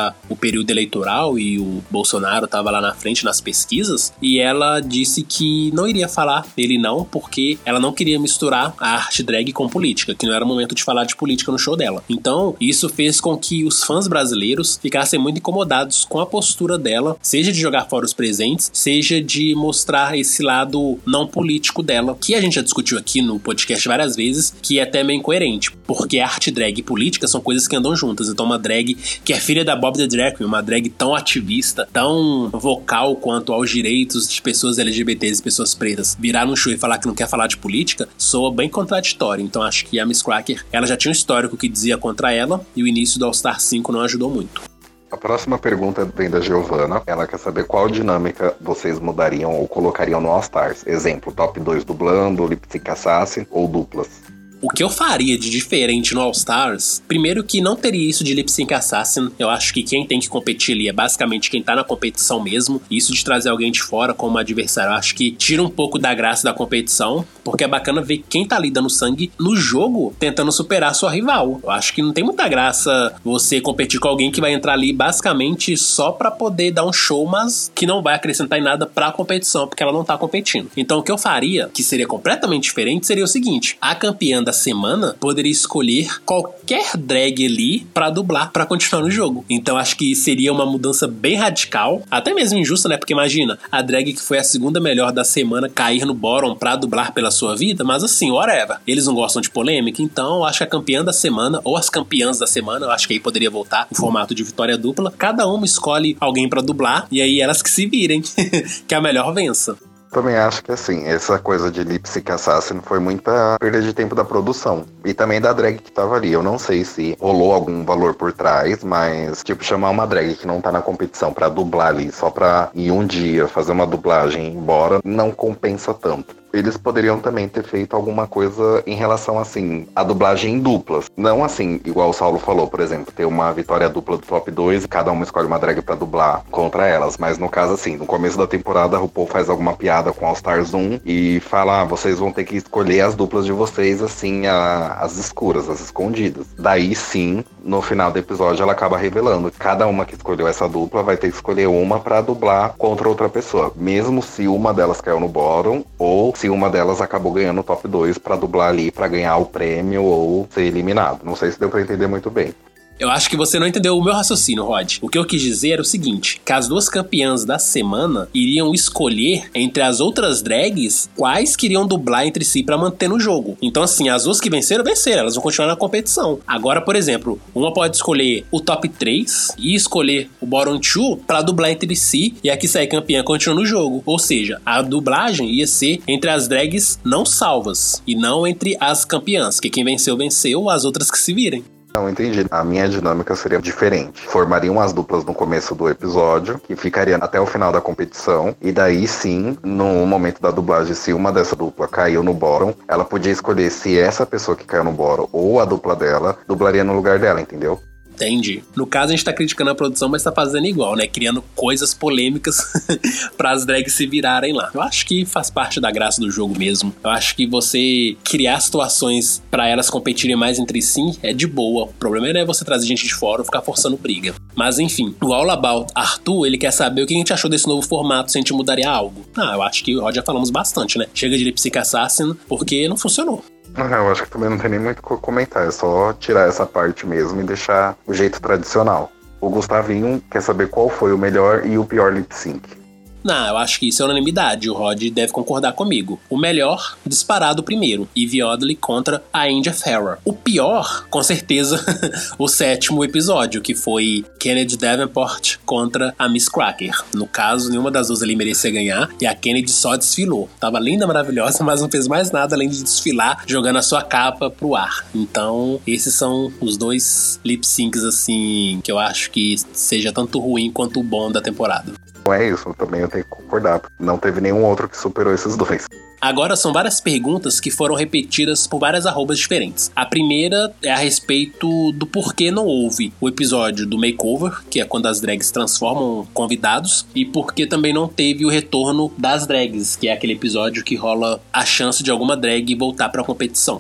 Speaker 1: período eleitoral e o Bolsonaro tava lá na frente nas pesquisas, e ela disse que não iria falar dele não, porque ela não queria misturar a arte drag com política, que não era o momento de falar de política no show dela. Então, isso fez com que os fãs brasileiros ficassem muito incomodados com a postura dela, seja de jogar fora os presentes, seja de mostrar esse lado não político dela, que a gente já discutiu aqui no podcast várias vezes, que é até meio incoerente, porque arte drag e política são coisas que andam juntas. Então uma drag que é filha da Bob the Drag Queen, uma drag tão ativista, tão vocal quanto aos direitos de pessoas L G B Ts e pessoas pretas, virar no show e falar que não quer falar de política, soa bem contraditório. Então acho que a Miss Cracker, ela já tinha um histórico que dizia contra ela, e o início do All Star cinco não ajudou muito.
Speaker 2: A próxima pergunta vem da Giovana. Ela quer saber qual dinâmica vocês mudariam ou colocariam no All Stars. Exemplo, top dois dublando, Lip Sync Assassin ou duplas.
Speaker 1: O que eu faria de diferente no All Stars, primeiro que não teria isso de Lip Sync Assassin. Eu acho que quem tem que competir ali é basicamente quem tá na competição mesmo. Isso de trazer alguém de fora como adversário, eu acho que tira um pouco da graça da competição, porque é bacana ver quem tá ali dando sangue no jogo, tentando superar sua rival. Eu acho que não tem muita graça você competir com alguém que vai entrar ali basicamente só pra poder dar um show, mas que não vai acrescentar em nada pra competição, porque ela não tá competindo. Então o que eu faria, que seria completamente diferente, seria o seguinte: a campeã da semana poderia escolher qualquer drag ali pra dublar, pra continuar no jogo. Então acho que seria uma mudança bem radical, até mesmo injusta, né? Porque imagina, a drag que foi a segunda melhor da semana cair no bottom pra dublar pela sua vida, mas assim, whatever. Eles não gostam de polêmica, então eu acho que a campeã da semana, ou as campeãs da semana, eu acho que aí poderia voltar o formato de vitória dupla, cada uma escolhe alguém pra dublar, e aí elas que se virem, que a melhor vença.
Speaker 2: Também acho que assim, essa coisa de Lip Sync Assassin foi muita perda de tempo da produção. E também da drag que tava ali. Eu não sei se rolou algum valor por trás, mas tipo, chamar uma drag que não tá na competição pra dublar ali, só pra ir um dia fazer uma dublagem e ir embora, não compensa tanto. Eles poderiam também ter feito alguma coisa em relação, assim, a dublagem em duplas. Não assim, igual o Saulo falou, por exemplo, ter uma vitória dupla do top dois e cada uma escolhe uma drag pra dublar contra elas. Mas no caso, assim, no começo da temporada, a RuPaul faz alguma piada com All Stars um e fala, ah, vocês vão ter que escolher as duplas de vocês, assim, a, as escuras, as escondidas. Daí sim, no final do episódio, ela acaba revelando. Cada uma que escolheu essa dupla vai ter que escolher uma pra dublar contra outra pessoa. Mesmo se uma delas caiu no bottom ou se uma delas acabou ganhando o top dois pra dublar ali, pra ganhar o prêmio ou ser eliminado. Não sei se deu pra entender muito bem.
Speaker 1: Eu acho que você não entendeu o meu raciocínio, Rod. O que eu quis dizer era o seguinte, que as duas campeãs da semana iriam escolher entre as outras drags quais queriam dublar entre si pra manter no jogo. Então assim, as duas que venceram, venceram, elas vão continuar na competição. Agora, por exemplo, uma pode escolher o top três e escolher o bottom dois pra dublar entre si, e a que sair campeã continua no jogo. Ou seja, a dublagem ia ser entre as drags não salvas e não entre as campeãs, que quem venceu, venceu, as outras que se virem.
Speaker 2: Não, entendi. A minha dinâmica seria diferente. Formariam as duplas no começo do episódio, que ficaria até o final da competição, e daí sim, no momento da dublagem, se uma dessa dupla caiu no bottom, ela podia escolher se essa pessoa que caiu no bottom ou a dupla dela dublaria no lugar dela, entendeu?
Speaker 1: Entendi. No caso, a gente tá criticando a produção, mas tá fazendo igual, né? Criando coisas polêmicas pras drags se virarem lá. Eu acho que faz parte da graça do jogo mesmo. Eu acho que você criar situações pra elas competirem mais entre si é de boa. O problema é você trazer gente de fora ou ficar forçando briga. Mas enfim, o All About Arthur, ele quer saber o que a gente achou desse novo formato, se a gente mudaria algo. Ah, eu acho que nós já falamos bastante, né? Chega de Lip Sync Assassin, porque não funcionou.
Speaker 2: Ah, eu acho que também não tem nem muito o que comentar, é só tirar essa parte mesmo e deixar o jeito tradicional. O Gustavinho quer saber qual foi o melhor e o pior lip sync.
Speaker 1: Não, eu acho que isso é unanimidade, o Rod deve concordar comigo. O melhor, disparado primeiro, Yvie Oddly contra a India Ferrer. O pior, com certeza, o sétimo episódio, que foi Kennedy Davenport contra a Miss Cracker. No caso, nenhuma das duas ali merecia ganhar, e a Kennedy só desfilou. Tava linda, maravilhosa, mas não fez mais nada além de desfilar, jogando a sua capa pro ar. Então, esses são os dois lip syncs, assim, que eu acho que seja tanto ruim quanto bom da temporada.
Speaker 2: Não é isso, também eu tenho que concordar. Não teve nenhum outro que superou esses dois.
Speaker 1: Agora são várias perguntas que foram repetidas por várias arrobas diferentes. A primeira é a respeito do porquê não houve o episódio do makeover, que é quando as drags transformam convidados, e porque também não teve o retorno das drags, que é aquele episódio que rola a chance de alguma drag voltar pra competição.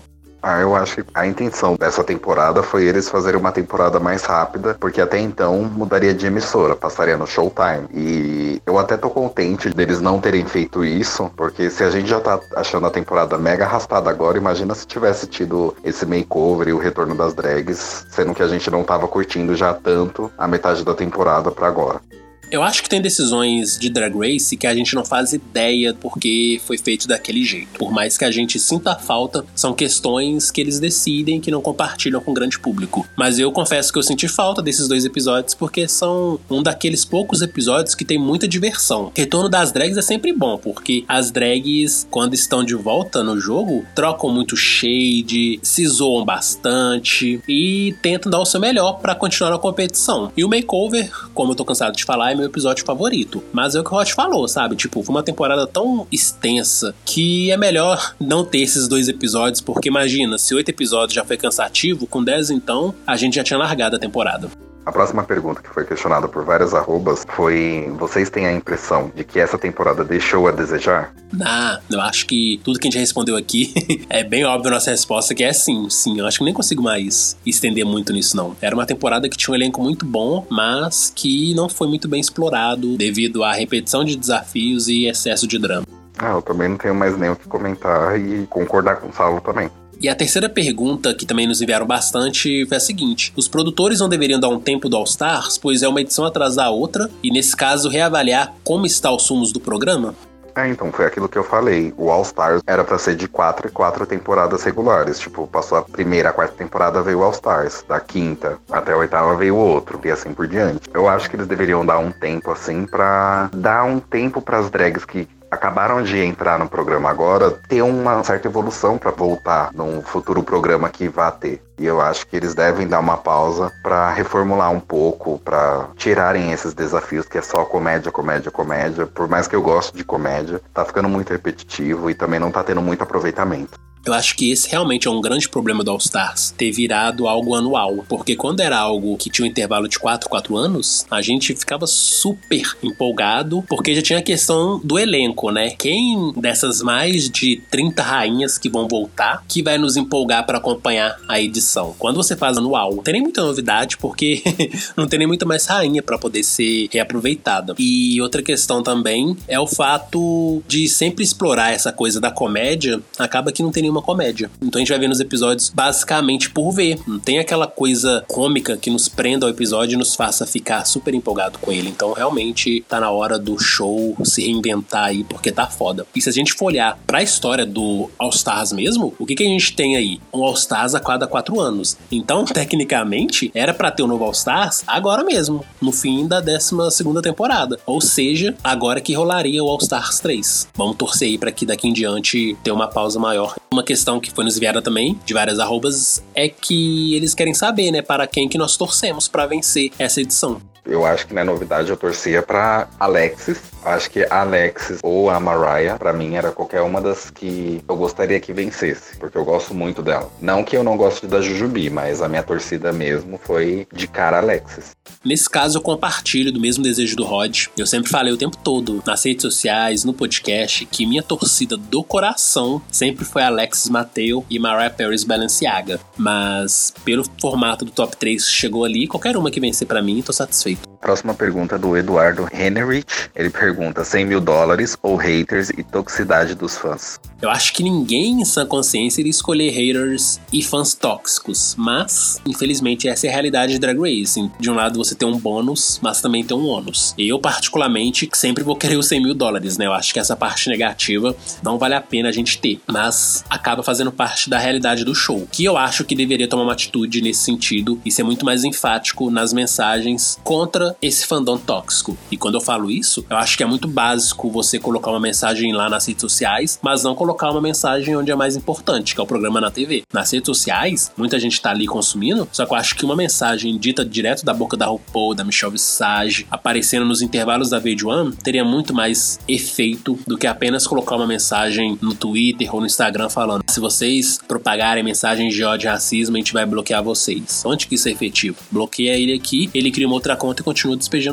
Speaker 2: Ah, eu acho que a intenção dessa temporada foi eles fazerem uma temporada mais rápida, porque até então mudaria de emissora, passaria no Showtime. E eu até tô contente deles não terem feito isso, porque se a gente já tá achando a temporada mega arrastada agora, imagina se tivesse tido esse makeover e o retorno das drags, sendo que a gente não tava curtindo já tanto a metade da temporada pra agora.
Speaker 1: Eu acho que tem decisões de Drag Race que a gente não faz ideia porque foi feito daquele jeito. Por mais que a gente sinta falta, são questões que eles decidem que não compartilham com o grande público. Mas eu confesso que eu senti falta desses dois episódios porque são um daqueles poucos episódios que tem muita diversão. Retorno das drags é sempre bom, porque as drags, quando estão de volta no jogo, trocam muito shade, se zoam bastante e tentam dar o seu melhor pra continuar a competição. E o makeover, como eu tô cansado de falar, é meu episódio favorito. Mas é o que o Hot falou, sabe? Tipo, foi uma temporada tão extensa que é melhor não ter esses dois episódios, porque imagina, se oito episódios já foi cansativo, com dez então, a gente já tinha largado a temporada.
Speaker 2: A próxima pergunta, que foi questionada por várias arrobas, foi: vocês têm a impressão de que essa temporada deixou a desejar?
Speaker 1: Ah, eu acho que tudo que a gente respondeu aqui é bem óbvio a nossa resposta, que é sim, sim. Eu acho que nem consigo mais estender muito nisso, não. Era uma temporada que tinha um elenco muito bom, mas que não foi muito bem explorado devido à repetição de desafios e excesso de drama.
Speaker 2: Ah, eu também não tenho mais nem o que comentar e concordar com o Saulo também.
Speaker 1: E a terceira pergunta, que também nos enviaram bastante, foi a seguinte: os produtores não deveriam dar um tempo do All Stars, pois é uma edição atrás da outra, e nesse caso reavaliar como está os sumos do programa?
Speaker 2: É, então, foi aquilo que eu falei. O All Stars era pra ser de quatro e quatro temporadas regulares. Tipo, passou a primeira, a quarta temporada veio o All Stars. Da quinta até a oitava veio o outro. E assim por diante. Eu acho que eles deveriam dar um tempo, assim, pra dar um tempo pras drags que acabaram de entrar no programa agora, ter uma certa evolução pra voltar num futuro programa que vá ter. E eu acho que eles devem dar uma pausa pra reformular um pouco, pra tirarem esses desafios que é só comédia, comédia, comédia. Por mais que eu goste de comédia, tá ficando muito repetitivo e também não tá tendo muito aproveitamento.
Speaker 1: Eu acho que esse realmente é um grande problema do All Stars, ter virado algo anual. Porque quando era algo que tinha um intervalo de quatro, quatro anos, a gente ficava super empolgado, porque já tinha a questão do elenco, né? Quem dessas mais de trinta rainhas que vão voltar, que vai nos empolgar para acompanhar a edição? Quando você faz anual, não tem nem muita novidade, porque não tem nem muita mais rainha para poder ser reaproveitada. E outra questão também é o fato de sempre explorar essa coisa da comédia, acaba que não tem nenhuma comédia. Então a gente vai ver nos episódios basicamente por ver. Não tem aquela coisa cômica que nos prenda ao episódio e nos faça ficar super empolgado com ele. Então realmente tá na hora do show se reinventar aí, porque tá foda. E se a gente for olhar pra história do All Stars mesmo, o que que a gente tem aí? Um All Stars a cada quatro anos. Então, tecnicamente, era pra ter um novo All Stars agora mesmo, no fim da décima segunda temporada. Ou seja, agora que rolaria o All Stars três. Vamos torcer aí pra que daqui em diante ter uma pausa maior. Uma questão que foi nos enviada também, de várias arrobas, é que eles querem saber, né, para quem que nós torcemos pra vencer essa edição.
Speaker 2: Eu acho que na novidade eu torcia pra Alexis. Acho que a Alexis ou a Mariah, pra mim, era qualquer uma das que eu gostaria que vencesse, porque eu gosto muito dela. Não que eu não goste da Jujubi, mas a minha torcida mesmo foi de cara Alexis.
Speaker 1: Nesse caso, eu compartilho do mesmo desejo do Rod. Eu sempre falei o tempo todo, nas redes sociais, no podcast, que minha torcida do coração sempre foi Alexis Mateo e Mariah Paris Balenciaga. Mas, pelo formato do top três que chegou ali, qualquer uma que vencer pra mim, tô satisfeito.
Speaker 2: Próxima pergunta é do Eduardo Henrich. Ele pergunta: cem mil dólares ou haters e toxicidade dos fãs?
Speaker 1: Eu acho que ninguém em sã consciência iria escolher haters e fãs tóxicos, mas, infelizmente, essa é a realidade de Drag Race. De um lado você tem um bônus, mas também tem um ônus. Eu, particularmente, sempre vou querer os cem mil dólares, né? Eu acho que essa parte negativa não vale a pena a gente ter, mas acaba fazendo parte da realidade do show, que eu acho que deveria tomar uma atitude nesse sentido e ser muito mais enfático nas mensagens contra esse fandom tóxico. E quando eu falo isso, eu acho que é muito básico você colocar uma mensagem lá nas redes sociais, mas não colocar uma mensagem onde é mais importante, que é o programa na T V. Nas redes sociais, muita gente tá ali consumindo, só que eu acho que uma mensagem dita direto da boca da RuPaul, da Michelle Visage, aparecendo nos intervalos da V H um, teria muito mais efeito do que apenas colocar uma mensagem no Twitter ou no Instagram falando: se vocês propagarem mensagens de ódio e racismo, a gente vai bloquear vocês. Onde que isso é efetivo? Bloqueia ele aqui, ele cria uma outra conta e continua despejando ódio.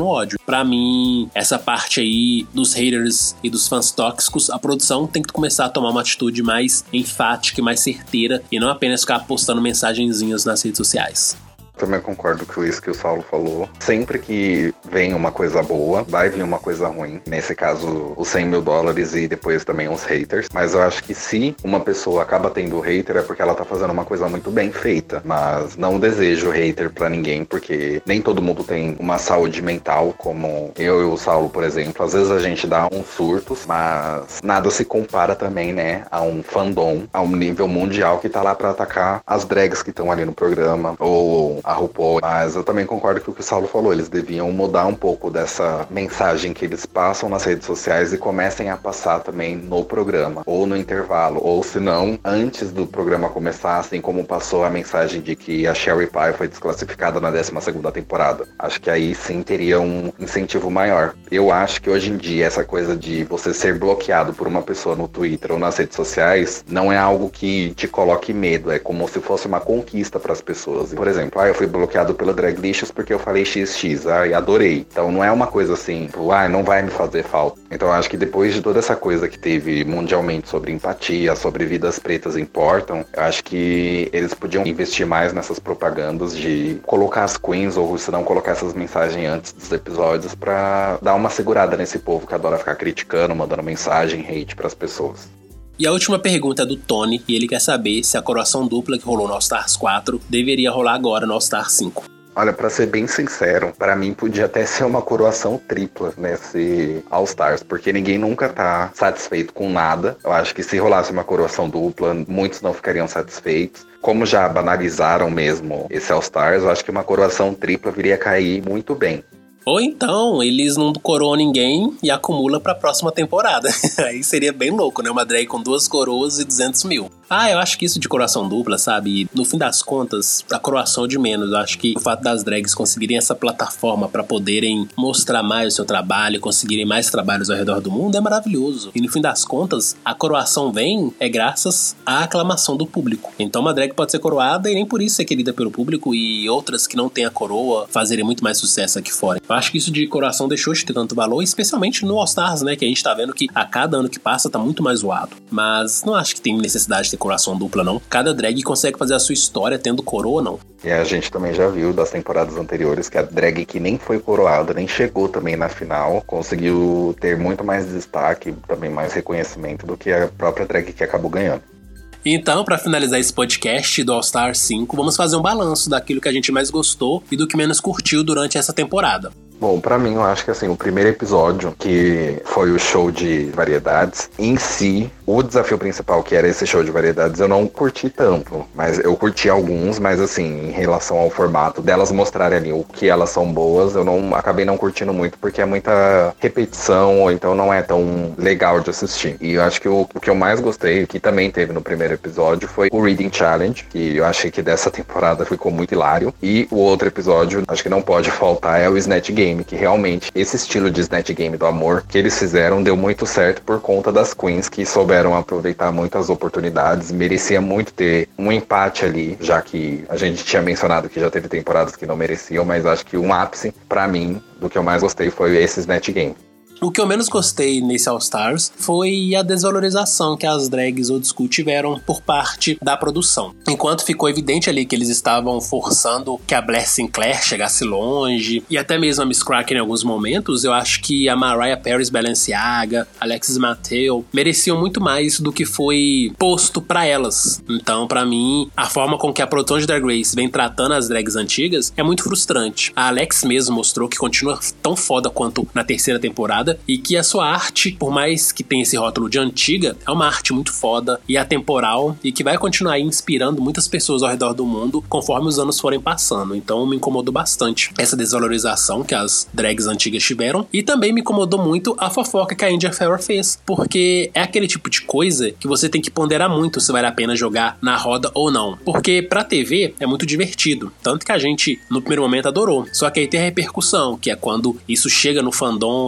Speaker 1: pra mim, essa parte aí dos haters e dos fãs tóxicos, a produção tem que começar a tomar uma atitude mais enfática e mais certeira e não apenas ficar postando mensagenzinhas nas redes sociais.
Speaker 2: Também concordo com isso que o Saulo falou. Sempre que vem uma coisa boa, vai vir uma coisa ruim. Nesse caso, os cem mil dólares e depois também os haters. Mas eu acho que se uma pessoa acaba tendo hater é porque ela tá fazendo uma coisa muito bem feita. Mas não desejo hater pra ninguém, porque nem todo mundo tem uma saúde mental como eu e o Saulo, por exemplo. Às vezes a gente dá uns surtos, mas nada se compara também, né, a um fandom, a um nível mundial que tá lá pra atacar as drags que estão ali no programa, ou a RuPaul. Mas eu também concordo com o que o Saulo falou, eles deviam mudar um pouco dessa mensagem que eles passam nas redes sociais e comecem a passar também no programa, ou no intervalo, ou se não, antes do programa começar, assim como passou a mensagem de que a Sherry Pie foi desclassificada na décima segunda temporada. Acho que aí sim teria um incentivo maior. Eu acho que hoje em dia essa coisa de você ser bloqueado por uma pessoa no Twitter ou nas redes sociais não é algo que te coloque medo, é como se fosse uma conquista para as pessoas. Por exemplo, ah, eu fui bloqueado pela Draglicious porque eu falei xis xis, ai, adorei. Então não é uma coisa assim, tipo, ah, não vai me fazer falta. Então eu acho que depois de toda essa coisa que teve mundialmente sobre empatia, sobre vidas pretas importam, eu acho que eles podiam investir mais nessas propagandas de colocar as queens, ou se não colocar essas mensagens antes dos episódios pra dar uma segurada nesse povo que adora ficar criticando, mandando mensagem, hate pras pessoas.
Speaker 1: E a última pergunta é do Tony, e ele quer saber se a coroação dupla que rolou no All Stars quatro deveria rolar agora no All Stars cinco.
Speaker 2: Olha, pra ser bem sincero, pra mim podia até ser uma coroação tripla nesse All Stars, porque ninguém nunca tá satisfeito com nada. Eu acho que se rolasse uma coroação dupla, muitos não ficariam satisfeitos. Como já banalizaram mesmo esse All Stars, eu acho que uma coroação tripla viria a cair muito bem.
Speaker 1: Ou então, eles não coroam ninguém e acumula pra próxima temporada. Aí seria bem louco, né? Uma drag com duas coroas e duzentos mil. Ah, eu acho que isso de coroação dupla, sabe? No fim das contas, a coroação é de menos. Eu acho que o fato das drags conseguirem essa plataforma pra poderem mostrar mais o seu trabalho, conseguirem mais trabalhos ao redor do mundo é maravilhoso. E no fim das contas, a coroação vem é graças à aclamação do público. Então uma drag pode ser coroada e nem por isso ser querida pelo público, e outras que não têm a coroa fazerem muito mais sucesso aqui fora. Eu acho que isso de coroação deixou de ter tanto valor, especialmente no All Stars, né? Que a gente tá vendo que a cada ano que passa tá muito mais zoado. Mas não acho que tem necessidade de ter coroação dupla, não. Cada drag consegue fazer a sua história tendo coroa, não.
Speaker 2: E a gente também já viu das temporadas anteriores que a drag que nem foi coroada, nem chegou também na final, conseguiu ter muito mais destaque, também mais reconhecimento do que a própria drag que acabou ganhando.
Speaker 1: Então, pra finalizar esse podcast do All Stars cinco, vamos fazer um balanço daquilo que a gente mais gostou e do que menos curtiu durante essa temporada.
Speaker 2: Bom, pra mim eu acho que assim, o primeiro episódio, que foi o show de variedades, em si, o desafio principal, que era esse show de variedades, eu não curti tanto, mas eu curti alguns, mas assim, em relação ao formato delas mostrarem ali o que elas são boas, eu não acabei não curtindo muito, porque é muita repetição, ou então não é tão legal de assistir. E eu acho que o, o que eu mais gostei, que também teve no primeiro episódio, foi o Reading Challenge, que eu achei que dessa temporada ficou muito hilário, e o outro episódio, acho que não pode faltar, é o Snatch Game, que realmente esse estilo de Snatch Game do amor que eles fizeram deu muito certo por conta das queens que souberam aproveitar muitas oportunidades. Merecia muito ter um empate ali, já que a gente tinha mencionado que já teve temporadas que não mereciam, mas acho que um ápice pra mim do que eu mais gostei foi esse Snatch Game.
Speaker 1: O que eu menos gostei nesse All Stars foi a desvalorização que as drags old school tiveram por parte da produção. Enquanto ficou evidente ali que eles estavam forçando que a Blair Sinclair chegasse longe, e até mesmo a Miss Cracker em alguns momentos, eu acho que a Mariah Paris Balenciaga, Alexis Mateo mereciam muito mais do que foi posto pra elas. Então, pra mim, a forma com que a produção de Drag Race vem tratando as drags antigas é muito frustrante. A Alex mesmo mostrou que continua tão foda quanto na terceira temporada, e que a sua arte, por mais que tenha esse rótulo de antiga, é uma arte muito foda e atemporal, e que vai continuar aí inspirando muitas pessoas ao redor do mundo conforme os anos forem passando. Então me incomodou bastante essa desvalorização que as drags antigas tiveram, e também me incomodou muito a fofoca que a India Ferrer fez, porque é aquele tipo de coisa que você tem que ponderar muito se vale a pena jogar na roda ou não, porque pra T V é muito divertido, tanto que a gente no primeiro momento adorou, só que aí tem a repercussão, que é quando isso chega no fandom e aí as pessoas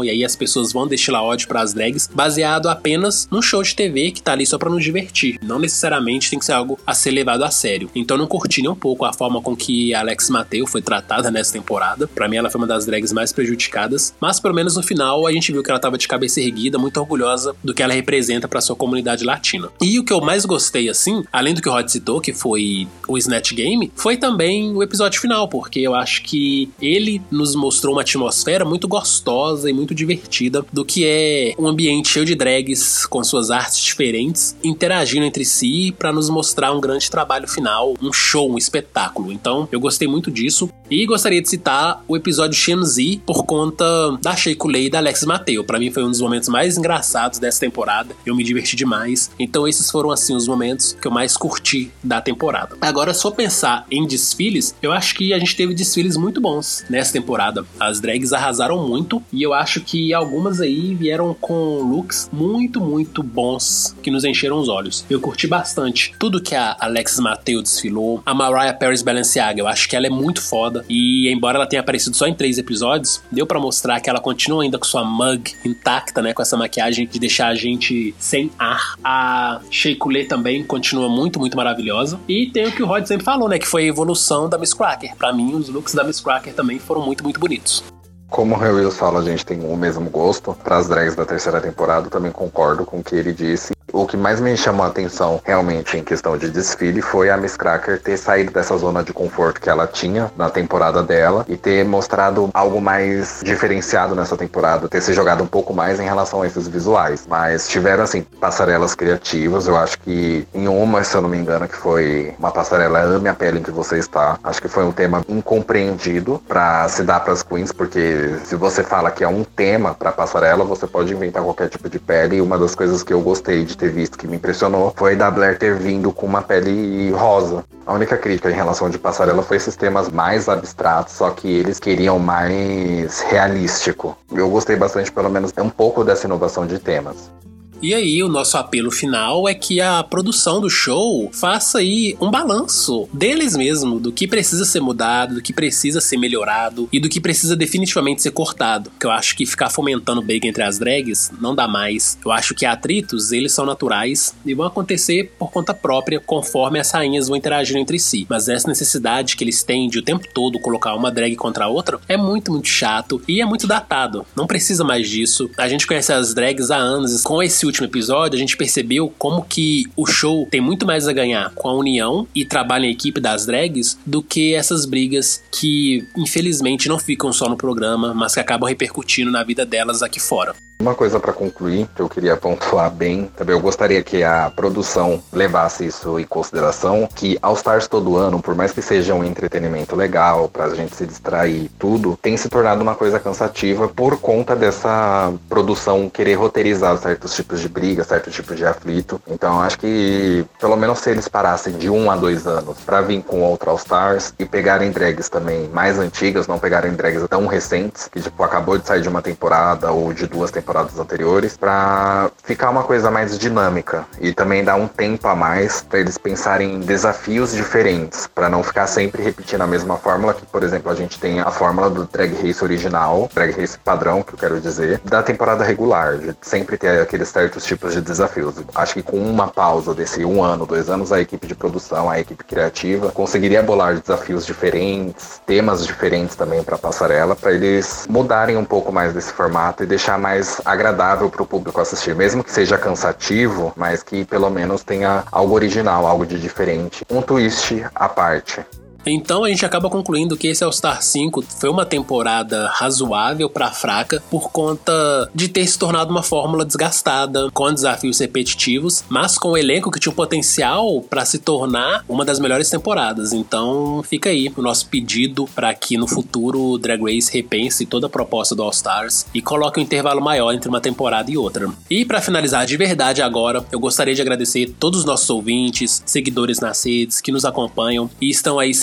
Speaker 1: pessoas vão destilar ódio pras drags baseado apenas num show de T V que tá ali só pra nos divertir. Não necessariamente tem que ser algo a ser levado a sério. Então eu não curti nem um pouco a forma com que a Alex Mateo foi tratada nessa temporada. Pra mim ela foi uma das drags mais prejudicadas, mas pelo menos no final a gente viu que ela tava de cabeça erguida, muito orgulhosa do que ela representa pra sua comunidade latina. E o que eu mais gostei, assim, além do que o Rod citou, que foi o Snatch Game, foi também o episódio final, porque eu acho que ele nos mostrou uma atmosfera muito gostosa e muito divertida do que é um ambiente cheio de drags com suas artes diferentes, interagindo entre si pra nos mostrar um grande trabalho final, um show, um espetáculo. Então eu gostei muito disso e gostaria de citar o episódio Shen Zi por conta da Shea Coulee e da Alexis Mateo. Pra mim foi um dos momentos mais engraçados dessa temporada, eu me diverti demais. Então esses foram assim os momentos que eu mais curti da temporada. Agora, se for pensar em desfiles, eu acho que a gente teve desfiles muito bons nessa temporada. As drags arrasaram muito e eu acho que algumas aí vieram com looks muito, muito bons que nos encheram os olhos. Eu curti bastante tudo que a Alexis Mateo desfilou. A Mariah Paris Balenciaga, eu acho que ela é muito foda e embora ela tenha aparecido só em três episódios, deu pra mostrar que ela continua ainda com sua mug intacta, né, com essa maquiagem de deixar a gente sem ar. A Shea Coulee também continua muito, muito maravilhosa. E tem o que o Rod sempre falou, né, que foi a evolução da Miss Cracker. Pra mim, os looks da Miss Cracker também foram muito, muito bonitos.
Speaker 2: Como o Will fala, a gente tem o mesmo gosto para as drags da terceira temporada, também concordo com o que ele disse. O que mais me chamou a atenção realmente em questão de desfile foi a Miss Cracker ter saído dessa zona de conforto que ela tinha na temporada dela e ter mostrado algo mais diferenciado nessa temporada, ter se jogado um pouco mais em relação a esses visuais. Mas tiveram, assim, passarelas criativas. Eu acho que em uma, se eu não me engano, que foi uma passarela Ame a Pele em que você está. Acho que foi um tema incompreendido para se dar para as queens, porque se você fala que é um tema para passarela, você pode inventar qualquer tipo de pele. E uma das coisas que eu gostei de ter visto, que me impressionou, foi da Blair ter vindo com uma pele rosa. A única crítica em relação de passarela foi esses temas mais abstratos, só que eles queriam mais realístico. Eu gostei bastante, pelo menos, um pouco dessa inovação de temas.
Speaker 1: E aí, o nosso apelo final é que a produção do show faça aí um balanço deles mesmo, do que precisa ser mudado, do que precisa ser melhorado e do que precisa definitivamente ser cortado. Porque eu acho que ficar fomentando briga entre as drags não dá mais. Eu acho que atritos, eles são naturais e vão acontecer por conta própria, conforme as rainhas vão interagindo entre si. Mas essa necessidade que eles têm de o tempo todo colocar uma drag contra a outra é muito, muito chato e é muito datado. Não precisa mais disso. A gente conhece as drags há anos. Com esse último episódio, a gente percebeu como que o show tem muito mais a ganhar com a união e trabalho em equipe das drags do que essas brigas que, infelizmente, não ficam só no programa, mas que acabam repercutindo na vida delas aqui fora.
Speaker 2: Uma coisa para concluir, que eu queria pontuar bem, também eu gostaria que a produção levasse isso em consideração, que All Stars todo ano, por mais que seja um entretenimento legal, pra gente se distrair e tudo, tem se tornado uma coisa cansativa por conta dessa produção querer roteirizar certos tipos de briga, certos tipos de aflito. Então acho que, pelo menos se eles parassem de um a dois anos pra vir com outro All Stars e pegarem drags também mais antigas, não pegarem drags tão recentes, que tipo, acabou de sair de uma temporada ou de duas temporadas anteriores, pra ficar uma coisa mais dinâmica e também dar um tempo a mais pra eles pensarem em desafios diferentes, pra não ficar sempre repetindo a mesma fórmula, que por exemplo a gente tem a fórmula do Drag Race original, Drag Race padrão, que eu quero dizer, da temporada regular, de sempre ter aqueles certos tipos de desafios. Acho que com uma pausa desse um ano, dois anos, a equipe de produção, a equipe criativa conseguiria bolar desafios diferentes, temas diferentes também pra passarela, pra eles mudarem um pouco mais desse formato e deixar mais agradável para o público assistir, mesmo que seja cansativo, mas que pelo menos tenha algo original, algo de diferente, um twist à parte.
Speaker 1: Então a gente acaba concluindo que esse All Star cinco foi uma temporada razoável pra fraca por conta de ter se tornado uma fórmula desgastada, com desafios repetitivos, mas com um elenco que tinha um potencial pra se tornar uma das melhores temporadas. Então fica aí o nosso pedido pra que no futuro o Drag Race repense toda a proposta do All Stars e coloque um intervalo maior entre uma temporada e outra. E pra finalizar de verdade agora, eu gostaria de agradecer todos os nossos ouvintes, seguidores nas redes que nos acompanham e estão aí sempre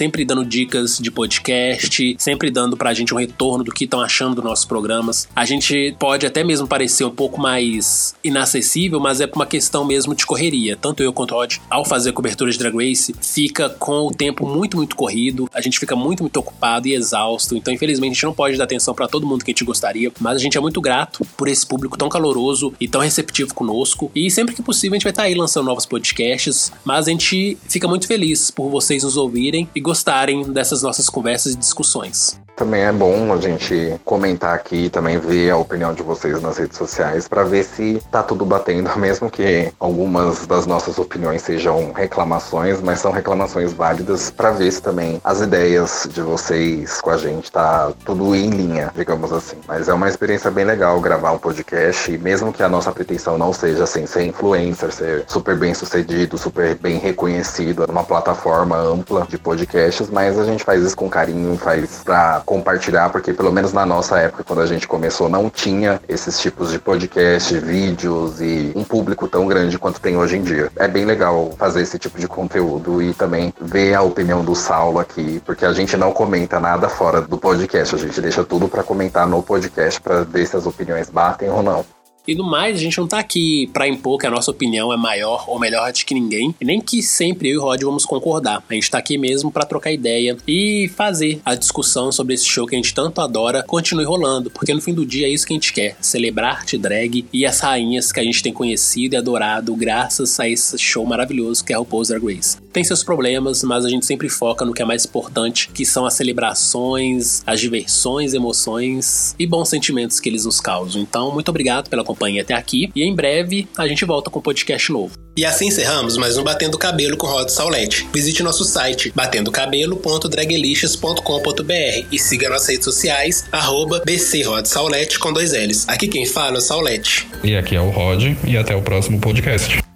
Speaker 1: sempre dando dicas de podcast, sempre dando pra gente um retorno do que estão achando dos nossos programas. A gente pode até mesmo parecer um pouco mais inacessível, mas é por uma questão mesmo de correria. Tanto eu quanto o Rod, ao fazer a cobertura de Drag Race, fica com o tempo muito, muito corrido, a gente fica muito, muito ocupado e exausto, então infelizmente a gente não pode dar atenção pra todo mundo que a gente gostaria, mas a gente é muito grato por esse público tão caloroso e tão receptivo conosco, e sempre que possível a gente vai estar aí lançando novos podcasts, mas a gente fica muito feliz por vocês nos ouvirem e gostarem dessas nossas conversas e discussões.
Speaker 2: Também é bom a gente comentar aqui e também ver a opinião de vocês nas redes sociais para ver se tá tudo batendo, mesmo que algumas das nossas opiniões sejam reclamações, mas são reclamações válidas para ver se também as ideias de vocês com a gente tá tudo em linha, digamos assim. Mas é uma experiência bem legal gravar um podcast, e mesmo que a nossa pretensão não seja assim, ser influencer, ser super bem sucedido, super bem reconhecido numa plataforma ampla de podcasts, mas a gente faz isso com carinho, faz pra compartilhar, porque pelo menos na nossa época, quando a gente começou, não tinha esses tipos de podcast, vídeos e um público tão grande quanto tem hoje em dia. É bem legal fazer esse tipo de conteúdo e também ver a opinião do Saulo aqui, porque a gente não comenta nada fora do podcast, a gente deixa tudo pra comentar no podcast pra ver se as opiniões batem ou não.
Speaker 1: E no mais, a gente não tá aqui pra impor que a nossa opinião é maior ou melhor do que ninguém, e nem que sempre eu e o Rod vamos concordar. A gente tá aqui mesmo pra trocar ideia e fazer a discussão sobre esse show que a gente tanto adora continue rolando, porque no fim do dia é isso que a gente quer, celebrar arte drag e as rainhas que a gente tem conhecido e adorado graças a esse show maravilhoso que é o RuPaul's Drag Race. Tem seus problemas, mas a gente sempre foca no que é mais importante, que são as celebrações, as diversões, emoções e bons sentimentos que eles nos causam. Então, muito obrigado pela companhia até aqui, e em breve a gente volta com um podcast novo.
Speaker 3: E assim encerramos mais um Batendo Cabelo com Rod Saulete. Visite nosso site batendo cabelo ponto dragelicious ponto com ponto b r e siga nossas redes sociais arroba bcrodsaulete com dois L's. Aqui quem fala é o Saulete.
Speaker 4: E aqui é o Rod, e até o próximo podcast.